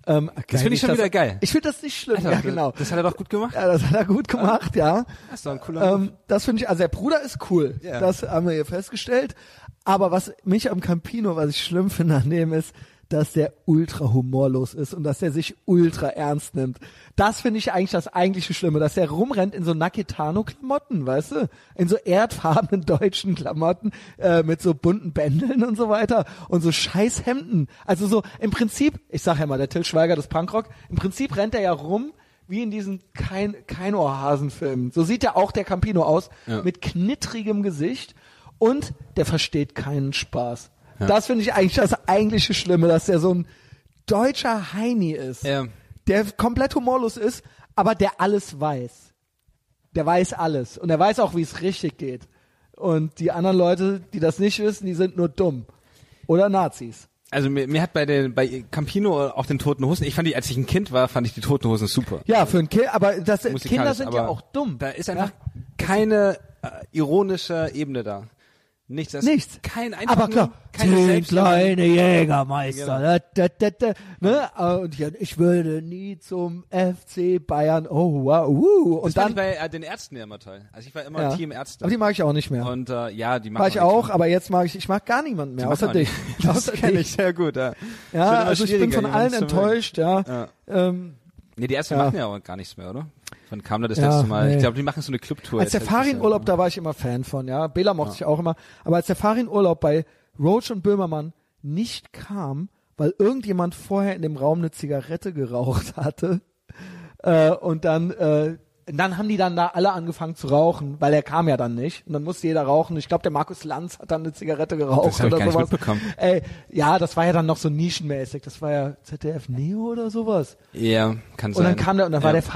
Das finde ich schon wieder geil. Ich finde das nicht schlimm, Alter, ja genau. Das hat er doch gut gemacht. Ja, das hat er gut gemacht, ja. Das ist doch ein cooler Move. Das finde ich, also der Bruder ist cool. Ja. Das haben wir hier festgestellt. Aber was mich am Campino, was ich schlimm finde an dem ist, dass der ultra humorlos ist und dass der sich ultra ernst nimmt. Das finde ich eigentlich das eigentliche Schlimme, dass der rumrennt in so Nakitano-Klamotten, weißt du? In so erdfarbenen deutschen Klamotten mit so bunten Bändeln und so weiter und so Scheißhemden. Also so im Prinzip, ich sag ja mal, der Till Schweiger des Punkrock, im Prinzip rennt er ja rum wie in diesen Keinohrhasen-Filmen. So sieht ja auch der Campino aus, Ja. mit knittrigem Gesicht und der versteht keinen Spaß. Ja. Das finde ich eigentlich das eigentliche Schlimme, dass der so ein deutscher Heini ist, Ja. der komplett humorlos ist, aber der alles weiß. Der weiß alles und er weiß auch, wie es richtig geht. Und die anderen Leute, die das nicht wissen, die sind nur dumm. Oder Nazis. Also mir hat bei Campino auch den Toten Hosen, ich fand die, als ich ein Kind war, fand ich die Toten Hosen super. Ja, für ein Kind, aber Musikalisch, Kinder sind ja aber auch dumm. Da ist einfach keine ironische Ebene da. Nichts. Nichts. Kein einfach Aber klar, nur, keine 10 kleine Jägermeister. Genau. Ne? Und ich würde nie zum FC Bayern. Oh, wow. Und Das dann fand ich bei den Ärzten ja immer toll. Also ich war immer Team Ärzte. Aber die mag ich auch nicht mehr. Und ja, die mag War ich auch, aber jetzt mag ich mag gar niemanden mehr, außer dich. Das kenne ich sehr gut, ja. Ja, also ich bin von allen enttäuscht, ja. Nee, die Ärzte machen ja auch gar nichts mehr, oder? Wann kam da das letzte Mal? Nee. Ich glaube, die machen so eine Clubtour. Als der Farin-Urlaub, da war ich immer Fan von, ja. Bela mochte ich auch immer. Aber als der Farin-Urlaub bei Roach und Böhmermann nicht kam, weil irgendjemand vorher in dem Raum eine Zigarette geraucht hatte, und dann haben die dann da alle angefangen zu rauchen, weil er kam ja dann nicht. Und dann musste jeder rauchen. Ich glaube, der Markus Lanz hat dann eine Zigarette geraucht das hab ich oder gar sowas. nicht mitbekommen. Ja, das war ja dann noch so nischenmäßig. Das war ja ZDF Neo oder sowas. Ja, kann sein. Und dann kam der, und dann war der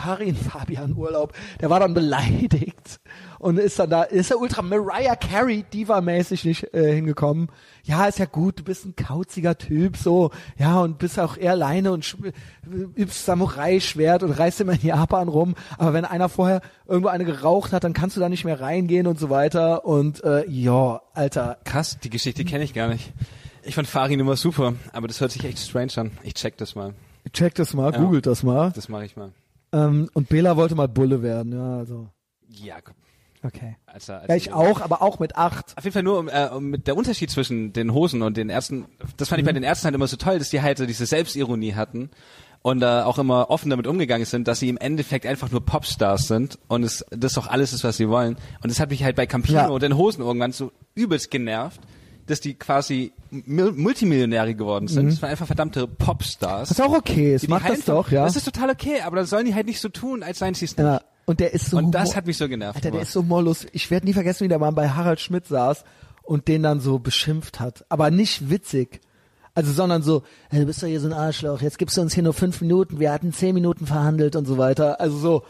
Fabian Urlaub, der war dann beleidigt und ist er ultra Mariah Carey Diva-mäßig nicht hingekommen. Ja, ist ja gut, du bist ein kauziger Typ, so, ja, und bist auch eher alleine und übst Samurai-Schwert und reist immer in Japan rum, aber wenn einer vorher irgendwo eine geraucht hat, dann kannst du da nicht mehr reingehen und so weiter und ja, Alter. Krass, die Geschichte kenne ich gar nicht. Ich fand Farin immer super, aber das hört sich echt strange an. Ich check das mal. Check das mal, googelt das mal. Das mache ich mal. Und Bela wollte mal Bulle werden, ja, also. Ja, komm. Okay. Ja, ich auch, aber auch mit 8. Auf jeden Fall nur mit der Unterschied zwischen den Hosen und den Ärzten, das fand ich bei den Ärzten halt immer so toll, dass die halt so diese Selbstironie hatten und auch immer offen damit umgegangen sind, dass sie im Endeffekt einfach nur Popstars sind und das auch alles ist, was sie wollen. Und das hat mich halt bei Campino und den Hosen irgendwann so übelst genervt, dass die quasi Multimillionäre geworden sind. Das waren einfach verdammte Popstars. Das ist auch okay, es macht das doch, ja. Das ist total okay, aber dann sollen die halt nicht so tun, als seien sie es nicht. Ja. Und der ist so und das hat mich so genervt. Alter, der ist so mollus. Ich werde nie vergessen, wie der mal bei Harald Schmidt saß und den dann so beschimpft hat. Aber nicht witzig. Also, sondern so, hey, du bist doch hier so ein Arschloch, jetzt gibst du uns hier nur 5 Minuten, wir hatten 10 Minuten verhandelt und so weiter. Also so,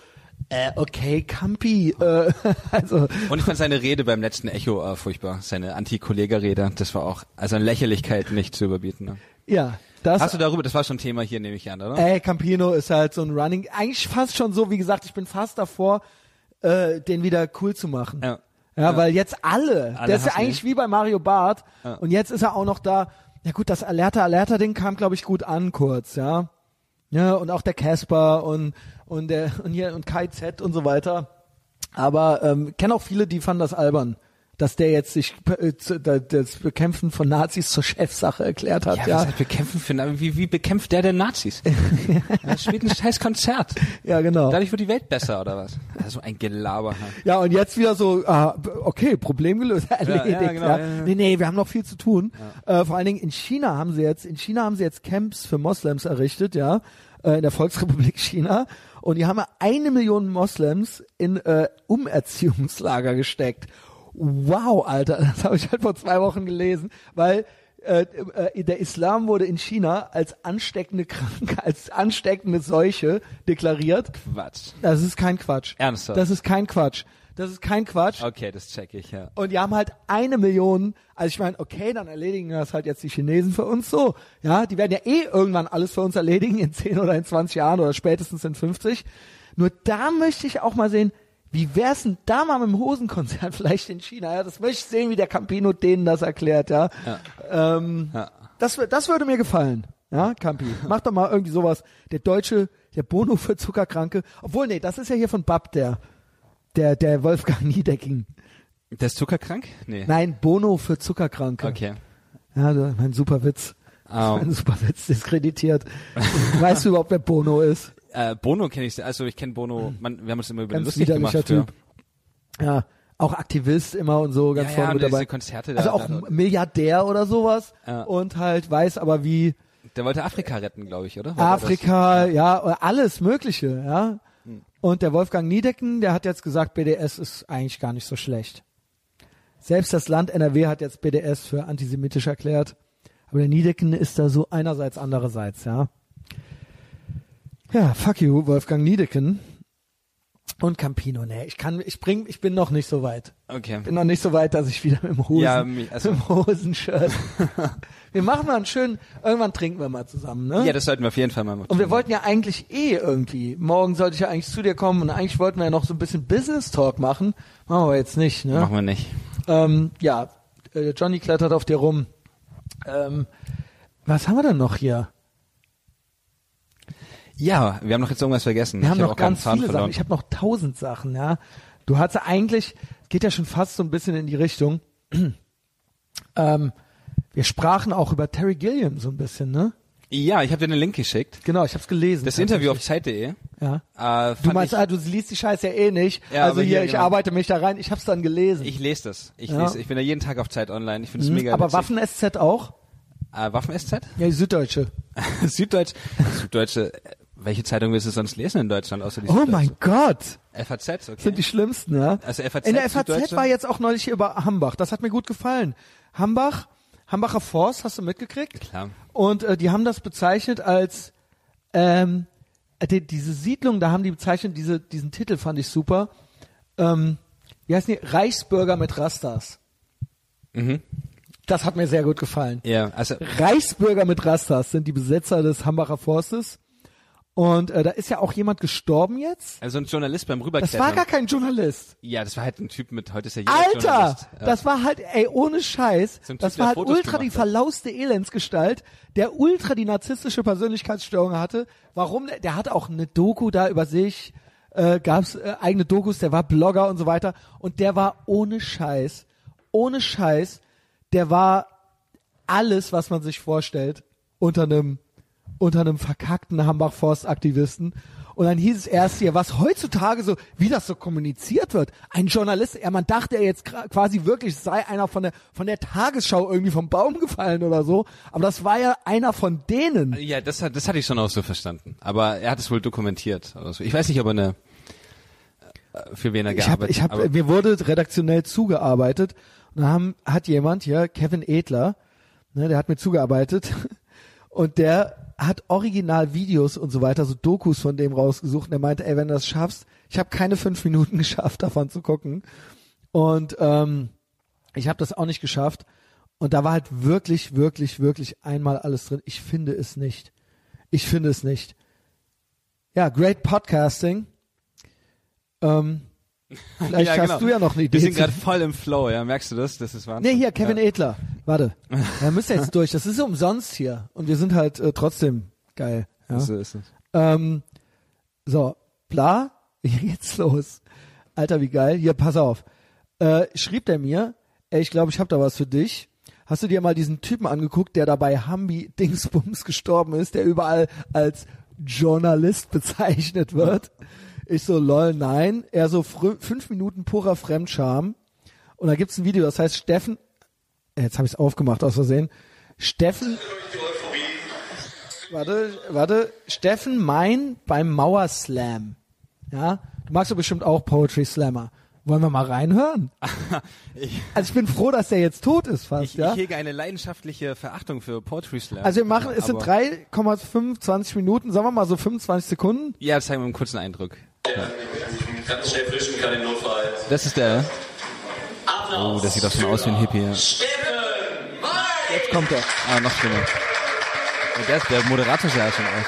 okay, Campi. Also. Und ich fand seine Rede beim letzten Echo furchtbar. Seine Anti-Kollega-Rede. Das war auch, also an Lächerlichkeit nicht zu überbieten. Ne? Ja. Hast du darüber, das war schon Thema hier, nehme ich an, oder? Campino ist halt so ein Running, eigentlich fast schon so, wie gesagt, ich bin fast davor, den wieder cool zu machen. Ja, weil jetzt alle der ist ja eigentlich wie bei Mario Barth und jetzt ist er auch noch da, ja gut, das Alerta-Ding kam, glaube ich, gut an kurz, ja. Ja, und auch der Casper und Kai Z und so weiter. Aber kenne auch viele, die fanden das albern, dass der jetzt sich das Bekämpfen von Nazis zur Chefsache erklärt hat. Ja, was heißt Bekämpfen wie bekämpft der denn Nazis? Das spielt ein scheiß Konzert. Ja, genau. Dadurch wird die Welt besser, oder was? Also ein Gelaber. Ja, und jetzt wieder so, okay, Problem gelöst, erledigt. Ja, genau, ja. Nee, wir haben noch viel zu tun. Ja. Vor allen Dingen in China haben sie jetzt Camps für Moslems errichtet, ja, in der Volksrepublik China. Und die haben 1 Million Moslems in Umerziehungslager gesteckt. Wow, Alter, das habe ich halt vor 2 Wochen gelesen, weil der Islam wurde in China als ansteckende Krankheit, als ansteckende Seuche deklariert. Quatsch. Das ist kein Quatsch. Ernsthaft? Das ist kein Quatsch. Okay, das check ich, ja. Und die haben halt 1 Million, also ich meine, okay, dann erledigen das halt jetzt die Chinesen für uns so. Ja, die werden ja irgendwann alles für uns erledigen in 10 oder in 20 Jahren oder spätestens in 50. Nur da möchte ich auch mal sehen, wie wär's denn da mal mit dem Hosenkonzert vielleicht in China? Ja, das möchte ich sehen, wie der Campino denen das erklärt, ja. Das würde mir gefallen. Ja, Campi. Mach doch mal irgendwie sowas. Der Bono für Zuckerkranke. Obwohl, nee, das ist ja hier von Bab, der Wolfgang Niedecken. Der ist zuckerkrank? Nee. Nein, Bono für Zuckerkranke. Okay. Ja, mein super Witz. Mein super Witz diskreditiert. Weißt du überhaupt, wer Bono ist? Bono kenne ich, also ich kenne Bono, wir haben uns immer über den ganz lustig gemacht. Typ. Ja, auch Aktivist immer und so, ganz vorne mit dabei. Konzerte also auch Milliardär oder sowas und halt weiß aber wie. Der wollte Afrika retten, glaube ich, oder? Afrika, ja, alles Mögliche, ja. Und der Wolfgang Niedecken, der hat jetzt gesagt, BDS ist eigentlich gar nicht so schlecht. Selbst das Land NRW hat jetzt BDS für antisemitisch erklärt. Aber der Niedecken ist da so einerseits, andererseits, ja. Ja, fuck you, Wolfgang Niedecken. Und Campino, nee, ich bin noch nicht so weit. Okay. Bin noch nicht so weit, dass ich wieder mit dem Ja, Hosenshirt. Wir machen mal einen schönen, irgendwann trinken wir mal zusammen, ne? Ja, das sollten wir auf jeden Fall mal machen. Und wir wollten ja eigentlich irgendwie, morgen sollte ich ja eigentlich zu dir kommen und eigentlich wollten wir ja noch so ein bisschen Business Talk machen. Machen wir jetzt nicht, ne? Machen wir nicht. Johnny klettert auf dir rum. Was haben wir denn noch hier? Ja, wir haben noch jetzt irgendwas vergessen. Wir haben Ich hab noch auch keinen ganz Faden viele Sachen. verloren. Ich habe noch 1000 Sachen, ja. Du hast ja eigentlich, geht ja schon fast so ein bisschen in die Richtung. Wir sprachen auch über Terry Gilliam so ein bisschen, ne? Ja, ich habe dir einen Link geschickt. Genau, ich habe es gelesen. Das Interview auf Zeit.de. Ja. Du meinst, du liest die Scheiße ja eh nicht. Ja, also aber hier, hier, ich genau. arbeite mich da rein. Ich habe es dann gelesen. Ich lese das. Ich Ja. bin ja jeden Tag auf Zeit online. Ich finde es mega Aber witzig. Waffen-SZ auch? Waffen-SZ? Ja, die Süddeutsche. Süddeutsche. Welche Zeitung willst du sonst lesen in Deutschland, außer die Oh Süddeutsche? mein Gott. FAZ, okay. Sind die schlimmsten, ja? Also FAZ, in der FAZ Süddeutsche? war jetzt auch neulich hier über Hambach. Das hat mir gut gefallen. Hambacher Forst, hast du mitgekriegt? Klar. Und die haben das bezeichnet als diese Siedlung, da haben die bezeichnet, diesen Titel fand ich super. Wie heißen die? Reichsbürger mit Rastas. Mhm. Das hat mir sehr gut gefallen. Ja, also Reichsbürger mit Rastas sind die Besetzer des Hambacher Forstes. Und da ist ja auch jemand gestorben jetzt. ein Journalist beim Das Rüberklettern. war gar kein Journalist. Ja, das war halt ein Typ mit, heute ist ja jeder Alter, Journalist. Ja. das war halt, ohne Scheiß, So ein Typ, das der war halt Fotos ultra die gemacht hat. verlauste Elendsgestalt, der ultra die narzisstische Persönlichkeitsstörung hatte. Warum? Der hatte auch eine Doku da über sich, gab's eigene Dokus, der war Blogger und so weiter. Und der war ohne Scheiß, der war alles, was man sich vorstellt, unter einem verkackten Hambach-Forst-Aktivisten. Und dann hieß es erst hier, was heutzutage so, wie das so kommuniziert wird. Ein Journalist, man dachte er jetzt quasi wirklich, es sei einer von der Tagesschau irgendwie vom Baum gefallen oder so. Aber das war ja einer von denen. Ja, das hatte ich schon auch so verstanden. Aber er hat es wohl dokumentiert. Oder so. Ich weiß nicht, ob er für wen er gearbeitet hat. Mir wurde redaktionell zugearbeitet. Und dann hat jemand hier, Kevin Edler, ne, der hat mir zugearbeitet. Und der hat original Videos und so weiter, so Dokus von dem rausgesucht. Und er meinte, ey, wenn du das schaffst, ich habe keine 5 Minuten geschafft, davon zu gucken. Und ich habe das auch nicht geschafft. Und da war halt wirklich, wirklich, wirklich einmal alles drin. Ich finde es nicht. Ja, great Podcasting. Vielleicht Ja, genau. hast du ja noch eine Idee. Wir sind gerade voll im Flow, ja, merkst du das? Das ist Wahnsinn. Nee, hier, Kevin ja. Edler. Warte. Da müsst ihr jetzt durch. Das ist umsonst hier. Und wir sind halt trotzdem geil. Ja? So ist es. So, bla, hier geht's los. Alter, wie geil. Hier, pass auf. Schrieb der mir, ey, ich glaube, ich habe da was für dich. Hast du dir mal diesen Typen angeguckt, der dabei Hambi Dingsbums gestorben ist, der überall als Journalist bezeichnet wird? Ich so, lol, nein. Er so 5 Minuten purer Fremdscham. Und da gibt's ein Video, das heißt Steffen, jetzt habe ich es aufgemacht aus Versehen. Steffen Mein beim Mauerslam. Ja, du magst doch bestimmt auch Poetry Slammer. Wollen wir mal reinhören? Also ich bin froh, dass der jetzt tot ist fast, Ich ja. hege eine leidenschaftliche Verachtung für Poetry Slam. Also wir machen, es sind 3,25 Minuten, sagen wir mal so 25 Sekunden. Ja, zeigen wir einen kurzen Eindruck. Ja. Ganz schnell frischen kann im Notfall. Das ist der. Applaus. Oh, das sieht doch schon aus wie ein Hippie. Ja. Steffen May! Jetzt kommt er. Ah, noch schlimmer. Ja, der Moderator sah ja schon aus.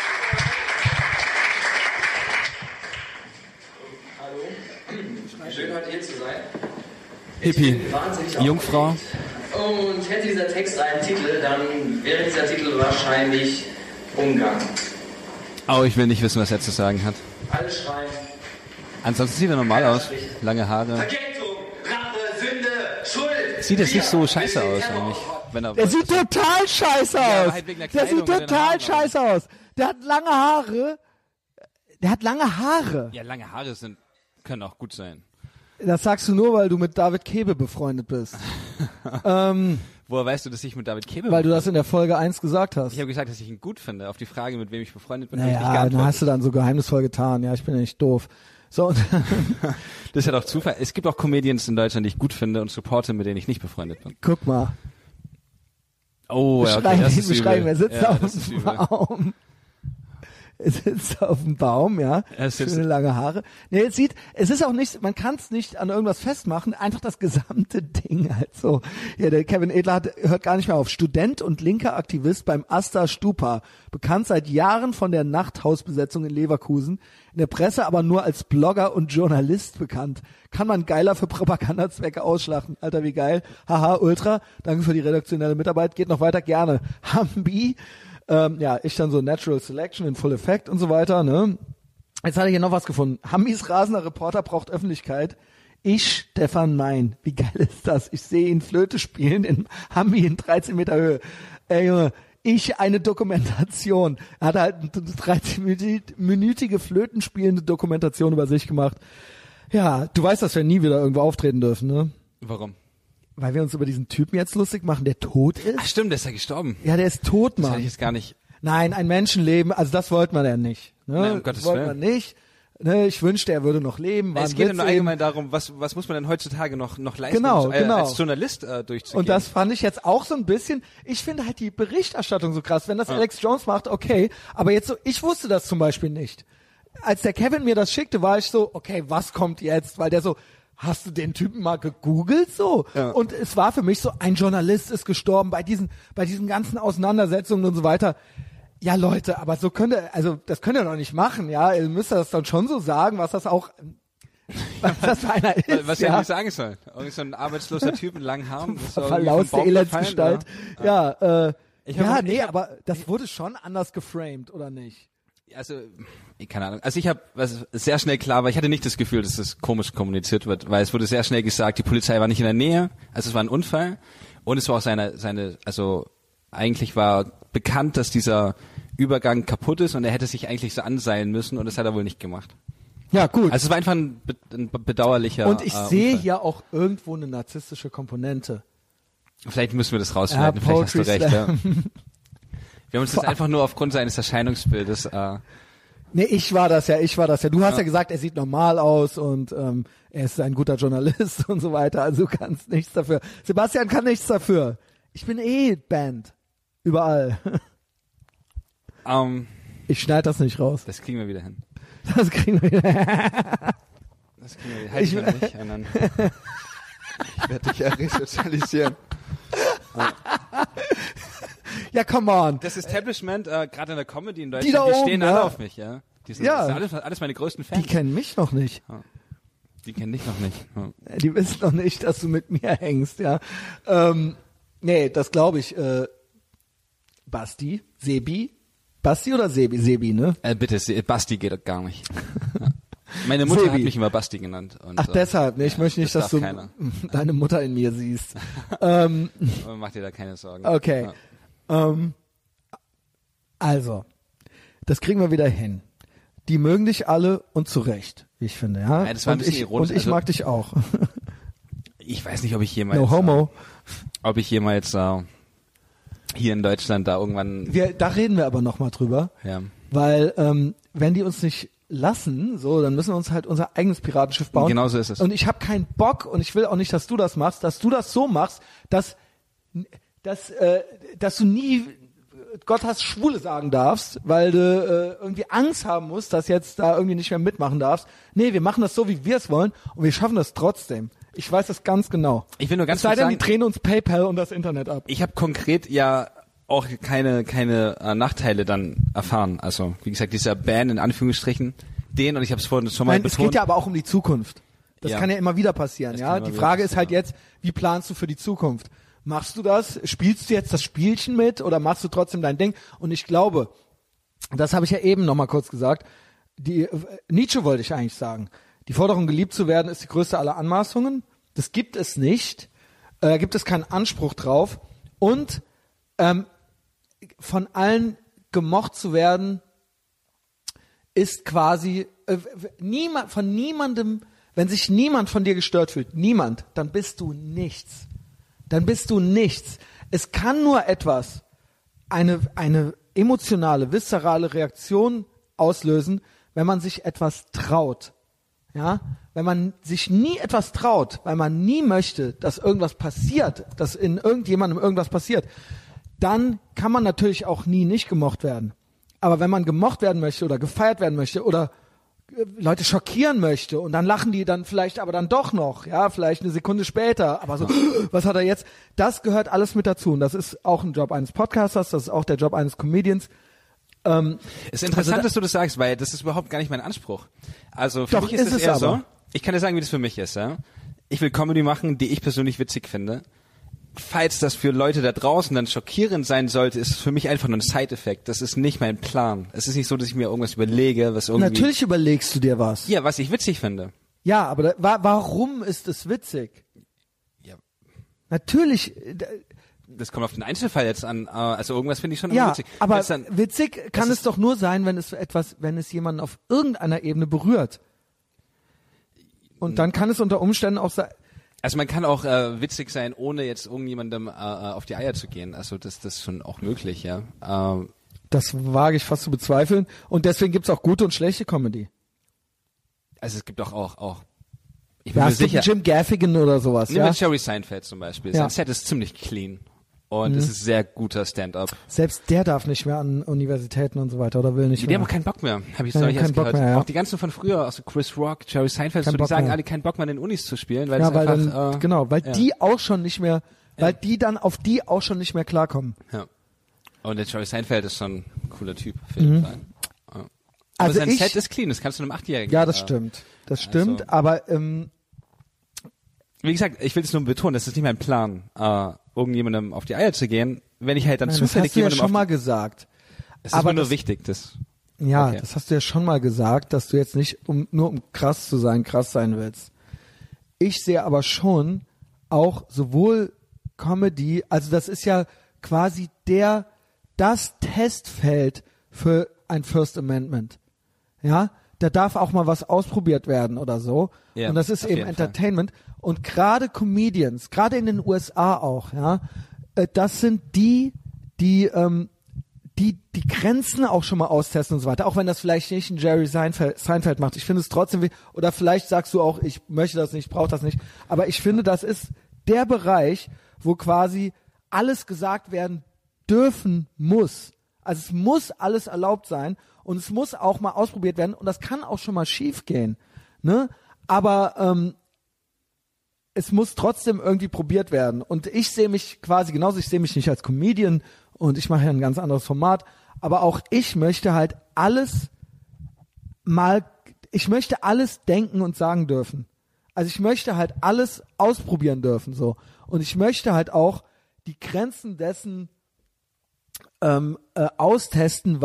Hallo. Schön heute hier zu sein. Hippie. Ich bin wahnsinnig Jungfrau. aufgeregt. Und hätte dieser Text einen Titel, dann wäre dieser Titel wahrscheinlich Umgang. Oh, ich will nicht wissen, was er zu sagen hat. Alle schreien. Ansonsten sieht er normal aus. Lange Haare. Vergeltung, Rache, Sünde, Schuld. Sieht jetzt nicht so Wir scheiße sind aus Terror. eigentlich. Wenn er Der sieht total scheiße Ja, aber aus. halt wegen der Der Kleidung sieht und den total Haaren. scheiße aus. Der hat lange Haare. ja, lange Haare können auch gut sein. Das sagst du nur, weil du mit David Kebe befreundet bist. Woher weißt du, dass ich mit David Kebe Weil du das in der Folge 1 gesagt hast. Ich habe gesagt, dass ich ihn gut finde. Auf die Frage, mit wem ich befreundet bin, habe ich nicht Naja, dann geantwortet. hast du dann so geheimnisvoll getan. Ja, ich bin ja nicht doof. So, und Das ist ja doch Zufall. Es gibt auch Comedians in Deutschland, die ich gut finde und supporte, mit denen ich nicht befreundet bin. guck mal. Oh, ja, okay, das ist Beschreiben, übel. wer sitzt Ja, auf das ist dem übel. Baum. sitzt auf dem Baum, ja, schöne lange Haare. Nee, es ist auch nicht, man kann es nicht an irgendwas festmachen, einfach das gesamte Ding halt so. Ja, der Kevin Edler hört gar nicht mehr auf. Student und linker Aktivist beim Asta Stupa, bekannt seit Jahren von der Nachthausbesetzung in Leverkusen, in der Presse aber nur als Blogger und Journalist bekannt. Kann man geiler für Propagandazwecke ausschlachten. Alter, wie geil. Haha, ultra. Danke für die redaktionelle Mitarbeit. Geht noch weiter, gerne. Hambi. Ich dann so Natural Selection in Full Effect und so weiter, ne? Jetzt hatte ich hier noch was gefunden. Hambis rasender Reporter braucht Öffentlichkeit. Ich, Stefan Mein. Wie geil ist das? Ich sehe ihn Flöte spielen in Hambi in 13 Meter Höhe. Ey, Junge, eine Dokumentation. Er hat halt eine 13-minütige flötenspielende Dokumentation über sich gemacht. Ja, du weißt, dass wir nie wieder irgendwo auftreten dürfen, ne? Warum? Weil wir uns über diesen Typen jetzt lustig machen, der tot ist. Ach stimmt, der ist ja gestorben. Ja, der ist tot, Mann. Das hätte ich jetzt gar nicht. Nein, ein Menschenleben, also das wollte man ja nicht. Ne? Nein, um Gottes Willen. Das wollte man nicht. Ne? Ich wünschte, er würde noch leben. Es geht ja nur allgemein darum, was muss man denn heutzutage noch leisten, genau. als Journalist durchzugehen. Und das fand ich jetzt auch so ein bisschen, ich finde halt die Berichterstattung so krass. Wenn das Alex Jones macht, okay. Aber jetzt so, ich wusste das zum Beispiel nicht. Als der Kevin mir das schickte, war ich so, okay, was kommt jetzt? Weil der so, hast du den Typen mal gegoogelt so? Ja. Und es war für mich so, ein Journalist ist gestorben bei diesen ganzen Auseinandersetzungen und so weiter. Ja, Leute, aber das könnt ihr doch nicht machen, ja? Ihr müsst das dann schon so sagen, was das für einer ist. Was ja nicht sagen soll. Irgendwie so ein arbeitsloser Typ mit langen Haaren. Verlauste Elendsgestalt. Ja, aber das wurde schon anders geframed, oder nicht? Also, keine Ahnung. Also ich habe, was sehr schnell klar war, ich hatte nicht das Gefühl, dass das komisch kommuniziert wird, weil es wurde sehr schnell gesagt, die Polizei war nicht in der Nähe, also es war ein Unfall und es war auch also eigentlich war bekannt, dass dieser Übergang kaputt ist und er hätte sich eigentlich so anseilen müssen und das hat er wohl nicht gemacht. Ja, gut. Also es war einfach ein bedauerlicher Und ich sehe hier auch irgendwo eine narzisstische Komponente. Vielleicht müssen wir das rausschneiden, vielleicht hast du recht. Ja. Wir haben uns das einfach nur aufgrund seines Erscheinungsbildes. Nee, ich war das ja. Du hast ja gesagt, er sieht normal aus und er ist ein guter Journalist und so weiter. Also du kannst nichts dafür. Sebastian kann nichts dafür. Ich bin Band. Überall. Ich schneide das nicht raus. Das kriegen wir wieder hin. Das kriegen wir wieder hin. Halt ich nicht. Ich werde dich ja resozialisieren. Ja, come on. Das Establishment, gerade in der Comedy in Deutschland, die stehen alle auf mich, ja. Das sind alles meine größten Fans. Die kennen mich noch nicht. Ja. Die kennen dich noch nicht. Ja. Die wissen noch nicht, dass du mit mir hängst, ja. Nee, das glaube ich. Basti? Sebi? Basti oder Sebi? Sebi, ne? Bitte, Basti geht doch gar nicht. Ja. Meine Mutter Sebi hat mich immer Basti genannt. Und, ach, deshalb. Nee, ich möchte nicht, dass du deine Mutter in mir siehst. Mach dir da keine Sorgen. Okay. Ja. Also, das kriegen wir wieder hin. Die mögen dich alle und zu Recht, wie ich finde, ja. Ja, das war ein bisschen ironisch. Und ich mag dich auch. Ich weiß nicht, ob ich jemals... No homo. Ob ich jemals hier in Deutschland da irgendwann... Da reden wir aber nochmal drüber. Ja. Weil, wenn die uns nicht lassen, so, dann müssen wir uns halt unser eigenes Piratenschiff bauen. Genau so ist es. Und ich habe keinen Bock und ich will auch nicht, dass du das machst, dass du das so machst, dass du nie Gott hast Schwule sagen darfst, weil du irgendwie Angst haben musst, dass jetzt da irgendwie nicht mehr mitmachen darfst. Nee, wir machen das so, wie wir es wollen und wir schaffen das trotzdem. Ich weiß das ganz genau. Ich will nur ganz kurz sagen, die drehen uns PayPal und das Internet ab. Ich habe konkret ja auch keine Nachteile dann erfahren. Also, wie gesagt, dieser Ban in Anführungsstrichen, und ich habe es vorhin schon mal betont. Es geht ja aber auch um die Zukunft. Das kann ja immer wieder passieren, ja. Die Frage ist halt jetzt, wie planst du für die Zukunft? Machst du das? Spielst du jetzt das Spielchen mit oder machst du trotzdem dein Ding? Und ich glaube, das habe ich ja eben noch mal kurz gesagt, Nietzsche wollte ich eigentlich sagen, die Forderung, geliebt zu werden, ist die größte aller Anmaßungen. Das gibt es nicht. Gibt es keinen Anspruch drauf. Und von allen gemocht zu werden, ist quasi von niemandem, wenn sich niemand von dir gestört fühlt, niemand, dann bist du nichts. Dann bist du nichts. Es kann nur etwas, eine emotionale, viszerale Reaktion auslösen, wenn man sich etwas traut. Ja? Wenn man sich nie etwas traut, weil man nie möchte, dass irgendwas passiert, dass in irgendjemandem irgendwas passiert, dann kann man natürlich auch nie nicht gemocht werden. Aber wenn man gemocht werden möchte oder gefeiert werden möchte oder Leute schockieren möchte und dann lachen die dann vielleicht aber dann doch noch, ja, vielleicht eine Sekunde später, aber so, was hat er jetzt? Das gehört alles mit dazu und das ist auch ein Job eines Podcasters, das ist auch der Job eines Comedians. Ist interessant, dass du das sagst, weil das ist überhaupt gar nicht mein Anspruch. Also für mich ist es eher so, ich kann dir sagen, wie das für mich ist. Ja? Ich will Comedy machen, die ich persönlich witzig finde. Falls das für Leute da draußen dann schockierend sein sollte, ist es für mich einfach nur ein Side-Effekt. Das ist nicht mein Plan. Es ist nicht so, dass ich mir irgendwas überlege, was irgendwie... Natürlich überlegst du dir was. Ja, was ich witzig finde. Ja, aber warum ist es witzig? Ja. Natürlich... Das kommt auf den Einzelfall jetzt an. Also irgendwas finde ich schon ja, witzig. Aber witzig kann es doch nur sein, wenn es jemanden auf irgendeiner Ebene berührt. Und dann kann es unter Umständen auch sein. Also man kann auch witzig sein, ohne jetzt irgendjemandem auf die Eier zu gehen. Also das ist schon auch möglich, ja. Das wage ich fast zu bezweifeln. Und deswegen gibt's auch gute und schlechte Comedy. Also es gibt auch. Ich bin mir sicher. Jim Gaffigan oder sowas. Nehmen wir Jerry Seinfeld zum Beispiel. Sein Set ist ziemlich clean. Und es ist sehr guter Stand-up. Selbst der darf nicht mehr an Universitäten und so weiter oder will nicht mehr. Die haben auch keinen Bock mehr, habe ich erst gehört. Mehr, ja. Auch die ganzen von früher, also Chris Rock, Jerry Seinfeld, die sagen alle keinen Bock mehr an den Unis zu spielen, weil die auch schon nicht mehr, weil die dann auf die auch schon nicht mehr klarkommen. Ja. Und der Jerry Seinfeld ist schon ein cooler Typ, auf jeden Fall. Ja. Aber also sein Set ist clean, das kannst du einem 8-Jährigen. Ja, das stimmt. Das stimmt, also, aber wie gesagt, ich will es nur betonen, das ist nicht mein Plan, irgendjemandem auf die Eier zu gehen, wenn ich halt dann zufällig jemandem das hast du ja schon mal gesagt. Es ist nur wichtig, das. Ja, okay. Das hast du ja schon mal gesagt, dass du jetzt nicht, nur um krass sein willst. Ich sehe aber schon auch sowohl Comedy, also das ist ja quasi das Testfeld für ein First Amendment. Ja, da darf auch mal was ausprobiert werden oder so. Ja, und das ist eben Entertainment. Fall. Und gerade Comedians, gerade in den USA auch, ja, das sind die Grenzen auch schon mal austesten und so weiter. Auch wenn das vielleicht nicht ein Jerry Seinfeld macht. Ich finde es trotzdem, oder vielleicht sagst du auch, ich möchte das nicht, brauche das nicht. Aber ich finde, das ist der Bereich, wo quasi alles gesagt werden dürfen muss. Also es muss alles erlaubt sein und es muss auch mal ausprobiert werden und das kann auch schon mal schief gehen, ne? Aber es muss trotzdem irgendwie probiert werden und ich sehe mich quasi genauso, ich sehe mich nicht als Comedian und ich mache ja ein ganz anderes Format, aber auch ich möchte halt ich möchte alles denken und sagen dürfen. Also ich möchte halt alles ausprobieren dürfen, so. Und ich möchte halt auch die Grenzen dessen austesten,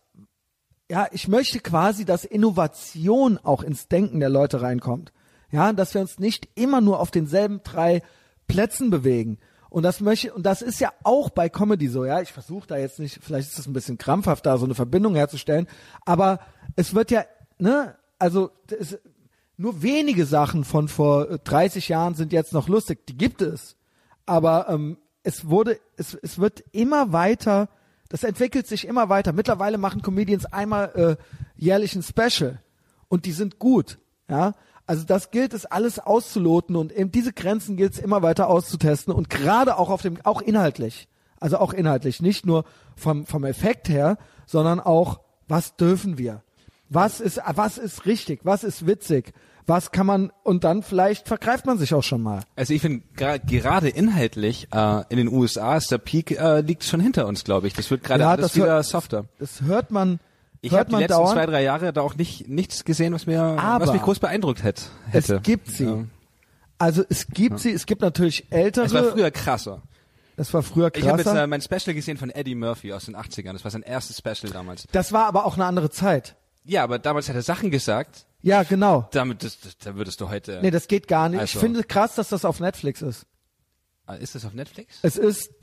ich möchte quasi, dass Innovation auch ins Denken der Leute reinkommt. Ja, dass wir uns nicht immer nur auf denselben 3 Plätzen bewegen. Und das ist ja auch bei Comedy so, ja. Ich versuche da jetzt nicht, vielleicht ist es ein bisschen krampfhaft, da so eine Verbindung herzustellen, aber es wird ja, ne, also nur wenige Sachen von vor 30 Jahren sind jetzt noch lustig, die gibt es. Aber es wird immer weiter, das entwickelt sich immer weiter. Mittlerweile machen Comedians einmal jährlich ein Special und die sind gut, ja. Also das gilt es alles auszuloten und eben diese Grenzen gilt es immer weiter auszutesten und gerade auch auch inhaltlich. Also auch inhaltlich, nicht nur vom Effekt her, sondern auch, was dürfen wir? Was ist richtig? Was ist witzig? Was kann man, und dann vielleicht vergreift man sich auch schon mal. Also ich finde, gerade inhaltlich in den USA ist der Peak liegt schon hinter uns, glaube ich. Das wird gerade alles wieder softer. Das hört man. Ich habe die letzten 2-3 Jahre da auch nichts gesehen, was mich groß beeindruckt hätte. Es gibt sie. Ja. Also es gibt sie. Es gibt natürlich ältere. Es war früher krasser. Ich habe jetzt mein Special gesehen von Eddie Murphy aus den 80ern. Das war sein erstes Special damals. Das war aber auch eine andere Zeit. Ja, aber damals hat er Sachen gesagt. Ja, genau. Da würdest du heute... Nee, das geht gar nicht. Also. Ich finde krass, dass das auf Netflix ist. Ist das auf Netflix? Es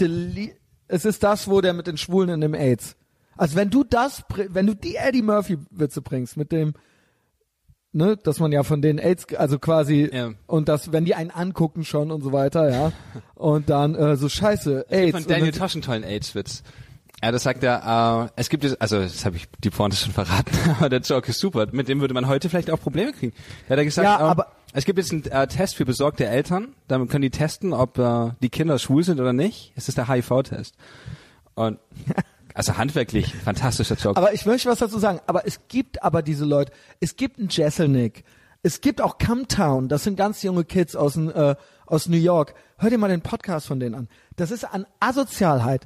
ist das, wo der mit den Schwulen in dem AIDS. Also wenn du die Eddie Murphy Witze bringst mit dem, ne, dass man ja von den AIDS, also quasi, ja. Und das, wenn die einen angucken schon und so weiter, ja, und dann so Scheiße, AIDS. Von Daniel Tosh einen tollen AIDS-Witz. Ja, das sagt er, es gibt jetzt, also das habe ich die Pointe schon verraten, aber der Joke ist super. Mit dem würde man heute vielleicht auch Probleme kriegen. Da hat er gesagt, ja, aber es gibt jetzt einen Test für besorgte Eltern. Damit können die testen, ob die Kinder schwul sind oder nicht. Es ist der HIV-Test. Und Also handwerklich, fantastischer Job. Aber ich möchte was dazu sagen. Aber es gibt aber diese Leute. Es gibt einen Jesselnick. Es gibt auch Camtown. Das sind ganz junge Kids aus New York. Hör dir mal den Podcast von denen an. Das ist an Asozialheit.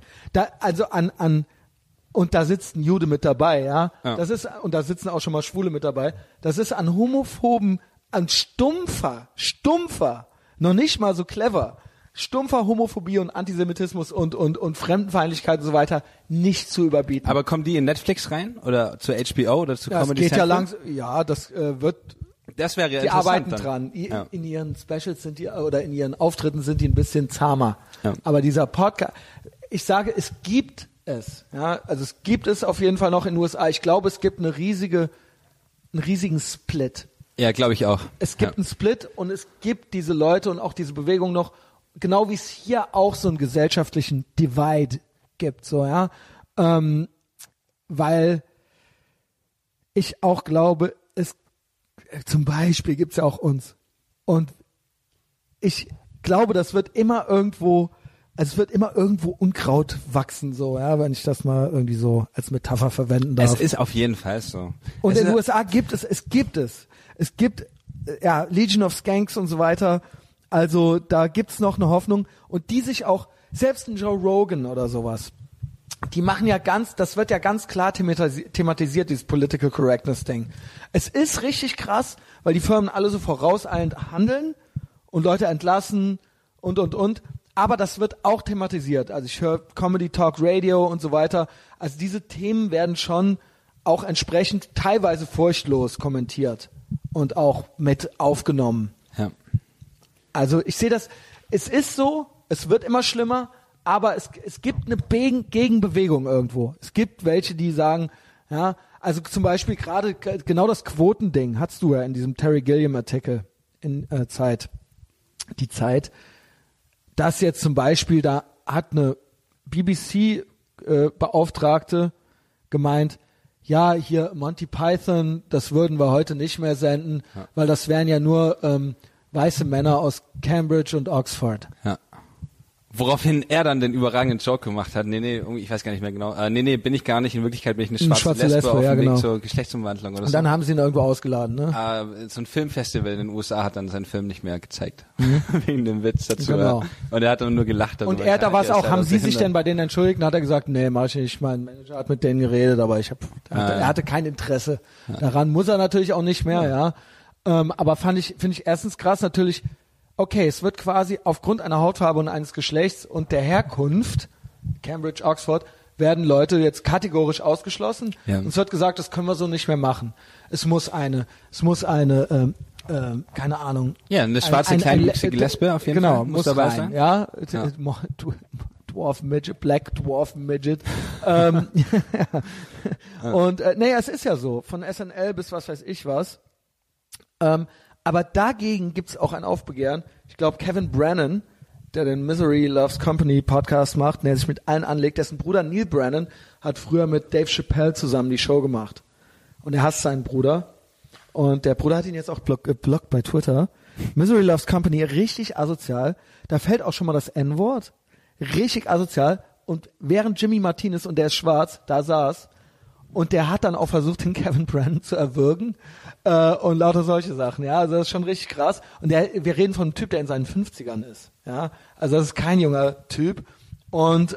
Und da sitzt ein Jude mit dabei, ja. Und da sitzen auch schon mal Schwule mit dabei. Das ist an homophoben, an stumpfer, noch nicht mal so clever, stumpfer Homophobie und Antisemitismus und Fremdenfeindlichkeit und so weiter nicht zu überbieten. Aber kommen die in Netflix rein oder zu HBO oder zu Comedy Central? Das wird. Das wäre die arbeiten dran. In ihren Specials sind die oder in ihren Auftritten sind die ein bisschen zahmer. Ja. Aber dieser Podcast, ich sage, es gibt es. Ja, also es gibt es auf jeden Fall noch in den USA. Ich glaube, es gibt einen riesigen Split. Ja, glaube ich auch. Es gibt einen Split und es gibt diese Leute und auch diese Bewegung noch, genau wie es hier auch so einen gesellschaftlichen Divide gibt, so, ja. Weil ich auch glaube, zum Beispiel gibt's ja auch uns. Und ich glaube, das wird immer irgendwo, es wird immer irgendwo Unkraut wachsen, so, ja, wenn ich das mal irgendwie so als Metapher verwenden darf. Es ist auf jeden Fall so. Und in den USA gibt es. Es gibt Legion of Skanks und so weiter. Also da gibt's noch eine Hoffnung. Und die sich auch, selbst ein Joe Rogan oder sowas, die machen ja das wird ja ganz klar thematisiert, dieses Political Correctness Ding. Es ist richtig krass, weil die Firmen alle so vorauseilend handeln und Leute entlassen und. Aber das wird auch thematisiert. Also ich höre Comedy Talk Radio und so weiter. Also diese Themen werden schon auch entsprechend teilweise furchtlos kommentiert und auch mit aufgenommen. Ja. Also ich sehe das, es ist so, es wird immer schlimmer, aber es gibt eine Gegenbewegung irgendwo. Es gibt welche, die sagen, ja, also zum Beispiel gerade genau das Quotending hattest du ja in diesem Terry Gilliam-Artikel in Zeit. Die Zeit, dass jetzt zum Beispiel, da hat eine BBC-Beauftragte gemeint, ja, hier Monty Python, das würden wir heute nicht mehr senden, weil das wären ja nur weiße Männer aus Cambridge und Oxford. Ja. Woraufhin er dann den überragenden Joke gemacht hat, ich weiß gar nicht mehr genau, bin ich gar nicht, in Wirklichkeit bin ich eine schwarze Lesbe auf dem Weg zur Geschlechtsumwandlung oder so. Und dann haben sie ihn irgendwo ausgeladen, ne? So ein Filmfestival in den USA hat dann seinen Film nicht mehr gezeigt, wegen dem Witz dazu. Genau. Und er hat dann nur gelacht. Und er da war es auch, haben sie sich denn bei denen entschuldigt? Und hat er gesagt, nee, mach ich nicht, mein Manager hat mit denen geredet, aber er hatte kein Interesse daran, muss er natürlich auch nicht mehr, ja. Aber finde ich erstens krass natürlich, okay, es wird quasi aufgrund einer Hautfarbe und eines Geschlechts und der Herkunft, Cambridge, Oxford, werden Leute jetzt kategorisch ausgeschlossen. Ja. Und es wird gesagt, das können wir so nicht mehr machen. Es muss eine, keine Ahnung. Ja, eine schwarze kleinwüchsige Lesbe auf jeden Fall. Genau, muss dabei sein. Ja. Dwarf Midget, Black Dwarf Midget. Und es ist ja so, von SNL bis was weiß ich was. Aber dagegen gibt's auch ein Aufbegehren. Ich glaube, Kevin Brennan, der den Misery Loves Company Podcast macht, der sich mit allen anlegt, dessen Bruder Neil Brennan hat früher mit Dave Chappelle zusammen die Show gemacht. Und er hasst seinen Bruder. Und der Bruder hat ihn jetzt auch blockt bei Twitter. Misery Loves Company, richtig asozial. Da fällt auch schon mal das N-Wort. Richtig asozial. Und während Jimmy Martinez, und der ist schwarz, da saß, und der hat dann auch versucht, den Kevin Brennan zu erwürgen und lauter solche Sachen. Ja, also das ist schon richtig krass. Und wir reden von einem Typ, der in seinen 50ern ist. Ja, also das ist kein junger Typ. Und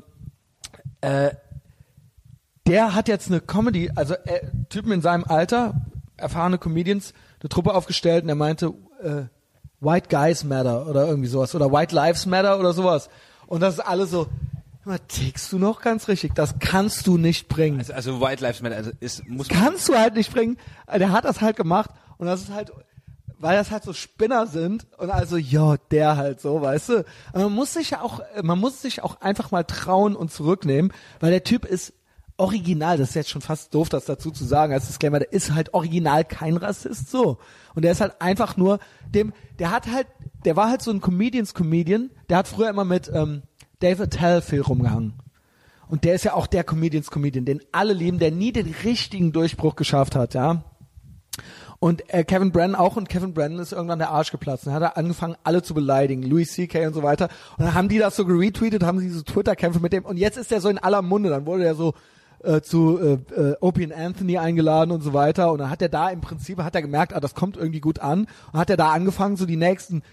der hat jetzt eine Comedy, also Typen in seinem Alter, erfahrene Comedians, eine Truppe aufgestellt und er meinte, White Guys Matter oder irgendwie sowas oder White Lives Matter oder sowas. Und das ist alles so, tickst du noch ganz richtig? Das kannst du nicht bringen. Also White Lives Matter kannst du halt nicht bringen. Der hat das halt gemacht und das ist halt, weil das halt so Spinner sind und also der halt so, weißt du. Aber man muss sich auch einfach mal trauen und zurücknehmen, weil der Typ ist original. Das ist jetzt schon fast doof, das dazu zu sagen als Disclaimer. Der ist halt original kein Rassist so und der ist halt einfach nur der war halt so ein Comedian. Der hat früher immer mit Dave Attell viel rumgehangen. Und der ist ja auch der Comedian, den alle lieben, der nie den richtigen Durchbruch geschafft hat, ja. Und Kevin Brennan auch, und Kevin Brennan ist irgendwann der Arsch geplatzt. Dann hat er angefangen, alle zu beleidigen, Louis C.K. und so weiter. Und dann haben die das so geretweetet, haben diese Twitter-Kämpfe mit dem, und jetzt ist er so in aller Munde. Dann wurde er so zu Opie and Anthony eingeladen und so weiter, und dann hat er da im Prinzip, hat er gemerkt, das kommt irgendwie gut an, und hat er da angefangen, so die nächsten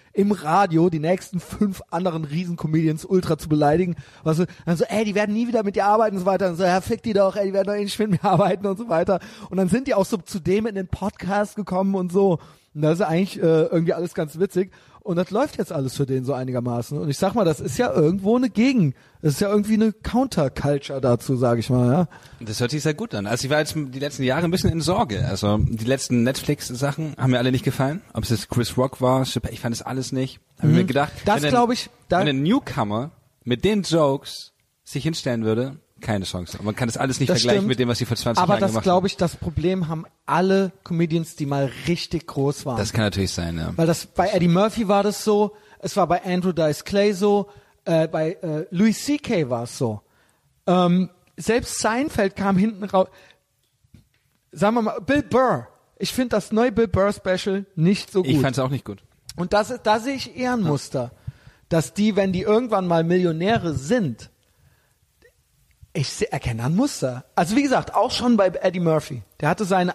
5 anderen Riesen-Comedians ultra zu beleidigen, also dann so, die werden nie wieder mit dir arbeiten und so weiter, und so, ja, fick die doch, die werden doch eh nicht mit mir arbeiten und so weiter, und dann sind die auch so zu dem in den Podcast gekommen und so, und das ist eigentlich irgendwie alles ganz witzig. Und das läuft jetzt alles für den so einigermaßen. Und ich sag mal, das ist ja irgendwo das ist ja irgendwie eine Counterculture dazu, sage ich mal, ja. Das hört sich sehr gut an. Also ich war jetzt die letzten Jahre ein bisschen in Sorge. Also die letzten Netflix-Sachen haben mir alle nicht gefallen. Ob es jetzt Chris Rock war, ich fand es alles nicht. Habe mir gedacht, wenn ein Newcomer mit den Jokes sich hinstellen würde, keine Chance. Man kann das alles nicht vergleichen mit dem, was sie vor 20 Jahren gemacht haben. Aber das, glaube ich, das Problem haben alle Comedians, die mal richtig groß waren. Das kann natürlich sein, ja. Weil das bei Eddie Murphy war das so, es war bei Andrew Dice Clay so, bei Louis C.K. war es so. Selbst Seinfeld kam hinten raus. Sagen wir mal, Bill Burr. Ich finde das neue Bill Burr Special nicht so gut. Ich fand es auch nicht gut. Und da sehe ich eher ein Muster, dass die, wenn die irgendwann mal Millionäre sind, ich erkenne ein Muster. Also wie gesagt, auch schon bei Eddie Murphy. Der hatte seine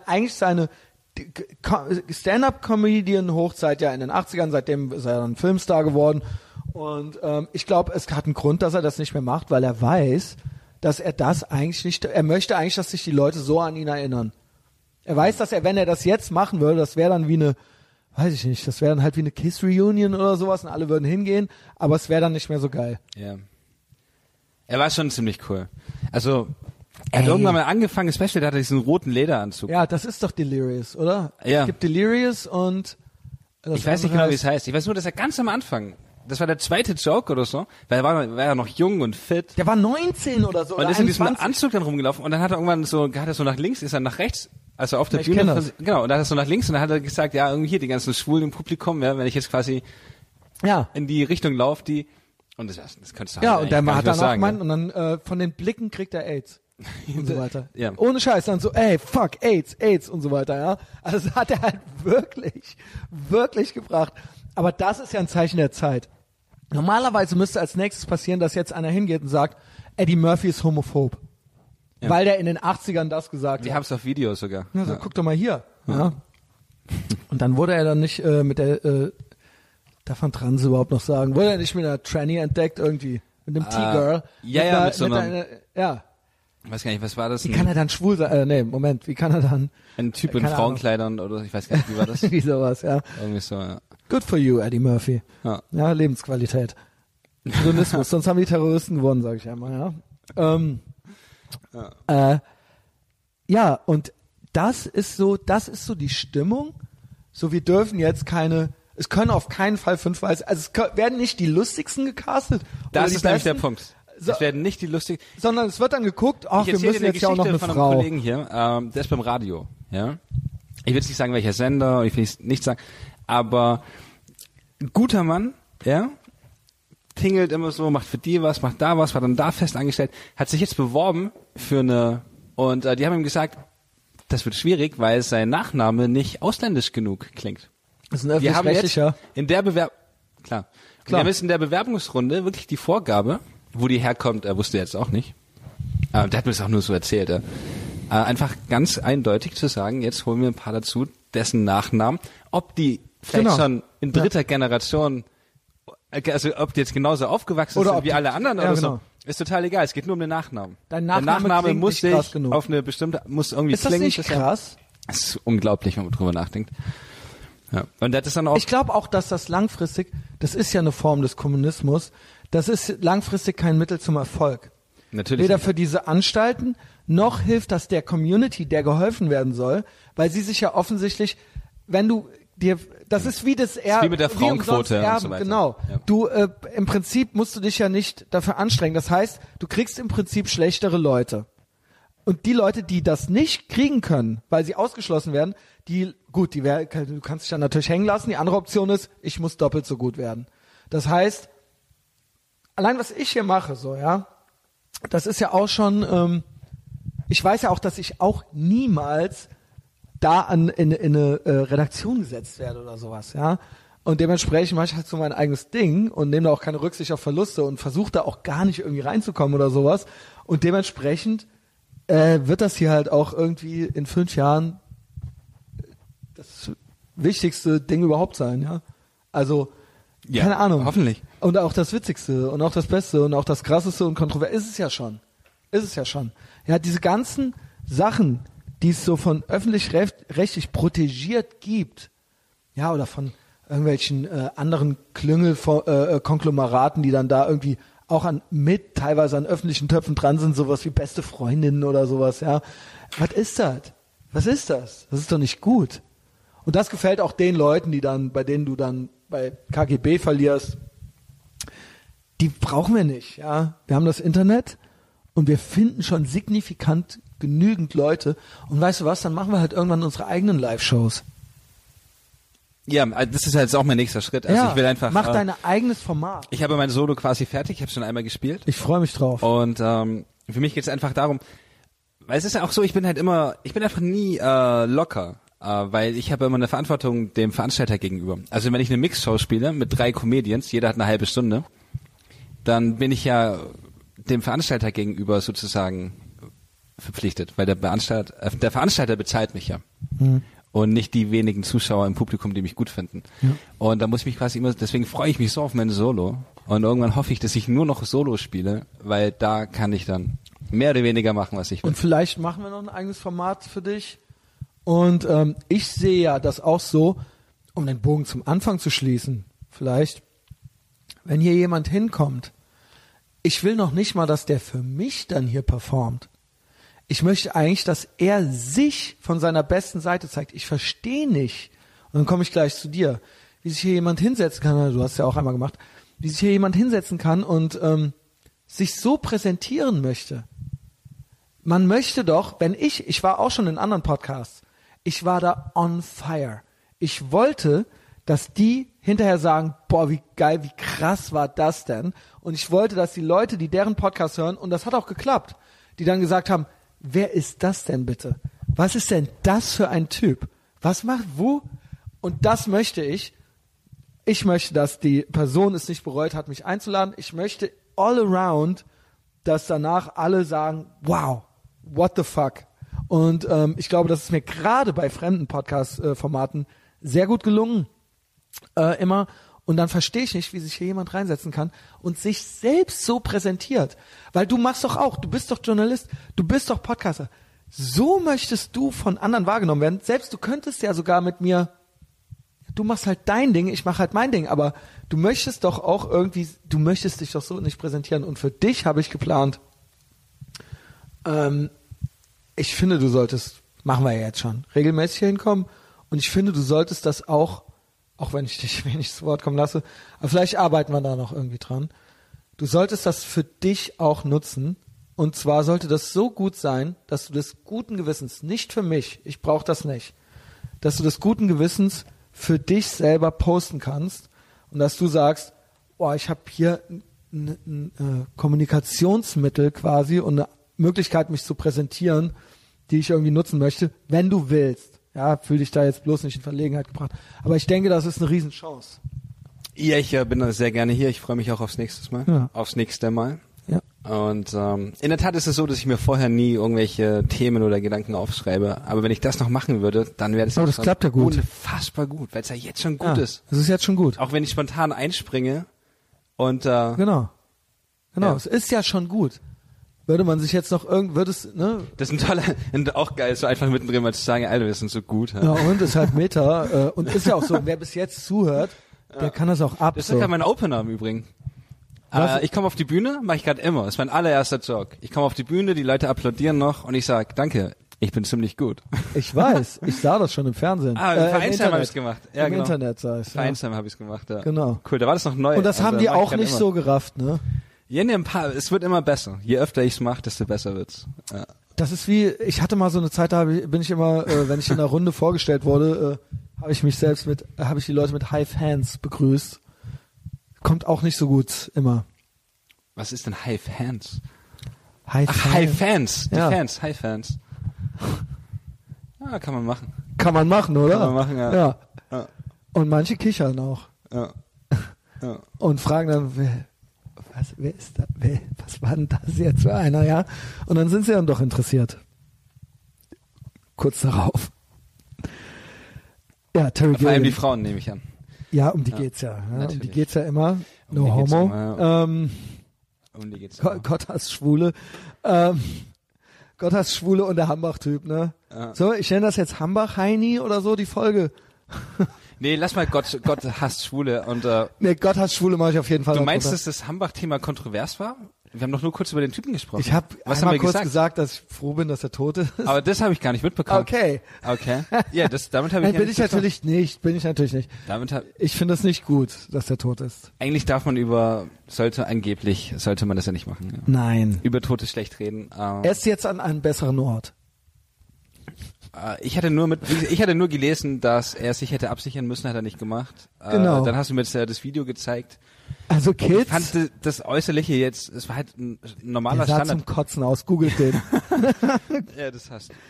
Stand-up-Comedian-Hochzeit ja in den 80ern, seitdem ist er dann Filmstar geworden. Und ich glaube, es hat einen Grund, dass er das nicht mehr macht, weil er weiß, dass er das eigentlich nicht, er möchte eigentlich, dass sich die Leute so an ihn erinnern. Er weiß, dass wenn er das jetzt machen würde, das wäre dann wie eine, weiß ich nicht, das wäre dann halt wie eine Kiss-Reunion oder sowas, und alle würden hingehen, aber es wäre dann nicht mehr so geil. Ja. Er war schon ziemlich cool. Also, er hat irgendwann mal angefangen, Special, da hat er diesen roten Lederanzug. Ja, das ist doch Delirious, oder? Ja. Es gibt Delirious und ich weiß nicht genau, wie es heißt. Ich weiß nur, dass er ganz am Anfang, das war der zweite Joke oder so, weil er war ja noch jung und fit. Der war 19 oder so. Und ist in diesem Anzug dann rumgelaufen, und dann hat er irgendwann hat er so nach links, ist er nach rechts, also auf der Bühne. Genau, und dann hat er so nach links, und dann hat er gesagt, ja, irgendwie hier die ganzen Schwulen im Publikum, ja, wenn ich jetzt quasi in die Richtung laufe, und das könntest du ja, und der hat dann auch sagen, gemeint, und dann von den Blicken kriegt er AIDS und so weiter. Ja. Ohne Scheiß, dann so, fuck, AIDS und so weiter, ja. Also das hat er halt wirklich gebracht. Aber das ist ja ein Zeichen der Zeit. Normalerweise müsste als nächstes passieren, dass jetzt einer hingeht und sagt, Eddie Murphy ist homophob. Ja. Weil der in den 80ern das gesagt hat. Die haben es auf Video sogar. Ja, so, guck doch mal hier. Ja. Und dann wurde er dann nicht mit der darf man Trans überhaupt noch sagen? Wurde er nicht mit einer Tranny entdeckt irgendwie? Mit einem T-Girl? Mit so einer... Ja. Ich weiß gar nicht, was war das? Wie kann er dann schwul sein? Wie kann er dann... Ein Typ in Frauenkleidern oder ich weiß gar nicht, wie war das? Wie sowas, ja. Irgendwie so, ja. Good for you, Eddie Murphy. Ja, Lebensqualität. Journalismus, sonst haben die Terroristen gewonnen, sag ich einmal, ja. Ja, und das ist so die Stimmung. So, wir dürfen jetzt es können auf keinen Fall 5 Weiße, also es werden nicht die lustigsten gecastet. Das ist nämlich der Punkt. Es werden nicht die lustigsten. Sondern es wird dann geguckt, wir müssen jetzt ja auch noch eine von Frau. Einem Kollegen hier, der ist beim Radio, ja. Ich will jetzt nicht sagen, welcher Sender, ich will nicht sagen, aber ein guter Mann, ja, tingelt immer so, macht für die was, macht da was, war dann da fest angestellt, hat sich jetzt beworben und die haben ihm gesagt, das wird schwierig, weil sein Nachname nicht ausländisch genug klingt. Das ist ein öffentlich-rechtlicher. Wir haben jetzt in der Bewerbungsrunde wirklich die Vorgabe, wo die herkommt, er wusste jetzt auch nicht. Der hat mir das auch nur so erzählt. Einfach ganz eindeutig zu sagen, jetzt holen wir ein paar dazu, dessen Nachnamen, ob die vielleicht schon in dritter Generation, also ob die jetzt genauso aufgewachsen sind wie alle anderen oder so, ist total egal. Es geht nur um den Nachnamen. Der Nachname muss sich auf eine bestimmte, muss irgendwie klingen. Ist das nicht krass? Das ist unglaublich, wenn man drüber nachdenkt. Ja. Und das ist dann auch. Ich glaube auch, dass das langfristig, das ist ja eine Form des Kommunismus, das ist langfristig kein Mittel zum Erfolg. Natürlich. Weder für diese Anstalten, noch hilft das der Community, der geholfen werden soll, weil sie sich ja offensichtlich, das ist wie das Erben. Wie mit der Frauenquote und so weiter. Genau. Ja. Du, im Prinzip musst du dich ja nicht dafür anstrengen. Das heißt, du kriegst im Prinzip schlechtere Leute. Und die Leute, die das nicht kriegen können, weil sie ausgeschlossen werden, du kannst dich dann natürlich hängen lassen. Die andere Option ist, ich muss doppelt so gut werden. Das heißt, allein was ich hier mache, das ist ja auch schon, ich weiß ja auch, dass ich auch niemals da in eine Redaktion gesetzt werde oder sowas, ja. Und dementsprechend mache ich halt so mein eigenes Ding und nehme da auch keine Rücksicht auf Verluste und versuche da auch gar nicht irgendwie reinzukommen oder sowas. Und dementsprechend wird das hier halt auch irgendwie in 5 Jahren das wichtigste Ding überhaupt sein, ja. Also, keine Ahnung. Hoffentlich. Und auch das Witzigste und auch das Beste und auch das Krasseste und kontrovers ist es ja schon. Ja, diese ganzen Sachen, die es so von öffentlich-rechtlich protegiert gibt, ja, oder von irgendwelchen anderen Konglomeraten, die dann da irgendwie auch teilweise an öffentlichen Töpfen dran sind, sowas wie beste Freundinnen oder sowas, ja. Was ist das? Das ist doch nicht gut. Und das gefällt auch den Leuten, bei denen du dann bei KGB verlierst. Die brauchen wir nicht, ja. Wir haben das Internet und wir finden schon signifikant genügend Leute. Und weißt du was, dann machen wir halt irgendwann unsere eigenen Live-Shows. Ja, das ist jetzt auch mein nächster Schritt. Also ich will einfach mach dein eigenes Format. Ich habe mein Solo quasi fertig, ich habe schon einmal gespielt. Ich freue mich drauf. Und für mich geht es einfach darum, weil es ist ja auch so, ich bin einfach nie locker, weil ich habe immer eine Verantwortung dem Veranstalter gegenüber. Also wenn ich eine Mixshow spiele mit 3 Comedians, jeder hat eine halbe Stunde, dann bin ich ja dem Veranstalter gegenüber sozusagen verpflichtet, weil der Veranstalter bezahlt mich ja. Und nicht die wenigen Zuschauer im Publikum, die mich gut finden. Ja. Und da muss ich mich quasi deswegen freue ich mich so auf mein Solo. Und irgendwann hoffe ich, dass ich nur noch Solo spiele, weil da kann ich dann mehr oder weniger machen, was ich will. Und vielleicht machen wir noch ein eigenes Format für dich. Und ich sehe ja das auch so, um den Bogen zum Anfang zu schließen, vielleicht, wenn hier jemand hinkommt, ich will noch nicht mal, dass der für mich dann hier performt. Ich möchte eigentlich, dass er sich von seiner besten Seite zeigt. Ich verstehe nicht, und dann komme ich gleich zu dir, wie sich hier jemand hinsetzen kann, du hast ja auch einmal gemacht, wie sich hier jemand hinsetzen kann und sich so präsentieren möchte. Man möchte doch, ich war auch schon in anderen Podcasts, ich war da on fire. Ich wollte, dass die hinterher sagen, boah, wie geil, wie krass war das denn? Und ich wollte, dass die Leute, die deren Podcast hören, und das hat auch geklappt, die dann gesagt haben, wer ist das denn bitte? Was ist denn das für ein Typ? Was macht wo? Und das möchte ich. Ich möchte, dass die Person es nicht bereut hat, mich einzuladen. Ich möchte all around, dass danach alle sagen, wow, what the fuck? Und ich glaube, das ist mir gerade bei fremden Podcast-Formaten sehr gut gelungen. Immer. Und dann verstehe ich nicht, wie sich hier jemand reinsetzen kann und sich selbst so präsentiert. Weil du machst doch auch, du bist doch Journalist, du bist doch Podcaster. So möchtest du von anderen wahrgenommen werden. Selbst du könntest ja sogar mit mir, du machst halt dein Ding, ich mache halt mein Ding, aber du möchtest doch auch irgendwie, du möchtest dich doch so nicht präsentieren. Und für dich habe ich geplant, ich finde, du solltest, machen wir ja jetzt schon, regelmäßig hier hinkommen. Und ich finde, du solltest das auch wenn ich dich wenig zu Wort kommen lasse, aber vielleicht arbeiten wir da noch irgendwie dran. Du solltest das für dich auch nutzen. Und zwar sollte das so gut sein, dass du des guten Gewissens, nicht für mich, ich brauche das nicht, dass du des guten Gewissens für dich selber posten kannst und dass du sagst, oh, ich habe hier ein Kommunikationsmittel quasi und eine Möglichkeit, mich zu präsentieren, die ich irgendwie nutzen möchte, wenn du willst. Ja, fühl dich da jetzt bloß nicht in Verlegenheit gebracht. Aber ich denke, das ist eine Riesenchance. Ja, ich bin da sehr gerne hier. Ich freue mich auch aufs nächste Mal. Ja. Aufs nächste Mal. Ja. Und in der Tat ist es so, dass ich mir vorher nie irgendwelche Themen oder Gedanken aufschreibe. Aber wenn ich das noch machen würde, dann wäre das, das klappt ja gut. Unfassbar gut, weil es ja jetzt schon gut ist. Es ist jetzt schon gut. Auch wenn ich spontan einspringe und Genau. Ja. Es ist ja schon gut. Würde man sich jetzt noch Das ist ein toller, auch geil, so einfach mittendrin mal zu sagen, Alter, wir sind so gut. Ja, und ist halt Meta. Und ist ja auch so, wer bis jetzt zuhört, der kann das auch ab. Das ist ja mein Opener im Übrigen. Ich komme auf die Bühne, mache ich gerade immer. Das ist mein allererster Joke. Ich komme auf die Bühne, die Leute applaudieren noch und ich sage, danke, ich bin ziemlich gut. Ich weiß, ich sah das schon im Fernsehen. Im Vereinsheim habe ich es gemacht. Ja, Im genau. Internet sah ich es. Vereinsheim habe ich es gemacht, ja. Genau. Cool, da war das noch neu. Und das haben die auch nicht so gerafft, ne? Ja, nee, es wird immer besser. Je öfter ich es mache, desto besser wird's. Ja. Das ist wie, ich hatte mal so eine Zeit, da bin ich immer, wenn ich in einer Runde vorgestellt wurde, habe ich die Leute mit High Hands begrüßt. Kommt auch nicht so gut immer. Was ist denn High Hands? High Fans. High Fans. Die Ja. Fans, High Fans. Ja, kann man machen. Kann man machen, oder? Kann man machen, ja. Ja. Und manche kichern auch. Ja. Ja. Und fragen dann, wer ist da? Was war denn das jetzt für einer, ja? Und dann sind sie dann doch interessiert. Kurz darauf. Ja, Terry Vor allem Gilliam. die Frauen, nehme ich an. Ja, um die geht's ja. Um natürlich. die geht's ja immer. Um No die geht's homo. immer, ja. Um die geht's immer. Gott hasst Schwule. Gott hasst Schwule und der Hambach-Typ, ne? Ja. So, ich nenne das jetzt Hambach-Heini oder so, die Folge. Nee, lass mal Gott hasst Schwule und Nee, Gott hasst Schwule mache ich auf jeden Fall. du noch meinst, drunter. dass das Hambach-Thema kontrovers war? Wir haben doch nur kurz über den Typen gesprochen. Ich habe Was einmal haben wir kurz gesagt, dass ich froh bin, dass er tot ist. Aber das habe ich gar nicht mitbekommen. Okay. Okay. Ja, damit habe ich Nein, bin ich natürlich nicht. Ich finde es nicht gut, dass er tot ist. Eigentlich sollte man das ja nicht machen. Ja. Nein. Über Tote schlecht reden. Er ist jetzt an einem besseren Ort. Ich hatte nur gelesen, dass er sich hätte absichern müssen, hat er nicht gemacht. Genau. Dann hast du mir das Video gezeigt. Also Kids. Ich fand das Äußerliche jetzt, es war halt ein normaler der sah Standard. zum Kotzen aus. Googelt den. Ja, das hast du.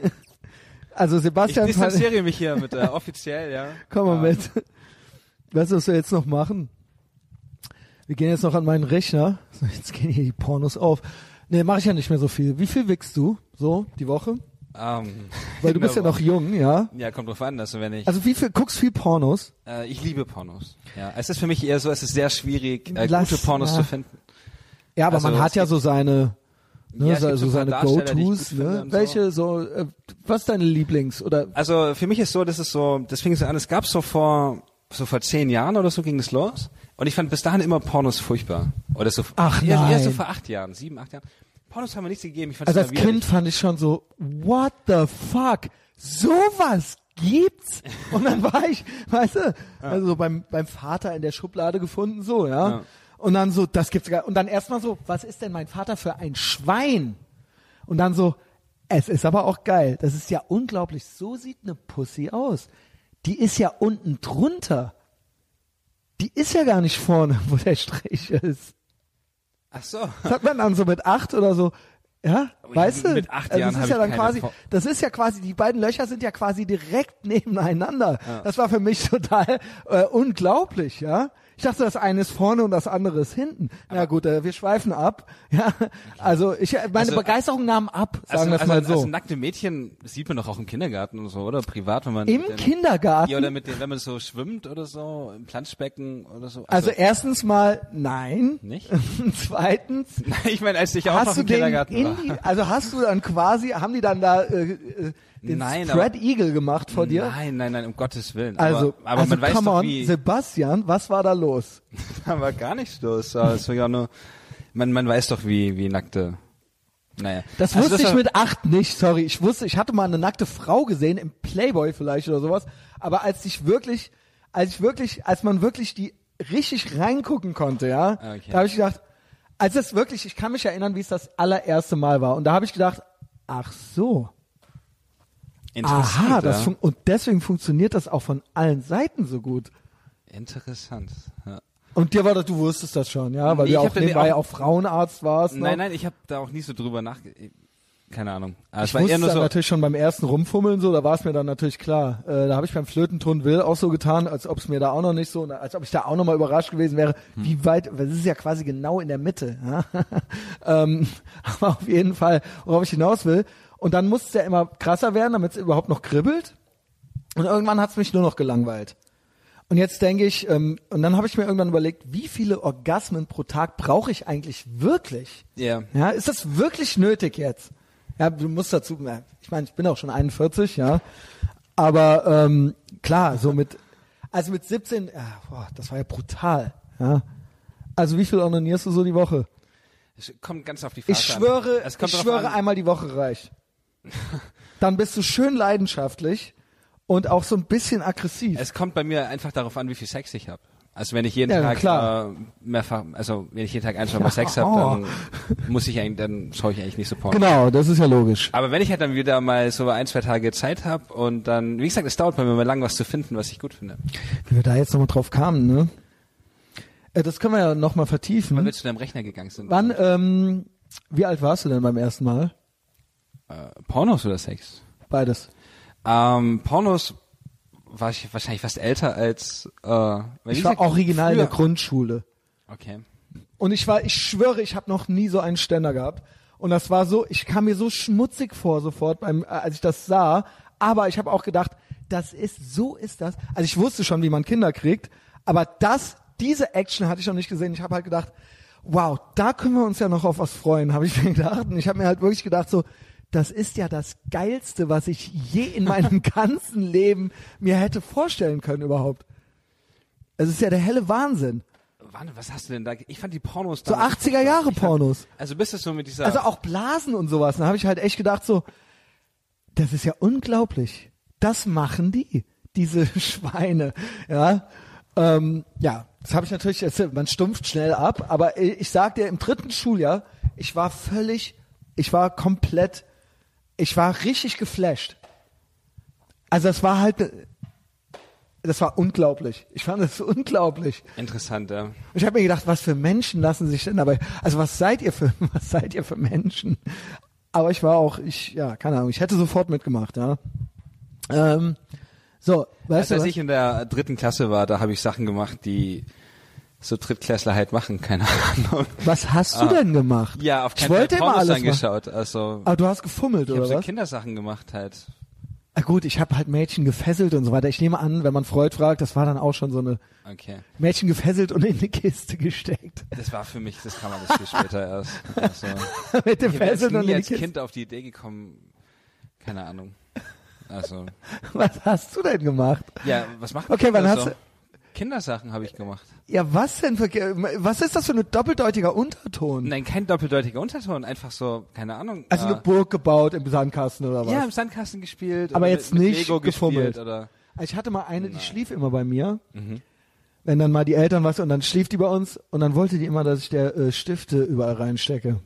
Also Ich Sebastian. distanziere mich hier mit offiziell, ja. Komm mal mit. Weißt du, was wir jetzt noch machen? Wir gehen jetzt noch an meinen Rechner. So, jetzt gehen hier die Pornos auf. Nee, mache ich ja nicht mehr so viel. Wie viel wickst du so die Woche? Weil du bist ja noch jung, ja? Ja, kommt drauf an, also wenn ich... Also guckst viel Pornos? ich liebe Pornos. Ja, es ist für mich eher so, es ist sehr schwierig, gute ja. Pornos zu finden. Ja, aber Also, man hat ja so seine, ne, Ja, es gibt so so ein seine paar Darsteller, die ich Go-Tos, gut finde ne? und so. Welche so, was ist deine Lieblings oder? Also für mich ist so, das fing so an, es gab so vor 10 Jahren oder so ging das los. Und ich fand bis dahin immer Pornos furchtbar. Oder so, Ach eher nein. so vor 7, 8 Jahren. Pornos haben mir nichts gegeben. Ich fand Also das als immer widerlich. Kind fand ich schon so, what the fuck? Sowas gibt's? Und dann war ich, weißt du, also so beim Vater in der Schublade gefunden, so, ja. Ja. Und dann so, das gibt's gar, und dann erstmal so, was ist denn mein Vater für ein Schwein? Und dann so, es ist aber auch geil. Das ist ja unglaublich. So sieht eine Pussy aus. Die ist ja unten drunter. Die ist ja gar nicht vorne, wo der Strich ist. Ach so. Das hat man dann so mit 8 oder so, ja, weißt du? Mit 8 Also Jahren das ist habe ja ich dann keine quasi, Vor- das ist ja quasi, die beiden Löcher sind ja quasi direkt nebeneinander. Ja. Das war für mich total unglaublich, ja. Ich dachte, das eine ist vorne und das andere ist hinten. Na gut, wir schweifen ab. Ja, also meine Also, Begeisterung nahm ab, sagen wir es also, mal so. Also nackte Mädchen sieht man doch auch im Kindergarten und so, oder? Privat, wenn man... Im mit den- Kindergarten? Ja, oder wenn man so schwimmt oder so, im Planschbecken oder so. Also erstens mal, nein. Nicht? Und zweitens, Ich meine, als ich auch noch hast du im den Kindergarten war. also hast du dann quasi, haben die dann da den Nein, Spread Eagle gemacht vor dir? Nein, um Gottes Willen. Also, aber man weiß come doch, on, wie... Sebastian, was war da los? Da war gar nichts los. Es war ja nur... Man weiß doch, wie nackte... Naja. Das Also wusste ich war- mit 8 nicht, sorry. Ich hatte mal eine nackte Frau gesehen, im Playboy vielleicht oder sowas. Aber als man wirklich die richtig reingucken konnte, ja, Okay. da habe ich gedacht, ich kann mich erinnern, wie es das allererste Mal war. Und da habe ich gedacht, ach so. Aha, ja. und deswegen funktioniert das auch von allen Seiten so gut. Interessant. Ja. Und du wusstest das schon, ja, weil Nee, du ich auch hab da nebenbei auch- auch Frauenarzt warst. Nein, noch. ich habe da auch nie so drüber keine Ahnung. Aber Ich es war wusste eher nur dann so... natürlich schon beim ersten Rumfummeln so, da war es mir dann natürlich klar. Da habe ich beim Flötenton Will auch so getan, als ob es mir da auch noch nicht so, als ob ich da auch noch mal überrascht gewesen wäre, wie weit, weil das ist ja quasi genau in der Mitte. Ja? Aber auf jeden Fall, worauf ich hinaus will. Und dann muss es ja immer krasser werden, damit es überhaupt noch kribbelt. Und irgendwann hat es mich nur noch gelangweilt. Und jetzt denke ich, und dann habe ich mir irgendwann überlegt, wie viele Orgasmen pro Tag brauche ich eigentlich wirklich? Ja. Ja, ist das wirklich nötig jetzt? Ja, du musst dazu, ich meine, ich bin auch schon 41, ja. Aber klar, so mit 17, das war ja brutal, ja. Also wie viel onanierst du so die Woche? Es kommt ganz auf die Phase Ich an. schwöre, Es kommt drauf an. einmal die Woche reicht. Dann bist du schön leidenschaftlich und auch so ein bisschen aggressiv. Es kommt bei mir einfach darauf an, wie viel Sex ich habe. Also wenn ich jeden Ja, Tag klar. wenn ich jeden Tag ein, zwei Mal Sex habe, dann schaue ich eigentlich nicht so Porno. Genau, das ist ja logisch. Aber wenn ich halt dann wieder mal so 1, 2 Tage Zeit habe und dann, wie gesagt, es dauert bei mir mal lang, was zu finden, was ich gut finde. Wie wir da jetzt nochmal drauf kamen, ne? Das können wir ja nochmal vertiefen. Wann wir zu deinem Rechner gegangen sind. Wann, wie alt warst du denn beim ersten Mal? Pornos oder Sex? Beides. Pornos war ich wahrscheinlich fast älter als ich war original in der Grundschule. Okay. Und ich schwöre, ich habe noch nie so einen Ständer gehabt. Und das war so, ich kam mir so schmutzig vor sofort, als ich das sah. Aber ich habe auch gedacht, so ist das. Also ich wusste schon, wie man Kinder kriegt. Aber diese Action hatte ich noch nicht gesehen. Ich habe halt gedacht, wow, da können wir uns ja noch auf was freuen, habe ich mir gedacht. Und ich habe mir halt wirklich gedacht so, das ist ja das Geilste, was ich je in meinem ganzen Leben mir hätte vorstellen können überhaupt. Es ist ja der helle Wahnsinn. Was hast du denn da? Ich fand die Pornos so 80er Jahre Pornos. Also bist du so mit dieser... Also auch Blasen und sowas. Da habe ich halt echt gedacht so, das ist ja unglaublich. Das machen diese Schweine. Ja, das habe ich natürlich erzählt. Man stumpft schnell ab. Aber ich sag dir, im 3. Schuljahr, ich war richtig geflasht. Also das war unglaublich. Ich fand das unglaublich. Interessant, ja. Ich habe mir gedacht, was für Menschen lassen sich denn dabei, also was seid ihr für Menschen? Aber keine Ahnung, ich hätte sofort mitgemacht, ja. Weißt du als ich in der 3. Klasse war, da habe ich Sachen gemacht, die so Drittklässler halt machen, keine Ahnung. Was hast du denn gemacht? Ja, auf keinen Fall wollte Pornos immer alles angeschaut. Also, aber du hast gefummelt, oder was? Ich habe so Kindersachen gemacht halt. Gut, ich habe halt Mädchen gefesselt und so weiter. Ich nehme an, wenn man Freud fragt, das war dann auch schon so eine Mädchen gefesselt und in eine Kiste gesteckt. Das war für mich, das kam alles viel später erst. Also, mit dem Fesseln und in die Kiste. Ich bin als Kind auf die Idee gekommen, keine Ahnung. Also. Was hast du denn gemacht? Ja, was macht man? Okay, wann hast du? Kindersachen habe ich gemacht. Ja, was ist das für ein doppeldeutiger Unterton? Nein, kein doppeldeutiger Unterton, einfach so, keine Ahnung. Also eine Burg gebaut im Sandkasten oder was? Ja, im Sandkasten gespielt. Aber jetzt mit nicht Lego gefummelt. Oder ich hatte mal eine, die schlief immer bei mir. Mhm. Wenn dann mal die Eltern und dann schlief die bei uns und dann wollte die immer, dass ich der Stifte überall reinstecke.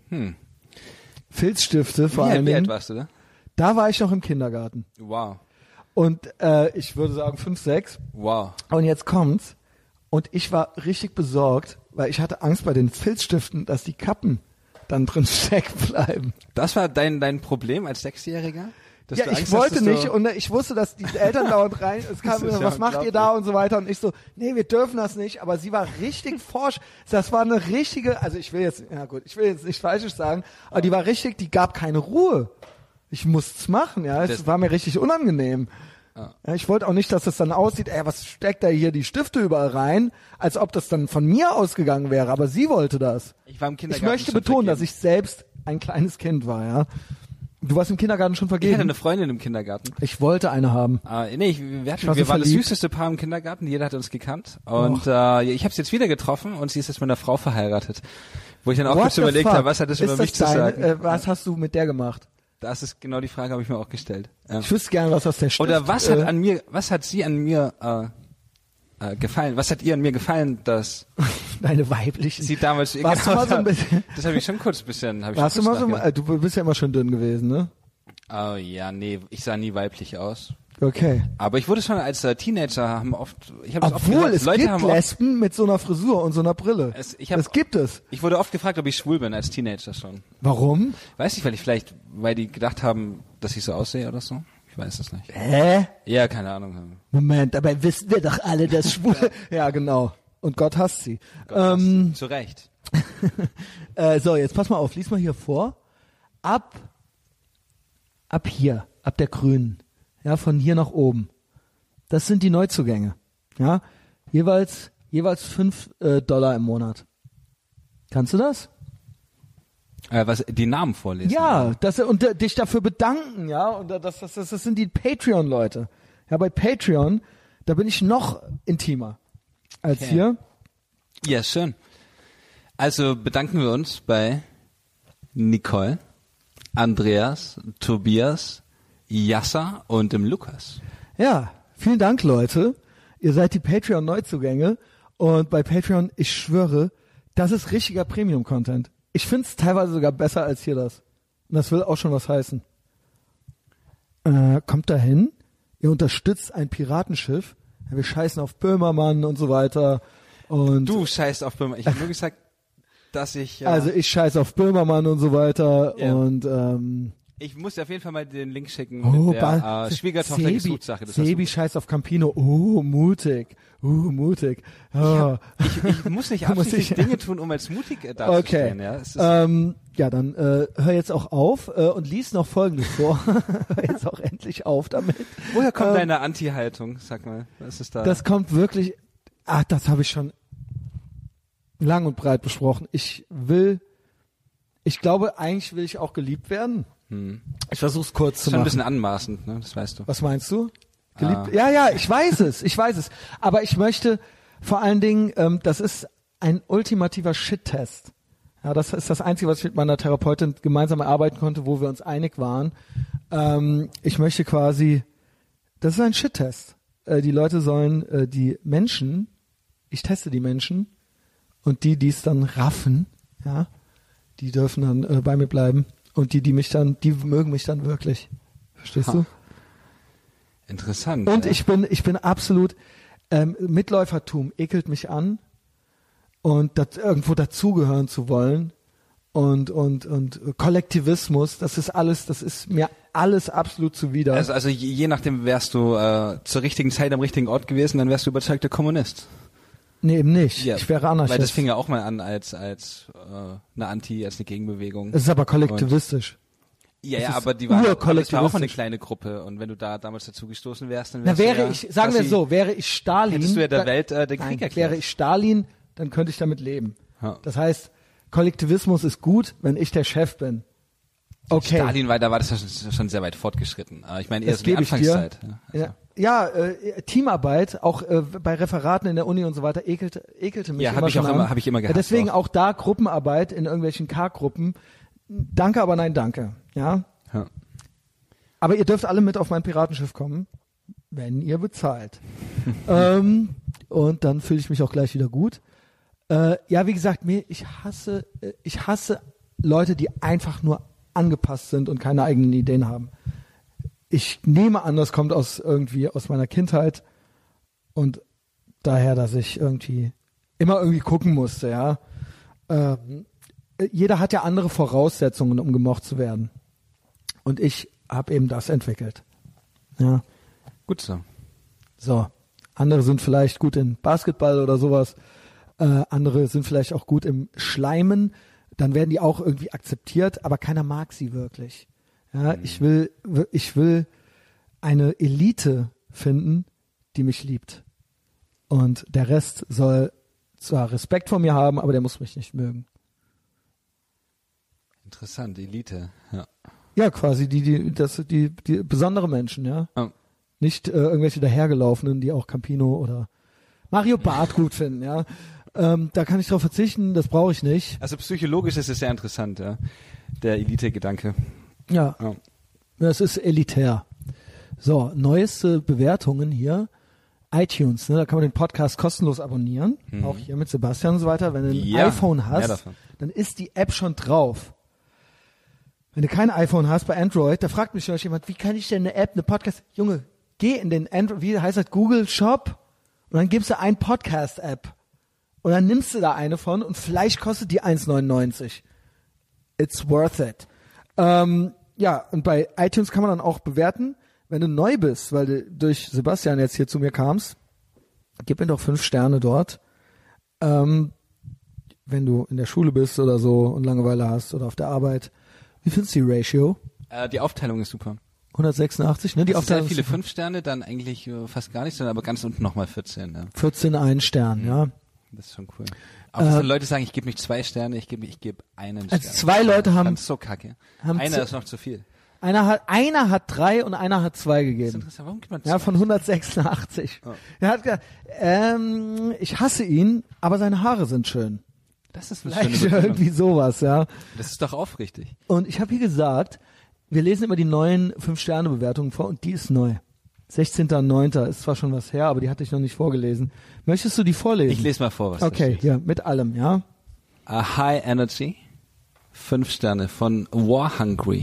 Filzstifte vor allem. Wie alt warst du da? Da war ich noch im Kindergarten. Wow. Und ich würde sagen 5, 6. Wow. Und jetzt kommt's. Und ich war richtig besorgt, weil ich hatte Angst bei den Filzstiften, dass die Kappen dann drin stecken bleiben. Das war dein Problem als 6-Jähriger? Ja, ich wollte nicht und ich wusste, dass die Eltern dauernd rein, es kam immer, was macht ihr da und so weiter und ich so, nee, wir dürfen das nicht, aber sie war richtig forsch, das war eine richtige, also ich will jetzt nicht Falsches sagen, aber die war richtig, die gab keine Ruhe. Ich musste es machen, ja, es war mir richtig unangenehm. Ja, ich wollte auch nicht, dass es dann aussieht, was steckt da hier die Stifte überall rein, als ob das dann von mir ausgegangen wäre, aber sie wollte das. Ich war im Kindergarten. Ich möchte betonen, dass ich selbst ein kleines Kind war, ja. Du warst im Kindergarten schon vergeben? Ich hatte eine Freundin im Kindergarten. Ich wollte eine haben. Nee, wir waren das süßeste Paar im Kindergarten, jeder hat uns gekannt. Und ich habe sie jetzt wieder getroffen und sie ist jetzt mit einer Frau verheiratet. Wo ich dann auch kurz überlegt habe, was hat das über mich zu sagen? Was hast du mit der gemacht? Das ist genau die Frage, habe ich mir auch gestellt. Ja. Ich wüsste gerne, was aus der Stift... Oder was hat sie an mir gefallen? Was hat ihr an mir gefallen, dass... Deine weiblichen... Sie damals... Warst du mal so ein bisschen... Das habe ich schon kurz ein bisschen... Warst du mal so... Du bist ja immer schon dünn gewesen, ne? Oh ja, nee, ich sah nie weiblich aus. Okay. Aber ich wurde schon als Teenager haben oft... Obwohl, es gibt Lesben mit so einer Frisur und so einer Brille. Das gibt es. Ich wurde oft gefragt, ob ich schwul bin als Teenager schon. Warum? Weiß nicht, weil die gedacht haben, dass ich so aussehe oder so. Ich weiß es nicht. Hä? Ja, keine Ahnung. Moment, dabei wissen wir doch alle, dass Schwule... Ja, genau. Und Gott hasst sie. Zu Recht. So, jetzt pass mal auf, lies mal hier vor. Ab der Grünen. Ja, von hier nach oben. Das sind die Neuzugänge. Ja, jeweils $5 im Monat. Kannst du das? Die Namen vorlesen. Ja, und dich dafür bedanken, ja, und das sind die Patreon-Leute. Ja, bei Patreon, da bin ich noch intimer als hier. Ja, schön. Also bedanken wir uns bei Nicole, Andreas, Tobias, Yasser und dem Lukas. Ja, vielen Dank, Leute. Ihr seid die Patreon-Neuzugänge und bei Patreon, ich schwöre, das ist richtiger Premium-Content. Ich finde es teilweise sogar besser als hier das. Und das will auch schon was heißen. Kommt da hin, ihr unterstützt ein Piratenschiff, ja, wir scheißen auf Böhmermann und so weiter. Und du scheißt auf Böhmermann. Ich habe nur gesagt, dass ich... Also ich scheiße auf Böhmermann und so weiter und Ich muss dir auf jeden Fall mal den Link schicken Oh, mit der Schwiegertochter gesucht Sache. Sebi scheißt auf Campino. Oh, mutig. Mutig. Oh. Ich muss nicht absichtlich Dinge tun, um als mutig Okay. darzustellen. Ja, es ist Ja, dann hör jetzt auch auf und lies noch Folgendes vor. Hör jetzt auch endlich auf damit. Woher kommt deine Anti-Haltung? Sag mal, was ist da? Das kommt wirklich, das habe ich schon lang und breit besprochen. Ich glaube, eigentlich will ich auch geliebt werden. Ich versuch's kurz zu schon machen. ein bisschen anmaßend, ne? Das weißt du. Was meinst du? Geliebt? Ja, ich weiß es. Aber ich möchte vor allen Dingen, das ist ein ultimativer Shit-Test. Ja, das ist das Einzige, was ich mit meiner Therapeutin gemeinsam erarbeiten konnte, wo wir uns einig waren. Ich möchte quasi, das ist ein Shit-Test. Die Leute sollen, die Menschen, ich teste die Menschen und die es dann raffen, ja, die dürfen dann bei mir bleiben. Und die mögen mich dann wirklich. Verstehst du? Interessant. Und ja. ich bin absolut, Mitläufertum ekelt mich an und irgendwo dazugehören zu wollen und Kollektivismus, das ist mir alles absolut zuwider. Also je nachdem wärst du zur richtigen Zeit am richtigen Ort gewesen, dann wärst du überzeugter Kommunist. Nee, eben nicht. Ja, ich wäre Anarchist. Weil das fing ja auch mal an als eine Anti, als eine Gegenbewegung. Es ist aber kollektivistisch. Ja, aber das war auch mal eine kleine Gruppe und wenn du da damals dazu gestoßen wärst, dann wärst wäre ich Stalin, hättest du ja der Welt den Krieg erklärt. Wäre ich Stalin, dann könnte ich damit leben. Ja. Das heißt, Kollektivismus ist gut, wenn ich der Chef bin. Okay. Stalin da war das schon sehr weit fortgeschritten. Aber ich meine eher so die Anfangszeit. Teamarbeit, auch bei Referaten in der Uni und so weiter, ekelte mich immer schon an. Habe ich immer gehasst. Deswegen auch da Gruppenarbeit in irgendwelchen K-Gruppen. Danke, aber nein, danke. Ja. Aber ihr dürft alle mit auf mein Piratenschiff kommen, wenn ihr bezahlt. Und dann fühle ich mich auch gleich wieder gut. Wie gesagt, ich hasse Leute, die einfach nur angepasst sind und keine eigenen Ideen haben. Ich nehme an, das kommt aus meiner Kindheit und daher, dass ich immer gucken musste, ja. Jeder hat ja andere Voraussetzungen, um gemocht zu werden. Und ich habe eben das entwickelt. Ja. Gut so. So. Andere sind vielleicht gut in Basketball oder sowas. Andere sind vielleicht auch gut im Schleimen. Dann werden die auch irgendwie akzeptiert, aber keiner mag sie wirklich. Ja, ich will eine Elite finden, die mich liebt. Und der Rest soll zwar Respekt vor mir haben, aber der muss mich nicht mögen. Interessant, Elite, ja. Ja, quasi die besondere Menschen, ja. Oh. Nicht irgendwelche dahergelaufenen, die auch Campino oder Mario Barth gut finden, ja. Da kann ich drauf verzichten, das brauche ich nicht. Also psychologisch ist es sehr interessant, ja. Der Elite-Gedanke. Ja, oh. Das ist elitär. So, neueste Bewertungen hier. iTunes, ne, da kann man den Podcast kostenlos abonnieren. Auch hier mit Sebastian und so weiter. Wenn du ein iPhone hast, dann ist die App schon drauf. Wenn du kein iPhone hast bei Android, da fragt mich jemand, wie kann ich denn eine Podcast, Junge, geh in den Android, wie heißt das, Google Shop und dann gibst du ein Podcast-App und dann nimmst du da eine von und vielleicht kostet die 1,99. It's worth it. Und bei iTunes kann man dann auch bewerten, wenn du neu bist, weil du durch Sebastian jetzt hier zu mir kamst, gib mir doch 5 Sterne dort. Wenn du in der Schule bist oder so und Langeweile hast oder auf der Arbeit. Wie findest du die Ratio? Die Aufteilung ist super. 186, ne? Die Aufteilung sehr viele 5 Sterne, dann eigentlich fast gar nichts, sondern aber ganz unten nochmal 14. Ja. 14 einen Stern, ja. Das ist schon cool. Auch dass Leute sagen, ich gebe nicht 2 Sterne, ich gebe einen Stern. Also 2 Leute haben... Das ist so kacke. Einer ist noch zu viel. Einer hat 3 und einer hat 2 gegeben. Das ist interessant. Warum gibt man 2? Ja, von 186. Oh. Er hat gesagt, ich hasse ihn, aber seine Haare sind schön. Das ist eine vielleicht irgendwie sowas, ja. Das ist doch aufrichtig. Und ich habe hier gesagt, wir lesen immer die neuen 5-Sterne-Bewertungen vor und die ist neu. 16.09. ist zwar schon was her, aber die hatte ich noch nicht vorgelesen. Möchtest du die vorlesen? Ich lese mal vor, was okay, ja, mit allem, ja. High Energy, 5 Sterne von War Hungry.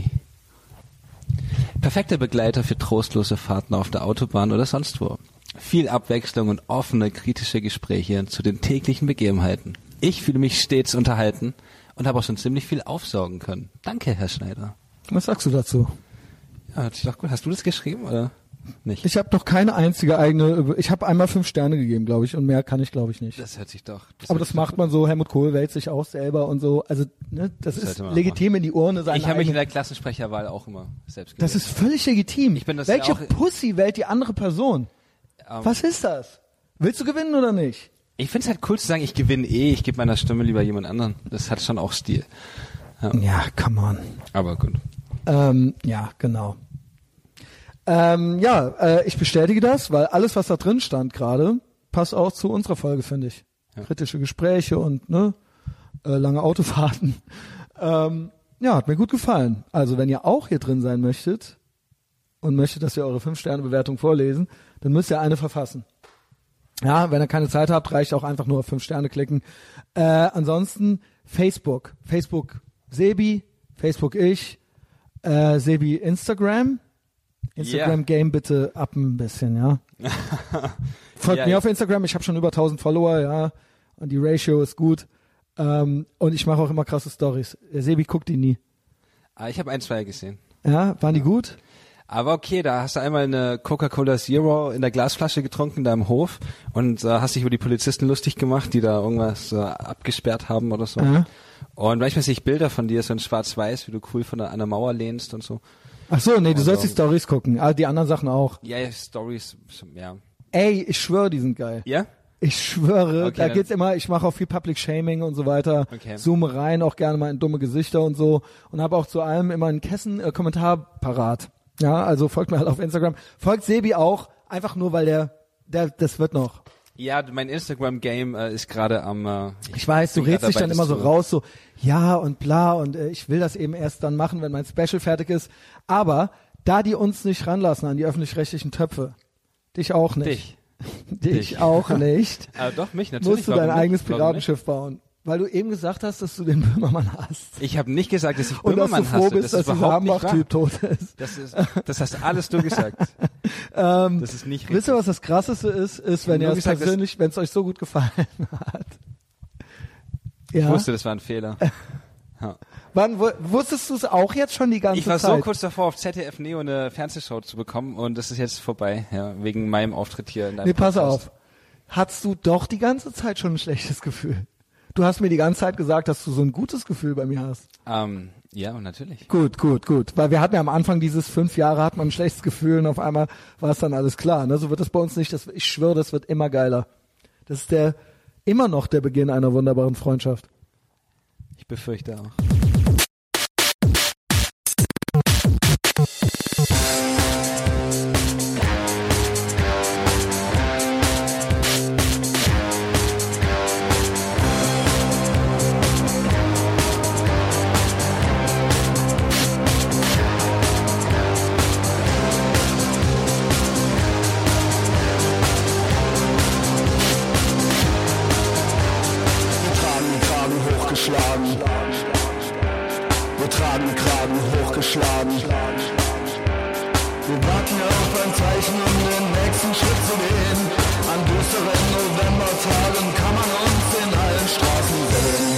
Perfekter Begleiter für trostlose Fahrten auf der Autobahn oder sonst wo. Viel Abwechslung und offene, kritische Gespräche zu den täglichen Begebenheiten. Ich fühle mich stets unterhalten und habe auch schon ziemlich viel aufsaugen können. Danke, Herr Schneider. Was sagst du dazu? Ja, hört sich doch gut. Hast du das geschrieben oder nicht? Ich habe noch keine einzige eigene, ich habe einmal 5 Sterne gegeben, glaube ich, und mehr kann ich, glaube ich, nicht. Das hört sich doch. Aber das macht man so, Helmut Kohl wählt sich auch selber und so, also ne, das ist legitim in die Urne sein. Ich habe mich in der Klassensprecherwahl auch immer selbst gewählt. Das ist völlig legitim. Ich bin das Welche ja auch, Pussy wählt die andere Person? Was ist das? Willst du gewinnen oder nicht? Ich finde es halt cool zu sagen, ich gewinne ich gebe meiner Stimme lieber jemand anderen. Das hat schon auch Stil. Ja, come on. Aber gut. Ja, genau. Ich bestätige das, weil alles, was da drin stand gerade, passt auch zu unserer Folge, finde ich. Ja. Kritische Gespräche und lange Autofahrten. Hat mir gut gefallen. Also wenn ihr auch hier drin sein möchtet und möchtet, dass wir eure 5-Sterne-Bewertung vorlesen, dann müsst ihr eine verfassen. Ja, wenn ihr keine Zeit habt, reicht auch einfach nur auf 5 Sterne klicken. Ansonsten Facebook. Facebook Sebi, Facebook ich, Sebi Instagram. Instagram-Game bitte ab ein bisschen, ja. Folgt mir auf Instagram, ich habe schon über 1000 Follower, ja. Und die Ratio ist gut. Und ich mache auch immer krasse Stories. Sebi guckt die nie. Ich habe 1, 2 gesehen. Ja, waren die gut? Aber okay, da hast du einmal eine Coca-Cola Zero in der Glasflasche getrunken da im Hof und hast dich über die Polizisten lustig gemacht, die da irgendwas abgesperrt haben oder so. Und manchmal sehe ich Bilder von dir, so in schwarz-weiß, wie du cool an der Mauer lehnst und so. Ach so, nee, du sollst die Stories gucken. Die anderen Sachen auch. Ja, Stories, ja. Ey, ich schwöre, die sind geil. Ja? Ich schwöre, okay, da geht's immer, ich mache auch viel Public Shaming und so weiter. Okay. Zoome rein, auch gerne mal in dumme Gesichter und so. Und habe auch zu allem immer einen Kommentar parat. Ja, also folgt mir halt auf Instagram. Folgt Sebi auch, einfach nur, weil das wird noch. Ja, mein Instagram-Game ist gerade am... Ich weiß, du redest dich dann immer so raus, so, ja und bla und ich will das eben erst dann machen, wenn mein Special fertig ist. Aber da die uns nicht ranlassen an die öffentlich-rechtlichen Töpfe, dich auch nicht. Dich auch nicht. Doch, mich natürlich. Musst du dein eigenes Piratenschiff bauen. Weil du eben gesagt hast, dass du den Böhmermann hast. Ich habe nicht gesagt, dass ich Böhmermann hasse. Und dass du froh bist, dass dieser Hambach-Typ tot ist. Das hast alles du gesagt. Das ist nicht richtig. Wisst ihr, was das Krasseste ist, wenn ihr es persönlich, wenn es euch so gut gefallen hat? Ich wusste, das war ein Fehler. Ja. Wann wusstest du es auch jetzt schon die ganze Zeit? Ich war so kurz davor, auf ZDF Neo eine Fernsehshow zu bekommen und das ist jetzt vorbei, ja, wegen meinem Auftritt hier in deinem Podcast. Pass auf. Hattest du doch die ganze Zeit schon ein schlechtes Gefühl? Du hast mir die ganze Zeit gesagt, dass du so ein gutes Gefühl bei mir hast. Ja, natürlich. Gut. Weil wir hatten ja am Anfang 5 Jahre hat man ein schlechtes Gefühl und auf einmal war es dann alles klar. Ne? So wird es bei uns nicht. Ich schwöre, das wird immer geiler. Das ist immer noch der Beginn einer wunderbaren Freundschaft. Ich befürchte auch. Wir tragen Kragen hochgeschlagen. Wir warten auf ein Zeichen, um den nächsten Schritt zu gehen. An düsteren Novembertagen kann man uns in allen Straßen sehen.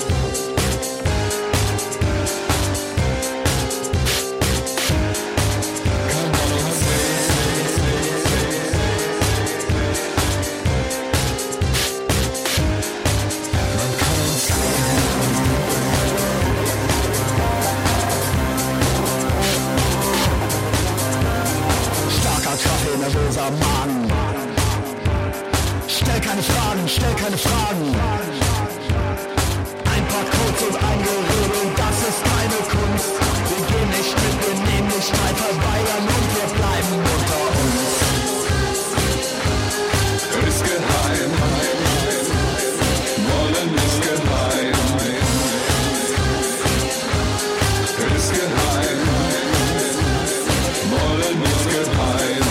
Nervöser Magen. Stell keine Fragen. Ein paar Codes und ein Gerede und das ist keine Kunst. Wir gehen nicht mit Genehmigkeit verweigern und wir bleiben unter uns. Ist geheim, wollen ist geheim. Ist geheim, wollen ist geheim.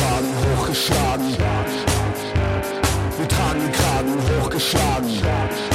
Wir tragen Kragen hochgeschlagen.